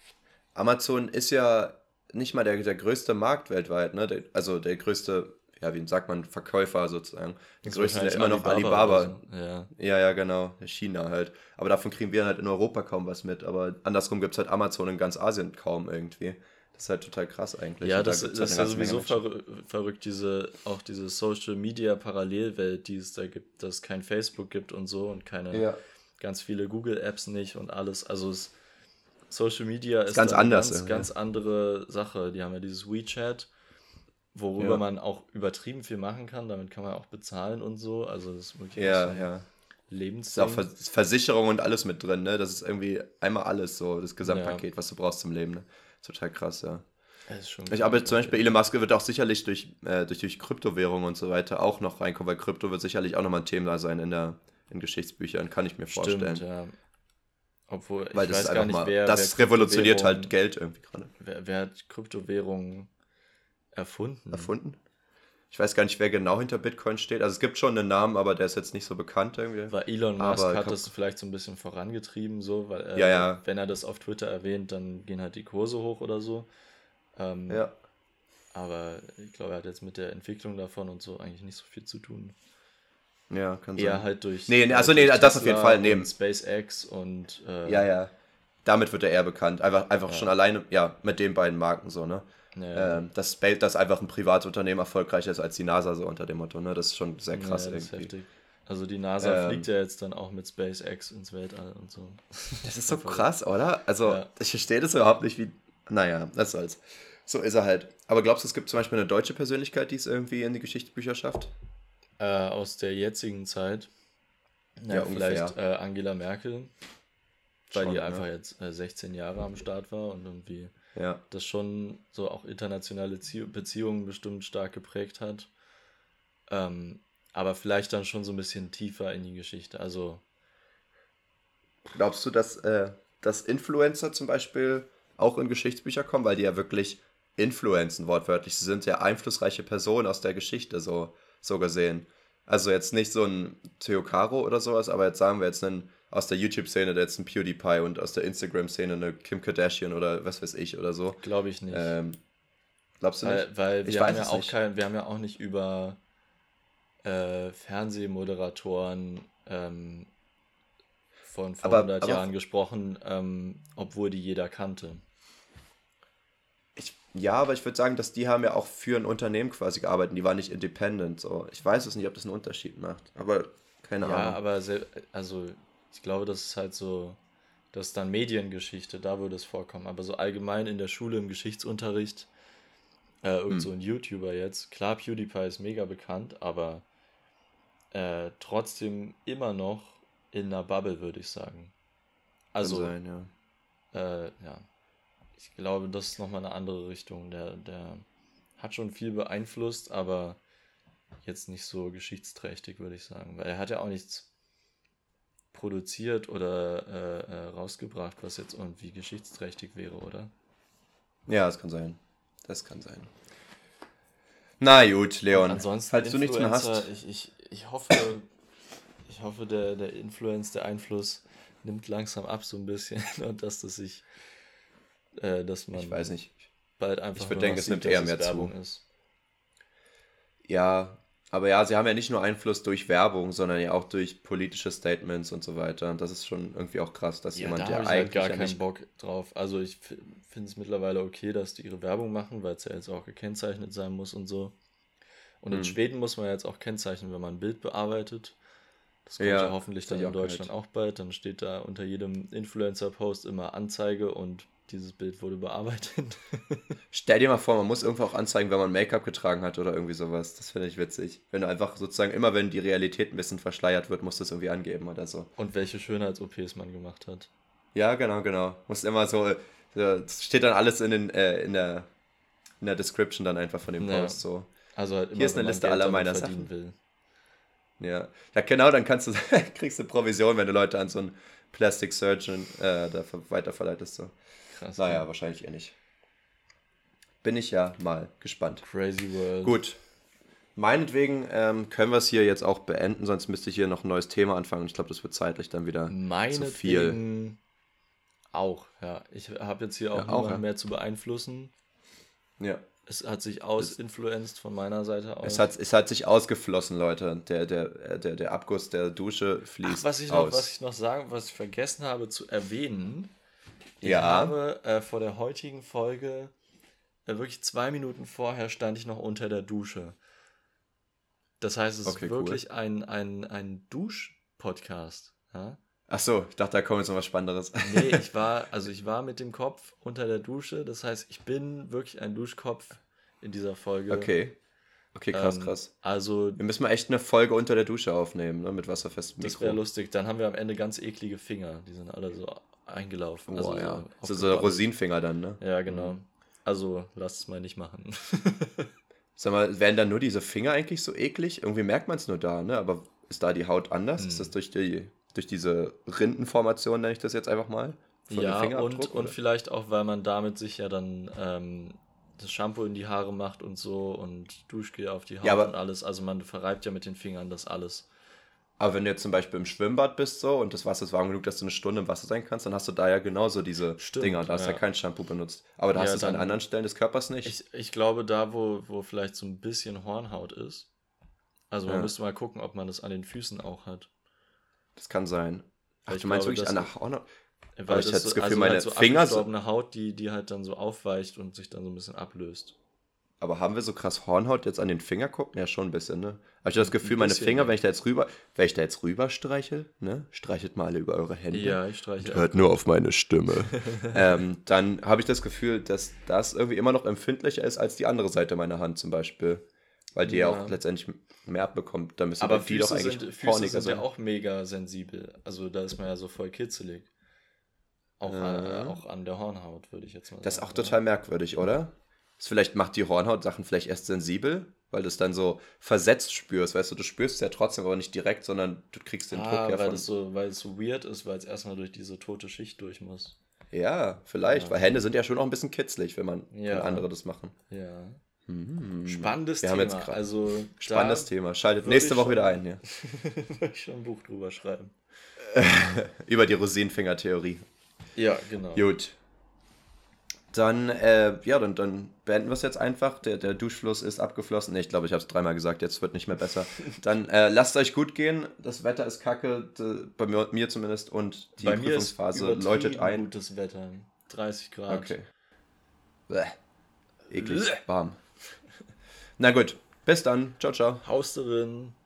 [SPEAKER 2] Amazon ist ja nicht mal der, der größte Markt weltweit, ne? Der, also der größte, ja, wie sagt man, Verkäufer sozusagen. Der
[SPEAKER 3] Das ist
[SPEAKER 2] größte ist ja
[SPEAKER 3] wahrscheinlich
[SPEAKER 2] immer noch
[SPEAKER 3] Alibaba oder
[SPEAKER 2] Alibaba.
[SPEAKER 3] so. Ja,
[SPEAKER 2] Ja, ja, genau. China halt. Aber davon kriegen wir halt in Europa kaum was mit. Aber andersrum gibt es halt Amazon in ganz Asien kaum irgendwie. Das ist halt total krass eigentlich.
[SPEAKER 3] ja
[SPEAKER 2] Und da
[SPEAKER 3] das,
[SPEAKER 2] gibt es
[SPEAKER 3] das
[SPEAKER 2] halt
[SPEAKER 3] ist
[SPEAKER 2] eine
[SPEAKER 3] ja
[SPEAKER 2] ganze Menge
[SPEAKER 3] sowieso
[SPEAKER 2] Menschen.
[SPEAKER 3] verrü verrückt, diese, auch diese Social Media Parallelwelt, die es da gibt, dass es kein Facebook gibt und so und keine
[SPEAKER 2] Ja.
[SPEAKER 3] ganz viele Google Apps nicht und alles. Also es, Social Media
[SPEAKER 2] Ist
[SPEAKER 3] ist
[SPEAKER 2] ganz
[SPEAKER 3] da eine
[SPEAKER 2] anders
[SPEAKER 3] ganz,
[SPEAKER 2] irgendwie.
[SPEAKER 3] ganz andere Sache. Die haben ja dieses WeChat, worüber
[SPEAKER 2] Ja.
[SPEAKER 3] man auch übertrieben viel machen kann. Damit kann man auch bezahlen und so. Also das ist wirklich auch so
[SPEAKER 2] Ja,
[SPEAKER 3] ein
[SPEAKER 2] ja. Ist auch
[SPEAKER 3] Lebensding.
[SPEAKER 2] Vers Versicherung und alles mit drin, ne? Das ist irgendwie einmal alles so, das
[SPEAKER 3] Ja,
[SPEAKER 2] Gesamtpaket, was du brauchst zum Leben, ne? Total krass, ja.
[SPEAKER 3] das ist schon
[SPEAKER 2] Ich,
[SPEAKER 3] krank
[SPEAKER 2] aber zum
[SPEAKER 3] auf
[SPEAKER 2] Beispiel
[SPEAKER 3] jeden
[SPEAKER 2] Elon
[SPEAKER 3] Fall.
[SPEAKER 2] Musk wird auch sicherlich durch, äh, durch, durch Kryptowährungen und so weiter auch noch reinkommen, weil Krypto wird sicherlich auch nochmal ein Thema sein in der, in Geschichtsbüchern, kann ich mir
[SPEAKER 3] Stimmt,
[SPEAKER 2] vorstellen.
[SPEAKER 3] ja. Obwohl,
[SPEAKER 2] Weil
[SPEAKER 3] ich
[SPEAKER 2] das ist
[SPEAKER 3] weiß gar
[SPEAKER 2] einfach
[SPEAKER 3] nicht,
[SPEAKER 2] mal,
[SPEAKER 3] wer, wer
[SPEAKER 2] das revolutioniert halt
[SPEAKER 3] Kryptowährungen,
[SPEAKER 2] Geld irgendwie gerade.
[SPEAKER 3] wer, wer hat Kryptowährungen erfunden?
[SPEAKER 2] Erfunden? Ich weiß gar nicht, wer genau hinter Bitcoin steht. Also es gibt schon einen Namen, aber der ist jetzt nicht so bekannt irgendwie.
[SPEAKER 3] Weil Elon Musk
[SPEAKER 2] Aber
[SPEAKER 3] hat
[SPEAKER 2] kann,
[SPEAKER 3] das vielleicht so ein bisschen vorangetrieben, so, weil
[SPEAKER 2] ja,
[SPEAKER 3] äh,
[SPEAKER 2] ja,
[SPEAKER 3] wenn er das auf Twitter erwähnt, dann gehen halt die Kurse hoch oder so. Ähm,
[SPEAKER 2] ja.
[SPEAKER 3] aber ich glaube, er hat jetzt mit der Entwicklung davon und so eigentlich nicht so viel zu tun.
[SPEAKER 2] Ja, kann
[SPEAKER 3] Eher
[SPEAKER 2] sein.
[SPEAKER 3] halt durch,
[SPEAKER 2] Nee, nee,
[SPEAKER 3] äh,
[SPEAKER 2] also nee,
[SPEAKER 3] durch
[SPEAKER 2] das auf jeden
[SPEAKER 3] Tesla
[SPEAKER 2] Fall.
[SPEAKER 3] und
[SPEAKER 2] Nee,
[SPEAKER 3] SpaceX und
[SPEAKER 2] ja,
[SPEAKER 3] äh,
[SPEAKER 2] ja. Damit wird er eher bekannt. Einfach, einfach schon
[SPEAKER 3] ja,
[SPEAKER 2] alleine, ja, mit den beiden Marken so, ne?
[SPEAKER 3] naja,
[SPEAKER 2] Ähm, dass Space, dass einfach ein Privatunternehmen erfolgreicher ist als die NASA, so unter dem Motto, ne? Das ist schon sehr krass
[SPEAKER 3] naja, das ist
[SPEAKER 2] irgendwie.
[SPEAKER 3] heftig. Also die NASA fliegt
[SPEAKER 2] Ähm,
[SPEAKER 3] ja jetzt dann auch mit SpaceX ins Weltall und so.
[SPEAKER 2] das ist so
[SPEAKER 3] Voll verrückt.
[SPEAKER 2] krass, oder? Also,
[SPEAKER 3] Ja.
[SPEAKER 2] ich verstehe das überhaupt nicht, wie. Naja, was soll's. So ist er halt. Aber glaubst du, es gibt zum Beispiel eine deutsche Persönlichkeit, die es irgendwie in die Geschichtsbücher schafft?
[SPEAKER 3] Äh, aus der jetzigen Zeit,
[SPEAKER 2] Ja,
[SPEAKER 3] naja,
[SPEAKER 2] ungefähr.
[SPEAKER 3] vielleicht äh, Angela Merkel, weil die
[SPEAKER 2] Schon,
[SPEAKER 3] einfach
[SPEAKER 2] ne?
[SPEAKER 3] jetzt äh, sechzehn Jahre am Start war und irgendwie
[SPEAKER 2] Ja.
[SPEAKER 3] das schon so auch internationale Zie- Beziehungen bestimmt stark geprägt hat. Ähm, aber vielleicht dann schon so ein bisschen tiefer in die Geschichte. Also,
[SPEAKER 2] Glaubst du, dass, äh, dass Influencer zum Beispiel auch in Geschichtsbücher kommen, weil die ja wirklich influenzen, wortwörtlich. Sie sind ja einflussreiche Personen aus der Geschichte, so, so gesehen. Also jetzt nicht so ein Theokaro oder sowas, aber jetzt sagen wir jetzt einen aus der YouTube-Szene, der jetzt ein PewDiePie und aus der Instagram-Szene eine Kim Kardashian oder was weiß ich oder so.
[SPEAKER 3] glaube ich nicht.
[SPEAKER 2] Ähm, glaubst du nicht?
[SPEAKER 3] Weil, weil
[SPEAKER 2] Ich
[SPEAKER 3] wir haben
[SPEAKER 2] weiß
[SPEAKER 3] ja
[SPEAKER 2] es
[SPEAKER 3] auch
[SPEAKER 2] nicht.
[SPEAKER 3] kein, wir haben ja auch nicht über äh, Fernsehmoderatoren ähm, von vor
[SPEAKER 2] Aber,
[SPEAKER 3] hundert
[SPEAKER 2] aber
[SPEAKER 3] Jahren gesprochen, ähm, obwohl die jeder kannte.
[SPEAKER 2] ich, ja, aber ich würde sagen, dass die haben ja auch für ein Unternehmen quasi gearbeitet. Die waren nicht independent. So. Ich weiß es nicht, ob das einen Unterschied macht. Aber keine
[SPEAKER 3] Ja,
[SPEAKER 2] Ahnung.
[SPEAKER 3] aber sel- also ich glaube, das ist halt so, das ist dann Mediengeschichte, da würde es vorkommen. Aber so allgemein in der Schule im Geschichtsunterricht, äh, irgend
[SPEAKER 2] Hm,
[SPEAKER 3] so ein YouTuber jetzt, klar, PewDiePie ist mega bekannt, aber äh, trotzdem immer noch in einer Bubble, würde ich sagen.
[SPEAKER 2] kann
[SPEAKER 3] Also,
[SPEAKER 2] sein, ja.
[SPEAKER 3] äh, ja, ich glaube, das ist nochmal eine andere Richtung. Der, der hat schon viel beeinflusst, aber jetzt nicht so geschichtsträchtig, würde ich sagen. Weil er hat ja auch nichts produziert oder äh, äh, rausgebracht, was jetzt irgendwie geschichtsträchtig wäre, oder?
[SPEAKER 2] Ja, das kann sein. Das kann sein. Na gut, Leon.
[SPEAKER 3] Ansonsten,
[SPEAKER 2] falls du nichts mehr hast.
[SPEAKER 3] Ich, ich, ich hoffe, ich hoffe der, der Influence, der Einfluss nimmt langsam ab so ein bisschen und dass das sich, äh, dass man
[SPEAKER 2] Ich weiß nicht.
[SPEAKER 3] bald einfach
[SPEAKER 2] Ich würde
[SPEAKER 3] nur
[SPEAKER 2] denken,
[SPEAKER 3] noch
[SPEAKER 2] es
[SPEAKER 3] sieht,
[SPEAKER 2] nimmt
[SPEAKER 3] dass
[SPEAKER 2] eher
[SPEAKER 3] es
[SPEAKER 2] mehr
[SPEAKER 3] Werbung
[SPEAKER 2] zu.
[SPEAKER 3] ist.
[SPEAKER 2] Ja, aber ja, sie haben ja nicht nur Einfluss durch Werbung, sondern ja auch durch politische Statements und so weiter. Und das ist schon irgendwie auch krass, dass
[SPEAKER 3] Ja,
[SPEAKER 2] jemand,
[SPEAKER 3] da
[SPEAKER 2] der
[SPEAKER 3] habe ich halt
[SPEAKER 2] eigentlich
[SPEAKER 3] gar
[SPEAKER 2] ja
[SPEAKER 3] keinen
[SPEAKER 2] nicht...
[SPEAKER 3] Bock drauf. Also ich finde es mittlerweile okay, dass die ihre Werbung machen, weil es ja jetzt auch gekennzeichnet sein muss und so. Und in
[SPEAKER 2] Hm.
[SPEAKER 3] Schweden muss man jetzt auch kennzeichnen, wenn man ein Bild bearbeitet. Das kommt
[SPEAKER 2] Ja,
[SPEAKER 3] ja hoffentlich
[SPEAKER 2] das
[SPEAKER 3] dann
[SPEAKER 2] hab ich
[SPEAKER 3] in
[SPEAKER 2] auch
[SPEAKER 3] Deutschland
[SPEAKER 2] gehört.
[SPEAKER 3] auch bald. Dann steht da unter jedem Influencer-Post immer Anzeige und dieses Bild wurde bearbeitet.
[SPEAKER 2] Stell dir mal vor, man muss irgendwo auch anzeigen, wenn man Make-up getragen hat oder irgendwie sowas. Das finde ich witzig. Wenn du einfach sozusagen immer, wenn die Realität ein bisschen verschleiert wird, musst du es irgendwie angeben oder so.
[SPEAKER 3] Und welche Schönheits-O Ps man gemacht hat.
[SPEAKER 2] Ja, genau, genau. Musst immer so, so das steht dann alles in, den, äh, in, der, in der Description dann einfach von dem
[SPEAKER 3] Ja,
[SPEAKER 2] Post so.
[SPEAKER 3] also halt immer,
[SPEAKER 2] Hier ist
[SPEAKER 3] wenn
[SPEAKER 2] eine
[SPEAKER 3] man
[SPEAKER 2] Liste
[SPEAKER 3] Geld
[SPEAKER 2] aller
[SPEAKER 3] damit
[SPEAKER 2] meiner
[SPEAKER 3] verdienen
[SPEAKER 2] Sachen.
[SPEAKER 3] will.
[SPEAKER 2] Ja. Ja, genau, dann kannst du, kriegst du Provision, wenn du Leute an so einen Plastic Surgeon äh, da ver- weiterverleitest. So.
[SPEAKER 3] Krass.
[SPEAKER 2] Naja,
[SPEAKER 3] ja.
[SPEAKER 2] wahrscheinlich eh nicht. Bin ich ja mal gespannt.
[SPEAKER 3] Crazy World.
[SPEAKER 2] Gut. Meinetwegen ähm, können wir es hier jetzt auch beenden, sonst müsste ich hier noch ein neues Thema anfangen. Ich glaube, das wird zeitlich dann wieder zu viel.
[SPEAKER 3] Meinetwegen auch, ja. Ich habe jetzt hier auch
[SPEAKER 2] Ja, auch,
[SPEAKER 3] niemanden
[SPEAKER 2] ja.
[SPEAKER 3] mehr zu beeinflussen.
[SPEAKER 2] Ja.
[SPEAKER 3] Es hat sich ausinfluenced von meiner Seite aus.
[SPEAKER 2] Es hat, es hat sich ausgeflossen, Leute. Der, der, der, der Abguss der Dusche fließt
[SPEAKER 3] Ach, was ich noch,
[SPEAKER 2] aus.
[SPEAKER 3] was ich noch sagen, was ich vergessen habe zu erwähnen. Ich
[SPEAKER 2] Ja.
[SPEAKER 3] habe äh, vor der heutigen Folge, äh, wirklich zwei Minuten vorher stand ich noch unter der Dusche. Das heißt, es
[SPEAKER 2] Okay,
[SPEAKER 3] ist
[SPEAKER 2] cool.
[SPEAKER 3] wirklich ein, ein, ein Dusch-Podcast. Ja?
[SPEAKER 2] Ach so, ich dachte, da kommt jetzt noch was Spannenderes.
[SPEAKER 3] Nee, ich war, also ich war mit dem Kopf unter der Dusche. Das heißt, ich bin wirklich ein Duschkopf in dieser Folge.
[SPEAKER 2] Okay. Okay, krass,
[SPEAKER 3] Ähm,
[SPEAKER 2] krass.
[SPEAKER 3] Also,
[SPEAKER 2] Wir müssen mal echt eine Folge unter der Dusche aufnehmen, ne? Mit wasserfestem
[SPEAKER 3] das
[SPEAKER 2] Mikro.
[SPEAKER 3] wäre lustig. Dann haben wir am Ende ganz eklige Finger. Die sind alle so eingelaufen.
[SPEAKER 2] Boah,
[SPEAKER 3] also
[SPEAKER 2] ja. So, so
[SPEAKER 3] aufgequaddelt.
[SPEAKER 2] Rosinenfinger dann, ne?
[SPEAKER 3] Ja, genau. Also, lasst es mal nicht machen.
[SPEAKER 2] Sag mal, wären dann nur diese Finger eigentlich so eklig? Irgendwie merkt man es nur da, ne? Aber ist da die Haut anders?
[SPEAKER 3] Hm.
[SPEAKER 2] Ist das durch die durch diese Rindenformation, nenne ich das jetzt einfach mal? Von dem
[SPEAKER 3] Ja, und,
[SPEAKER 2] Fingerabdruck,
[SPEAKER 3] und
[SPEAKER 2] oder?
[SPEAKER 3] vielleicht auch, weil man damit sich ja dann ähm, das Shampoo in die Haare macht und so und Duschgel auf die Haut
[SPEAKER 2] Ja, aber-
[SPEAKER 3] und alles. Also man verreibt ja mit den Fingern das alles.
[SPEAKER 2] Aber wenn du jetzt zum Beispiel im Schwimmbad bist so und das Wasser ist warm genug, dass du eine Stunde im Wasser sein kannst, dann hast du da ja genauso diese
[SPEAKER 3] Stimmt,
[SPEAKER 2] Dinger. Da hast du
[SPEAKER 3] ja.
[SPEAKER 2] ja kein Shampoo benutzt. Aber da
[SPEAKER 3] Ja,
[SPEAKER 2] hast du es an
[SPEAKER 3] dann-
[SPEAKER 2] anderen Stellen des Körpers nicht.
[SPEAKER 3] Ich, ich glaube, da, wo, wo vielleicht so ein bisschen Hornhaut ist, also man
[SPEAKER 2] Ja.
[SPEAKER 3] müsste mal gucken, ob man das an den Füßen auch hat.
[SPEAKER 2] Das kann sein. Ach,
[SPEAKER 3] Weil ich
[SPEAKER 2] du meinst
[SPEAKER 3] glaube,
[SPEAKER 2] wirklich an
[SPEAKER 3] dass-
[SPEAKER 2] der Haut?
[SPEAKER 3] Weil
[SPEAKER 2] Aber ich hatte das
[SPEAKER 3] so-
[SPEAKER 2] Gefühl,
[SPEAKER 3] also
[SPEAKER 2] meine
[SPEAKER 3] halt so
[SPEAKER 2] Finger so-
[SPEAKER 3] abgestorbene Haut, die, die halt dann so aufweicht und sich dann so ein bisschen ablöst.
[SPEAKER 2] Aber haben wir so krass Hornhaut jetzt an den Finger gucken? Ja, schon ein bisschen, ne? Habe ich das Gefühl,
[SPEAKER 3] Ein
[SPEAKER 2] meine
[SPEAKER 3] bisschen,
[SPEAKER 2] Finger,
[SPEAKER 3] ja.
[SPEAKER 2] wenn ich da jetzt rüber, wenn ich da jetzt rüber streiche, ne? Streichelt mal alle über eure Hände.
[SPEAKER 3] Ja, ich streiche.
[SPEAKER 2] Hört nur auf meine Stimme. ähm, dann habe ich das Gefühl, dass das irgendwie immer noch empfindlicher ist als die andere Seite meiner Hand zum Beispiel. Weil die ja,
[SPEAKER 3] Ja.
[SPEAKER 2] auch letztendlich mehr abbekommt. Da müssen
[SPEAKER 3] Aber
[SPEAKER 2] die doch
[SPEAKER 3] Füße
[SPEAKER 2] eigentlich
[SPEAKER 3] sind, Füße
[SPEAKER 2] horniger
[SPEAKER 3] sind ja
[SPEAKER 2] sein.
[SPEAKER 3] auch mega sensibel. Also da ist man ja so voll kitzelig. Auch,
[SPEAKER 2] Ja.
[SPEAKER 3] äh, auch an der Hornhaut, würde ich jetzt mal
[SPEAKER 2] Das ist
[SPEAKER 3] sagen.
[SPEAKER 2] auch total merkwürdig, oder? Das vielleicht macht die Hornhaut Sachen vielleicht erst sensibel, weil du es dann so versetzt spürst. Weißt du, du spürst es ja trotzdem, aber nicht direkt, sondern du kriegst den
[SPEAKER 3] Ah,
[SPEAKER 2] Druck ja
[SPEAKER 3] weil,
[SPEAKER 2] von...
[SPEAKER 3] das so, weil es so weird ist, weil es erstmal durch diese tote Schicht durch muss.
[SPEAKER 2] Ja, vielleicht,
[SPEAKER 3] Ja.
[SPEAKER 2] weil Hände sind ja schon auch ein bisschen kitzlig, wenn man
[SPEAKER 3] Ja.
[SPEAKER 2] wenn andere das machen.
[SPEAKER 3] Ja.
[SPEAKER 2] Hm.
[SPEAKER 3] Spannendes
[SPEAKER 2] Wir haben
[SPEAKER 3] Thema.
[SPEAKER 2] jetzt grad-
[SPEAKER 3] Also
[SPEAKER 2] Spannendes
[SPEAKER 3] da
[SPEAKER 2] Thema. Schaltet
[SPEAKER 3] würde
[SPEAKER 2] nächste
[SPEAKER 3] ich
[SPEAKER 2] Woche wieder
[SPEAKER 3] schon-
[SPEAKER 2] ein hier.
[SPEAKER 3] würde ich schon ein Buch drüber schreiben.
[SPEAKER 2] Über die Rosinenfinger-Theorie.
[SPEAKER 3] Ja, genau.
[SPEAKER 2] Gut. Dann, äh, ja, dann, dann beenden wir es jetzt einfach. Der, der Duschfluss ist abgeflossen. Nee, ich glaube, ich habe es dreimal gesagt, jetzt wird nicht mehr besser. Dann äh, lasst euch gut gehen. Das Wetter ist kacke, d- bei mir, mir zumindest. Und die
[SPEAKER 3] Bei mir ist
[SPEAKER 2] Prüfungsphase
[SPEAKER 3] übertrieben
[SPEAKER 2] läutet ein.
[SPEAKER 3] gutes Wetter. dreißig Grad.
[SPEAKER 2] Okay. Bäh. Eklig. Warm. Na gut. Bis dann. Ciao, ciao.
[SPEAKER 3] Haus drin.